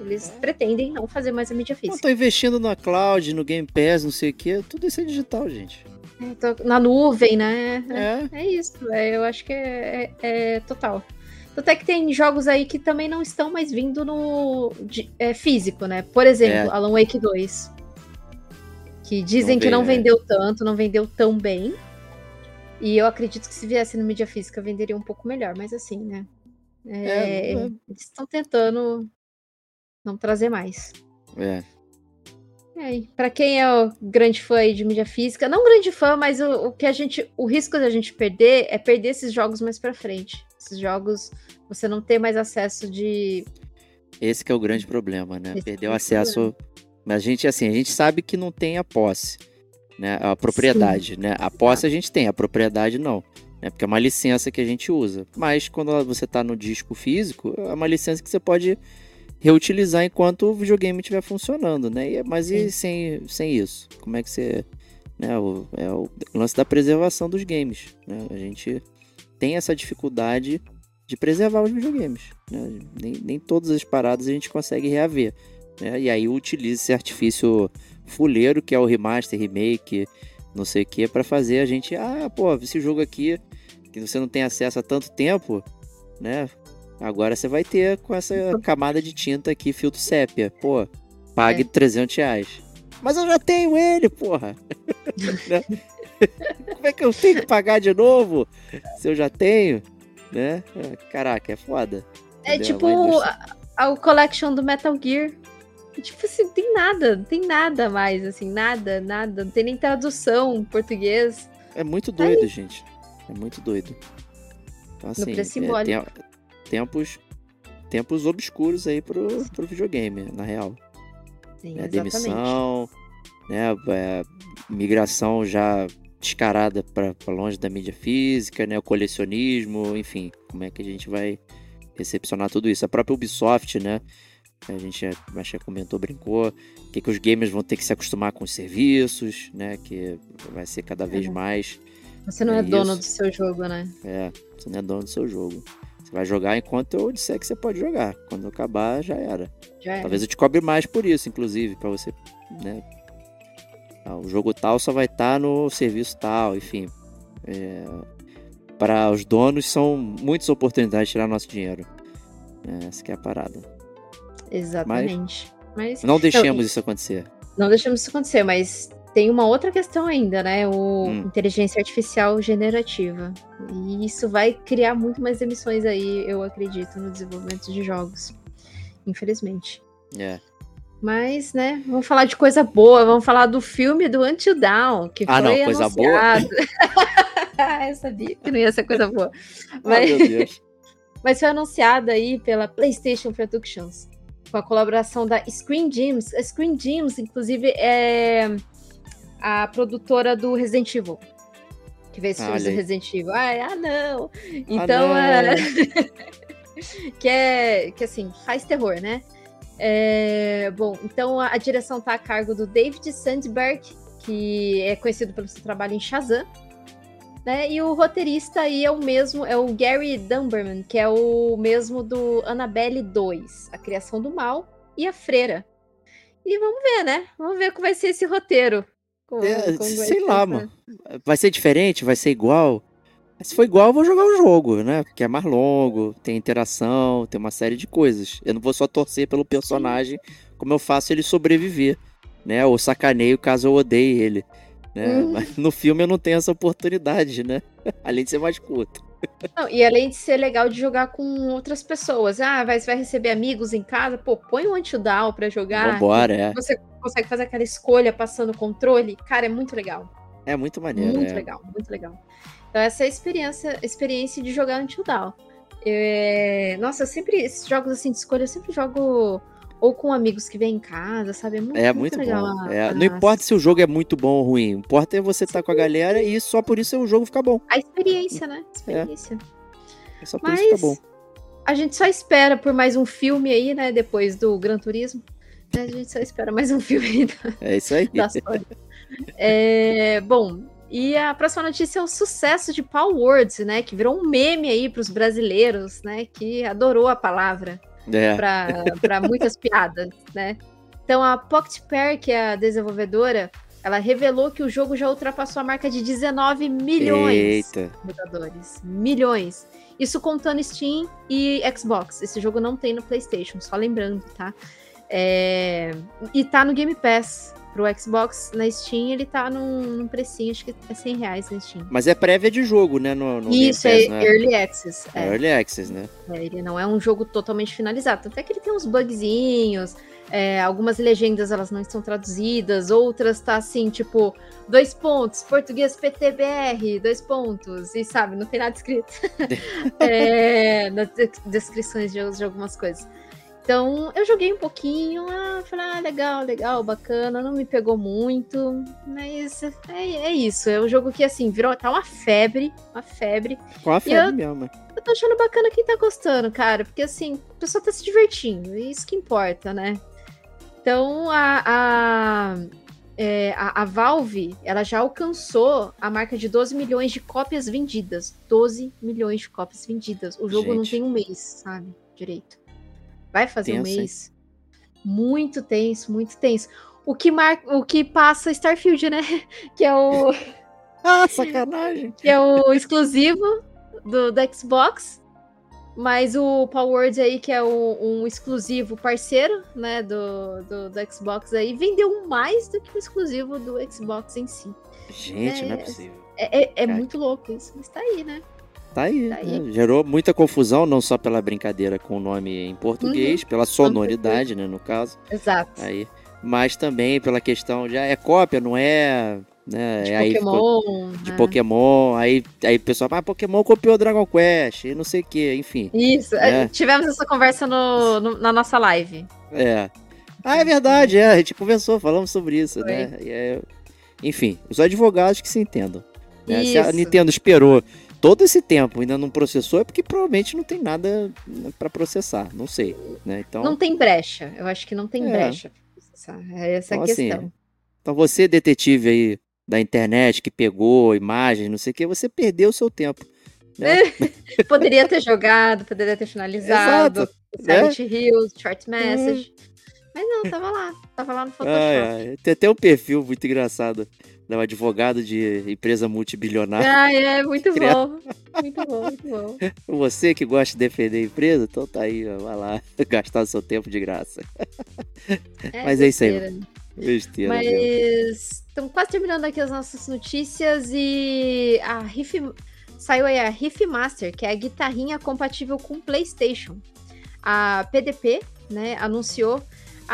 Eles pretendem não fazer mais a mídia Não, física. tô investindo na cloud, no Game Pass, não sei o que. Tudo isso é digital, gente. Na nuvem, né? É. É isso. Eu acho que é total. Até que tem jogos aí que também não estão mais vindo no físico, né? Por exemplo, Alan Wake 2. Que dizem que não vendeu tanto, não vendeu tão bem. E eu acredito que se viesse no mídia física venderia um pouco melhor, mas assim, né? Eles estão tentando não trazer mais. Pra quem é o grande fã aí de mídia física, não grande fã, mas o risco da gente perder é perder esses jogos mais pra frente. Esses jogos, você não ter mais acesso de... Esse que é o grande problema, né? Perder o acesso... Mas a gente sabe que não tem a posse, né? A propriedade, né? A posse a gente tem, a propriedade não. Né? Porque é uma licença que a gente usa. Mas quando você tá no disco físico, é uma licença que você pode reutilizar enquanto o videogame estiver funcionando, né? Mas e sem isso? Como é que você... Né? O lance da preservação dos games, né? A gente tem essa dificuldade de preservar os videogames, né? Nem todas as paradas a gente consegue reaver, né? E aí utiliza esse artifício fuleiro que é o remaster, remake, não sei o que, pra fazer a gente... esse jogo aqui que você não tem acesso há tanto tempo, né? Agora você vai ter com essa camada de tinta aqui, filtro sépia. Pô, pague R$300. Mas eu já tenho ele, porra. Como é que eu tenho que pagar de novo se eu já tenho? Né? Caraca, é foda. É tipo a collection do Metal Gear. Tipo assim, tem nada mais, assim, nada. Não tem nem tradução em português. É muito doido, gente. É muito doido. Então, assim, no preço simbólico. Tempos obscuros aí pro videogame, na real. Sim, demissão, né? Migração já descarada para longe da mídia física, né? O colecionismo, enfim. Como é que a gente vai recepcionar tudo isso? A própria Ubisoft, né? A gente já comentou, brincou, que os gamers vão ter que se acostumar com os serviços, né? Que vai ser cada vez mais. Você não é dono do seu jogo, né? Você não é dono do seu jogo. Você vai jogar enquanto eu disser que você pode jogar. Quando acabar, já era. Talvez eu te cobre mais por isso, inclusive, pra você, né? O jogo tal só vai estar no serviço tal, enfim. Para os donos são muitas oportunidades de tirar nosso dinheiro. Essa que é a parada. Exatamente. Mas não deixemos isso acontecer. Não deixemos isso acontecer, mas tem uma outra questão ainda, né? Inteligência artificial generativa. E isso vai criar muito mais emissões aí, eu acredito, no desenvolvimento de jogos. Infelizmente. Mas, né, vamos falar de coisa boa, vamos falar do filme do Until Dawn, que foi não, coisa anunciado. Boa? Eu sabia que não ia ser coisa boa. Meu Deus. Mas foi anunciado aí pela PlayStation Productions, com a colaboração da Screen Gems. A Screen Gems, inclusive, é a produtora do Resident Evil, que fez filmes do Resident Evil. Não! Então, que assim, faz terror, né? Bom, então a direção tá a cargo do David Sandberg, que é conhecido pelo seu trabalho em Shazam, né? E o roteirista aí é o Gary Dumberman, que é o mesmo do Annabelle 2, A Criação do Mal e A Freira. E vamos ver, né? Vamos ver como vai ser esse roteiro. Sei lá, mano. Vai ser diferente? Vai ser igual? Se for igual, eu vou jogar o jogo, né? Porque é mais longo, tem interação, tem uma série de coisas. Eu não vou só torcer pelo personagem, como eu faço ele sobreviver, né? Ou sacaneio caso eu odeie ele, né? Mas no filme eu não tenho essa oportunidade, né? Além de ser mais curto. Não, e além de ser legal de jogar com outras pessoas. Você vai receber amigos em casa, põe o Until Dawn pra jogar. Vambora, Você consegue fazer aquela escolha passando o controle. Cara, é muito legal. É muito maneiro, Muito legal, muito legal. Então essa é a experiência de jogar Until Dawn. Nossa, esses jogos assim de escolha, eu sempre jogo ou com amigos que vêm em casa, sabe? É muito legal. Bom. Não importa se o jogo é muito bom ou ruim, o importa é você estar com a galera e só por isso o jogo fica bom. A experiência, né? Só por isso fica bom. A gente só espera por mais um filme aí, né? Depois do Gran Turismo. A gente só espera mais um filme aí é isso aí. Da história. Bom, e a próxima notícia é o sucesso de Palworld, né? Que virou um meme aí para os brasileiros, né? Que adorou a palavra. para muitas piadas, né? Então a Pocket Pair, que é a desenvolvedora, ela revelou que o jogo já ultrapassou a marca de 19 milhões de jogadores. Milhões. Isso contando Steam e Xbox. Esse jogo não tem no PlayStation, só lembrando, tá? E tá no Game Pass. Pro Xbox, na Steam, ele tá num precinho, acho que é R$100 na Steam. Mas é prévia de jogo, né? No Isso, Game Pass, é Early Access. É Early Access, né? Ele não é um jogo totalmente finalizado. Tanto é que ele tem uns bugzinhos, algumas legendas elas não estão traduzidas, outras tá assim, tipo, 2 pontos, português PTBR, 2 pontos, e sabe, não tem nada escrito. Nas descrições de algumas coisas. Então, eu joguei um pouquinho, falei, legal, bacana, não me pegou muito, mas é isso, é um jogo que, assim, tá uma febre. Com a febre mesmo. Eu tô achando bacana quem tá gostando, cara, porque, assim, o pessoal tá se divertindo, e isso que importa, né? Então, a Valve, ela já alcançou a marca de 12 milhões de cópias vendidas. 12 milhões de cópias vendidas. O jogo não tem um mês, sabe? Direito. Vai fazer um mês. Muito tenso, muito tenso. O que passa Starfield, né? Que é o... sacanagem! Que é o exclusivo do Xbox. Mas o Palworld aí, que é um exclusivo parceiro, né? Do Xbox aí, vendeu mais do que o exclusivo do Xbox em si. Gente, não é possível. É muito louco isso, mas tá aí, né? Tá aí. Né? Gerou muita confusão, não só pela brincadeira com o nome em português, pela sonoridade, né, no caso. Exato. Aí, mas também pela questão de é cópia, não é... Né? De Pokémon. De Pokémon. Aí o pessoal fala, Pokémon copiou Dragon Quest, e não sei o que, enfim. Isso, tivemos essa conversa na nossa live. É verdade, a gente conversou, falamos sobre isso, né? Enfim, os advogados que se entendam. Né? Se a Nintendo esperou todo esse tempo ainda não processou, é porque provavelmente não tem nada pra processar, não sei, né? Então, não tem brecha, eu acho que não tem brecha pra processar, essa então, a questão. Assim, então você, detetive aí da internet, que pegou imagens, não sei o que, você perdeu o seu tempo. Né? Poderia ter jogado, poderia ter finalizado, Silent Hill, Short Message, mas não, tava lá no Photoshop. Tem até um perfil muito engraçado, um advogado de empresa multibilionária. Muito bom. Muito bom. Você que gosta de defender a empresa, então tá aí, vai lá gastar o seu tempo de graça. Mas é isso aí. Besteira. Mas estamos quase terminando aqui as nossas notícias e saiu aí a Riff Master, que é a guitarrinha compatível com PlayStation. A PDP, né, anunciou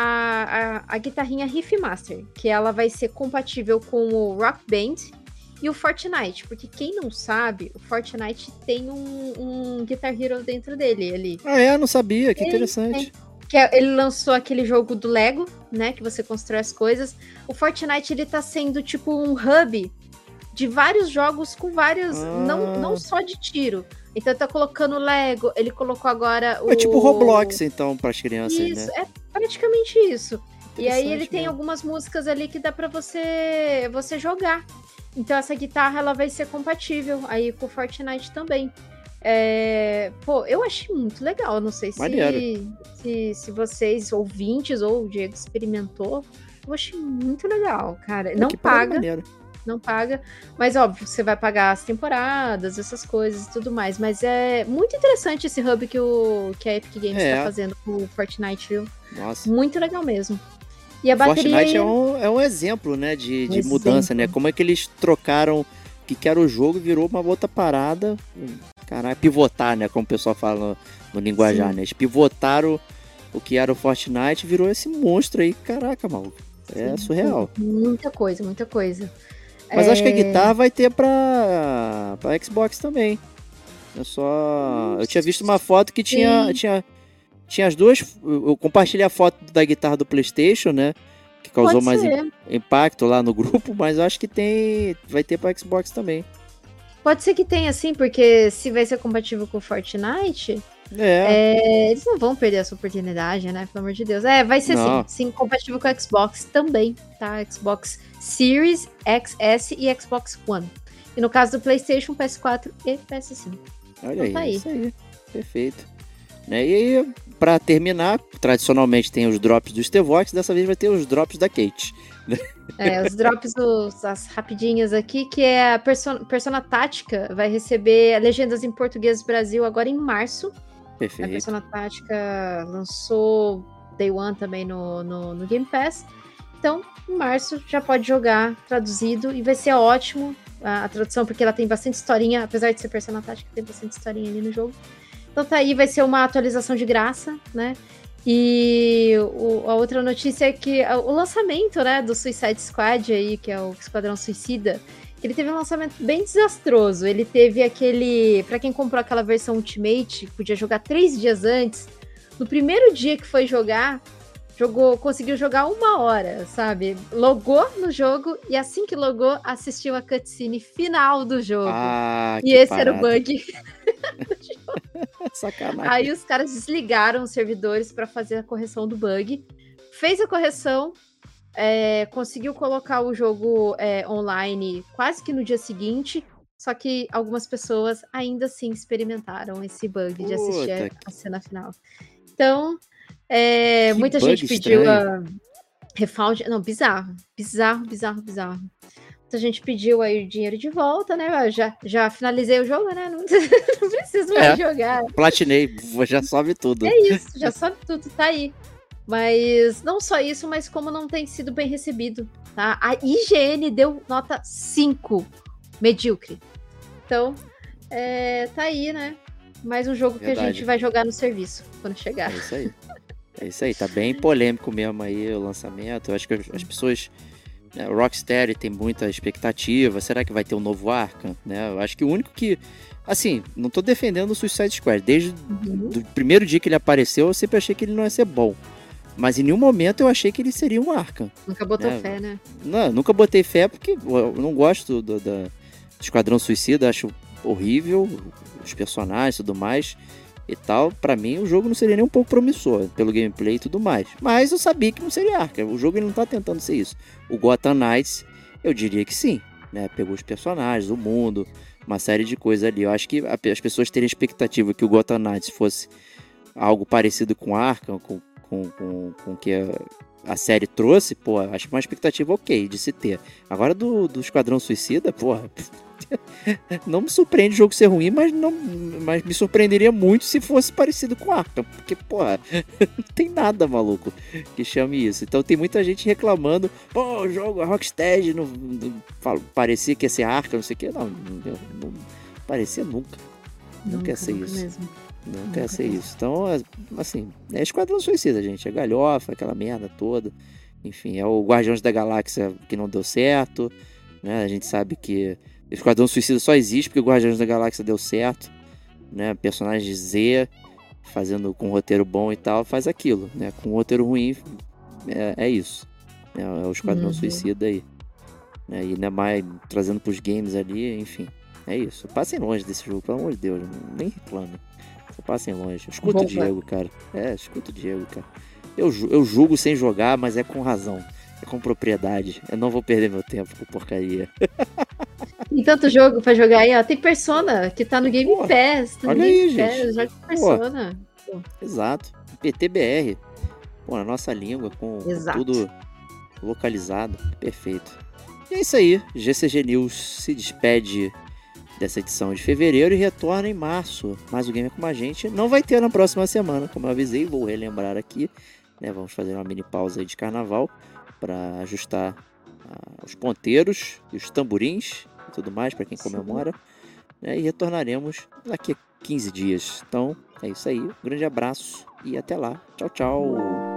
a guitarrinha Riff Master, que ela vai ser compatível com o Rock Band e o Fortnite, porque quem não sabe, o Fortnite tem um Guitar Hero dentro dele ali. Não sabia, que interessante. Ele lançou aquele jogo do Lego, né, que você constrói as coisas. O Fortnite, ele tá sendo tipo um hub de vários jogos com vários, não só de tiro. Então tá colocando Lego, ele colocou agora o... É tipo Roblox, então, pras crianças, isso, né? É praticamente isso. E aí ele tem algumas músicas ali que dá pra você jogar. Então essa guitarra, ela vai ser compatível aí com o Fortnite também. Eu achei muito legal. Não sei se vocês, ouvintes, ou o Diego experimentou. Eu achei muito legal, cara. Não paga, mas óbvio, você vai pagar as temporadas, essas coisas e tudo mais. Mas é muito interessante esse hub que a Epic Games tá fazendo com o Fortnite, viu? Nossa. Muito legal mesmo. E a bateria... Fortnite é um exemplo, né, de mudança, né? Como é que eles trocaram o que era o jogo e virou uma outra parada. Caralho, pivotar, né? Como o pessoal fala no linguajar, né? Eles pivotaram o que era o Fortnite e virou esse monstro aí. Caraca, maluco. É surreal. Muita coisa. Mas acho que a guitarra vai ter pra Xbox também. Eu tinha visto uma foto que tinha as duas. Eu compartilhei a foto da guitarra do PlayStation, né? Que causou mais impacto lá no grupo, mas eu acho que vai ter pra Xbox também. Pode ser que tenha, sim, porque se vai ser compatível com o Fortnite, eles não vão perder essa oportunidade, né? Pelo amor de Deus. Vai ser sim, compatível com o Xbox também, tá? Xbox Series, XS e Xbox One. E no caso do PlayStation, PS4 e PS5. Olha aí, isso aí. Perfeito. né? E aí, pra terminar, tradicionalmente tem os drops do Stevox, dessa vez vai ter os drops da Kate. Os drops, as rapidinhas aqui, que é a Persona Tática, vai receber legendas em português Brasil agora em março. Perfeito. A Persona Tática lançou Day One também no Game Pass. Então, em março já pode jogar traduzido e vai ser ótimo a tradução, porque ela tem bastante historinha, apesar de ser Persona Tática, tem bastante historinha ali no jogo. Então tá aí, vai ser uma atualização de graça, né? E a outra notícia é que o lançamento, né, do Suicide Squad aí, que é o Esquadrão Suicida, ele teve um lançamento bem desastroso. Ele teve aquele... Pra quem comprou aquela versão Ultimate, podia jogar 3 dias antes. No primeiro dia que foi jogar, conseguiu jogar 1 hora, sabe? Logou no jogo e assim que logou, assistiu a cutscene final do jogo. E esse era o bug. Sacanagem. Aí os caras desligaram os servidores para fazer a correção do bug. Fez a correção, conseguiu colocar o jogo online quase que no dia seguinte, só que algumas pessoas ainda assim experimentaram esse bug de assistir a cena final. Então, muita gente pediu a refund. Não, bizarro. Muita gente pediu aí o dinheiro de volta, né? Eu já finalizei o jogo, né? Não preciso mais jogar. Platinei, já sobe tudo. É isso, já sobe tudo, tá aí. Mas não só isso, mas como não tem sido bem recebido, tá? A IGN deu nota 5, medíocre. Então, tá aí, né? Mais um jogo que a gente vai jogar no serviço quando chegar. É isso aí, tá bem polêmico mesmo aí o lançamento. Eu acho que as pessoas... O Rocksteady tem muita expectativa. Será que vai ter um novo Arkham? Né? Eu acho que o único que... Assim, não tô defendendo o Suicide Squad. Desde o primeiro dia que ele apareceu, eu sempre achei que ele não ia ser bom. Mas em nenhum momento eu achei que ele seria um Arkham. Nunca botou fé, né? Não, nunca botei fé porque eu não gosto do Esquadrão Suicida. Acho horrível os personagens e tudo mais e tal. Pra mim o jogo não seria nem um pouco promissor pelo gameplay e tudo mais, mas eu sabia que não seria Arkham. O jogo ele não tá tentando ser isso. O Gotham Knights eu diria que sim, né? Pegou os personagens, o mundo, uma série de coisas ali. Eu acho que as pessoas terem expectativa que o Gotham Knights fosse algo parecido com Arkham, com que a série trouxe, pô, acho uma expectativa ok de se ter. Agora do Esquadrão Suicida, porra, não me surpreende o jogo ser ruim, mas me surpreenderia muito se fosse parecido com Arkham, porque, porra, não tem nada, maluco, que chame isso. Então tem muita gente reclamando, pô, o jogo, a Rocksteady não parecia que ia ser Arkham, não sei o que, não parecia nunca. Não quer ser isso. Mesmo. Não quer ser isso. Então, assim, é Esquadrão Suicida, gente. É galhofa, aquela merda toda. Enfim, é o Guardiões da Galáxia que não deu certo, né? A gente sabe que o Esquadrão Suicida só existe porque o Guardiões da Galáxia deu certo, né? Personagem Z, fazendo com um roteiro bom e tal, faz aquilo, né? Com um roteiro ruim, é isso. É o Esquadrão Suicida aí. Né? E ainda mais trazendo pros games ali, enfim. É isso. Passem longe desse jogo, pelo amor de Deus. Nem reclamem. Passem longe. Escuta o Diego, cara. Escuta o Diego, cara. Eu julgo sem jogar, mas é com razão. É com propriedade. Eu não vou perder meu tempo com porcaria. Tem tanto jogo pra jogar aí, ó. Tem Persona, que tá no Game Pass. Olha aí, gente. Joga Persona. Exato. PTBR. Pô, na nossa língua, com tudo localizado. Perfeito. E é isso aí. GCG News se despede dessa edição de fevereiro e retorna em março. Mas o Gamer Como a Gente não vai ter na próxima semana, como eu avisei, vou relembrar aqui, né? Vamos fazer uma mini pausa aí de carnaval para ajustar os ponteiros e os tamborins e tudo mais para quem comemora, né? E retornaremos daqui a 15 dias. Então é isso aí, um grande abraço e até lá. Tchau, tchau.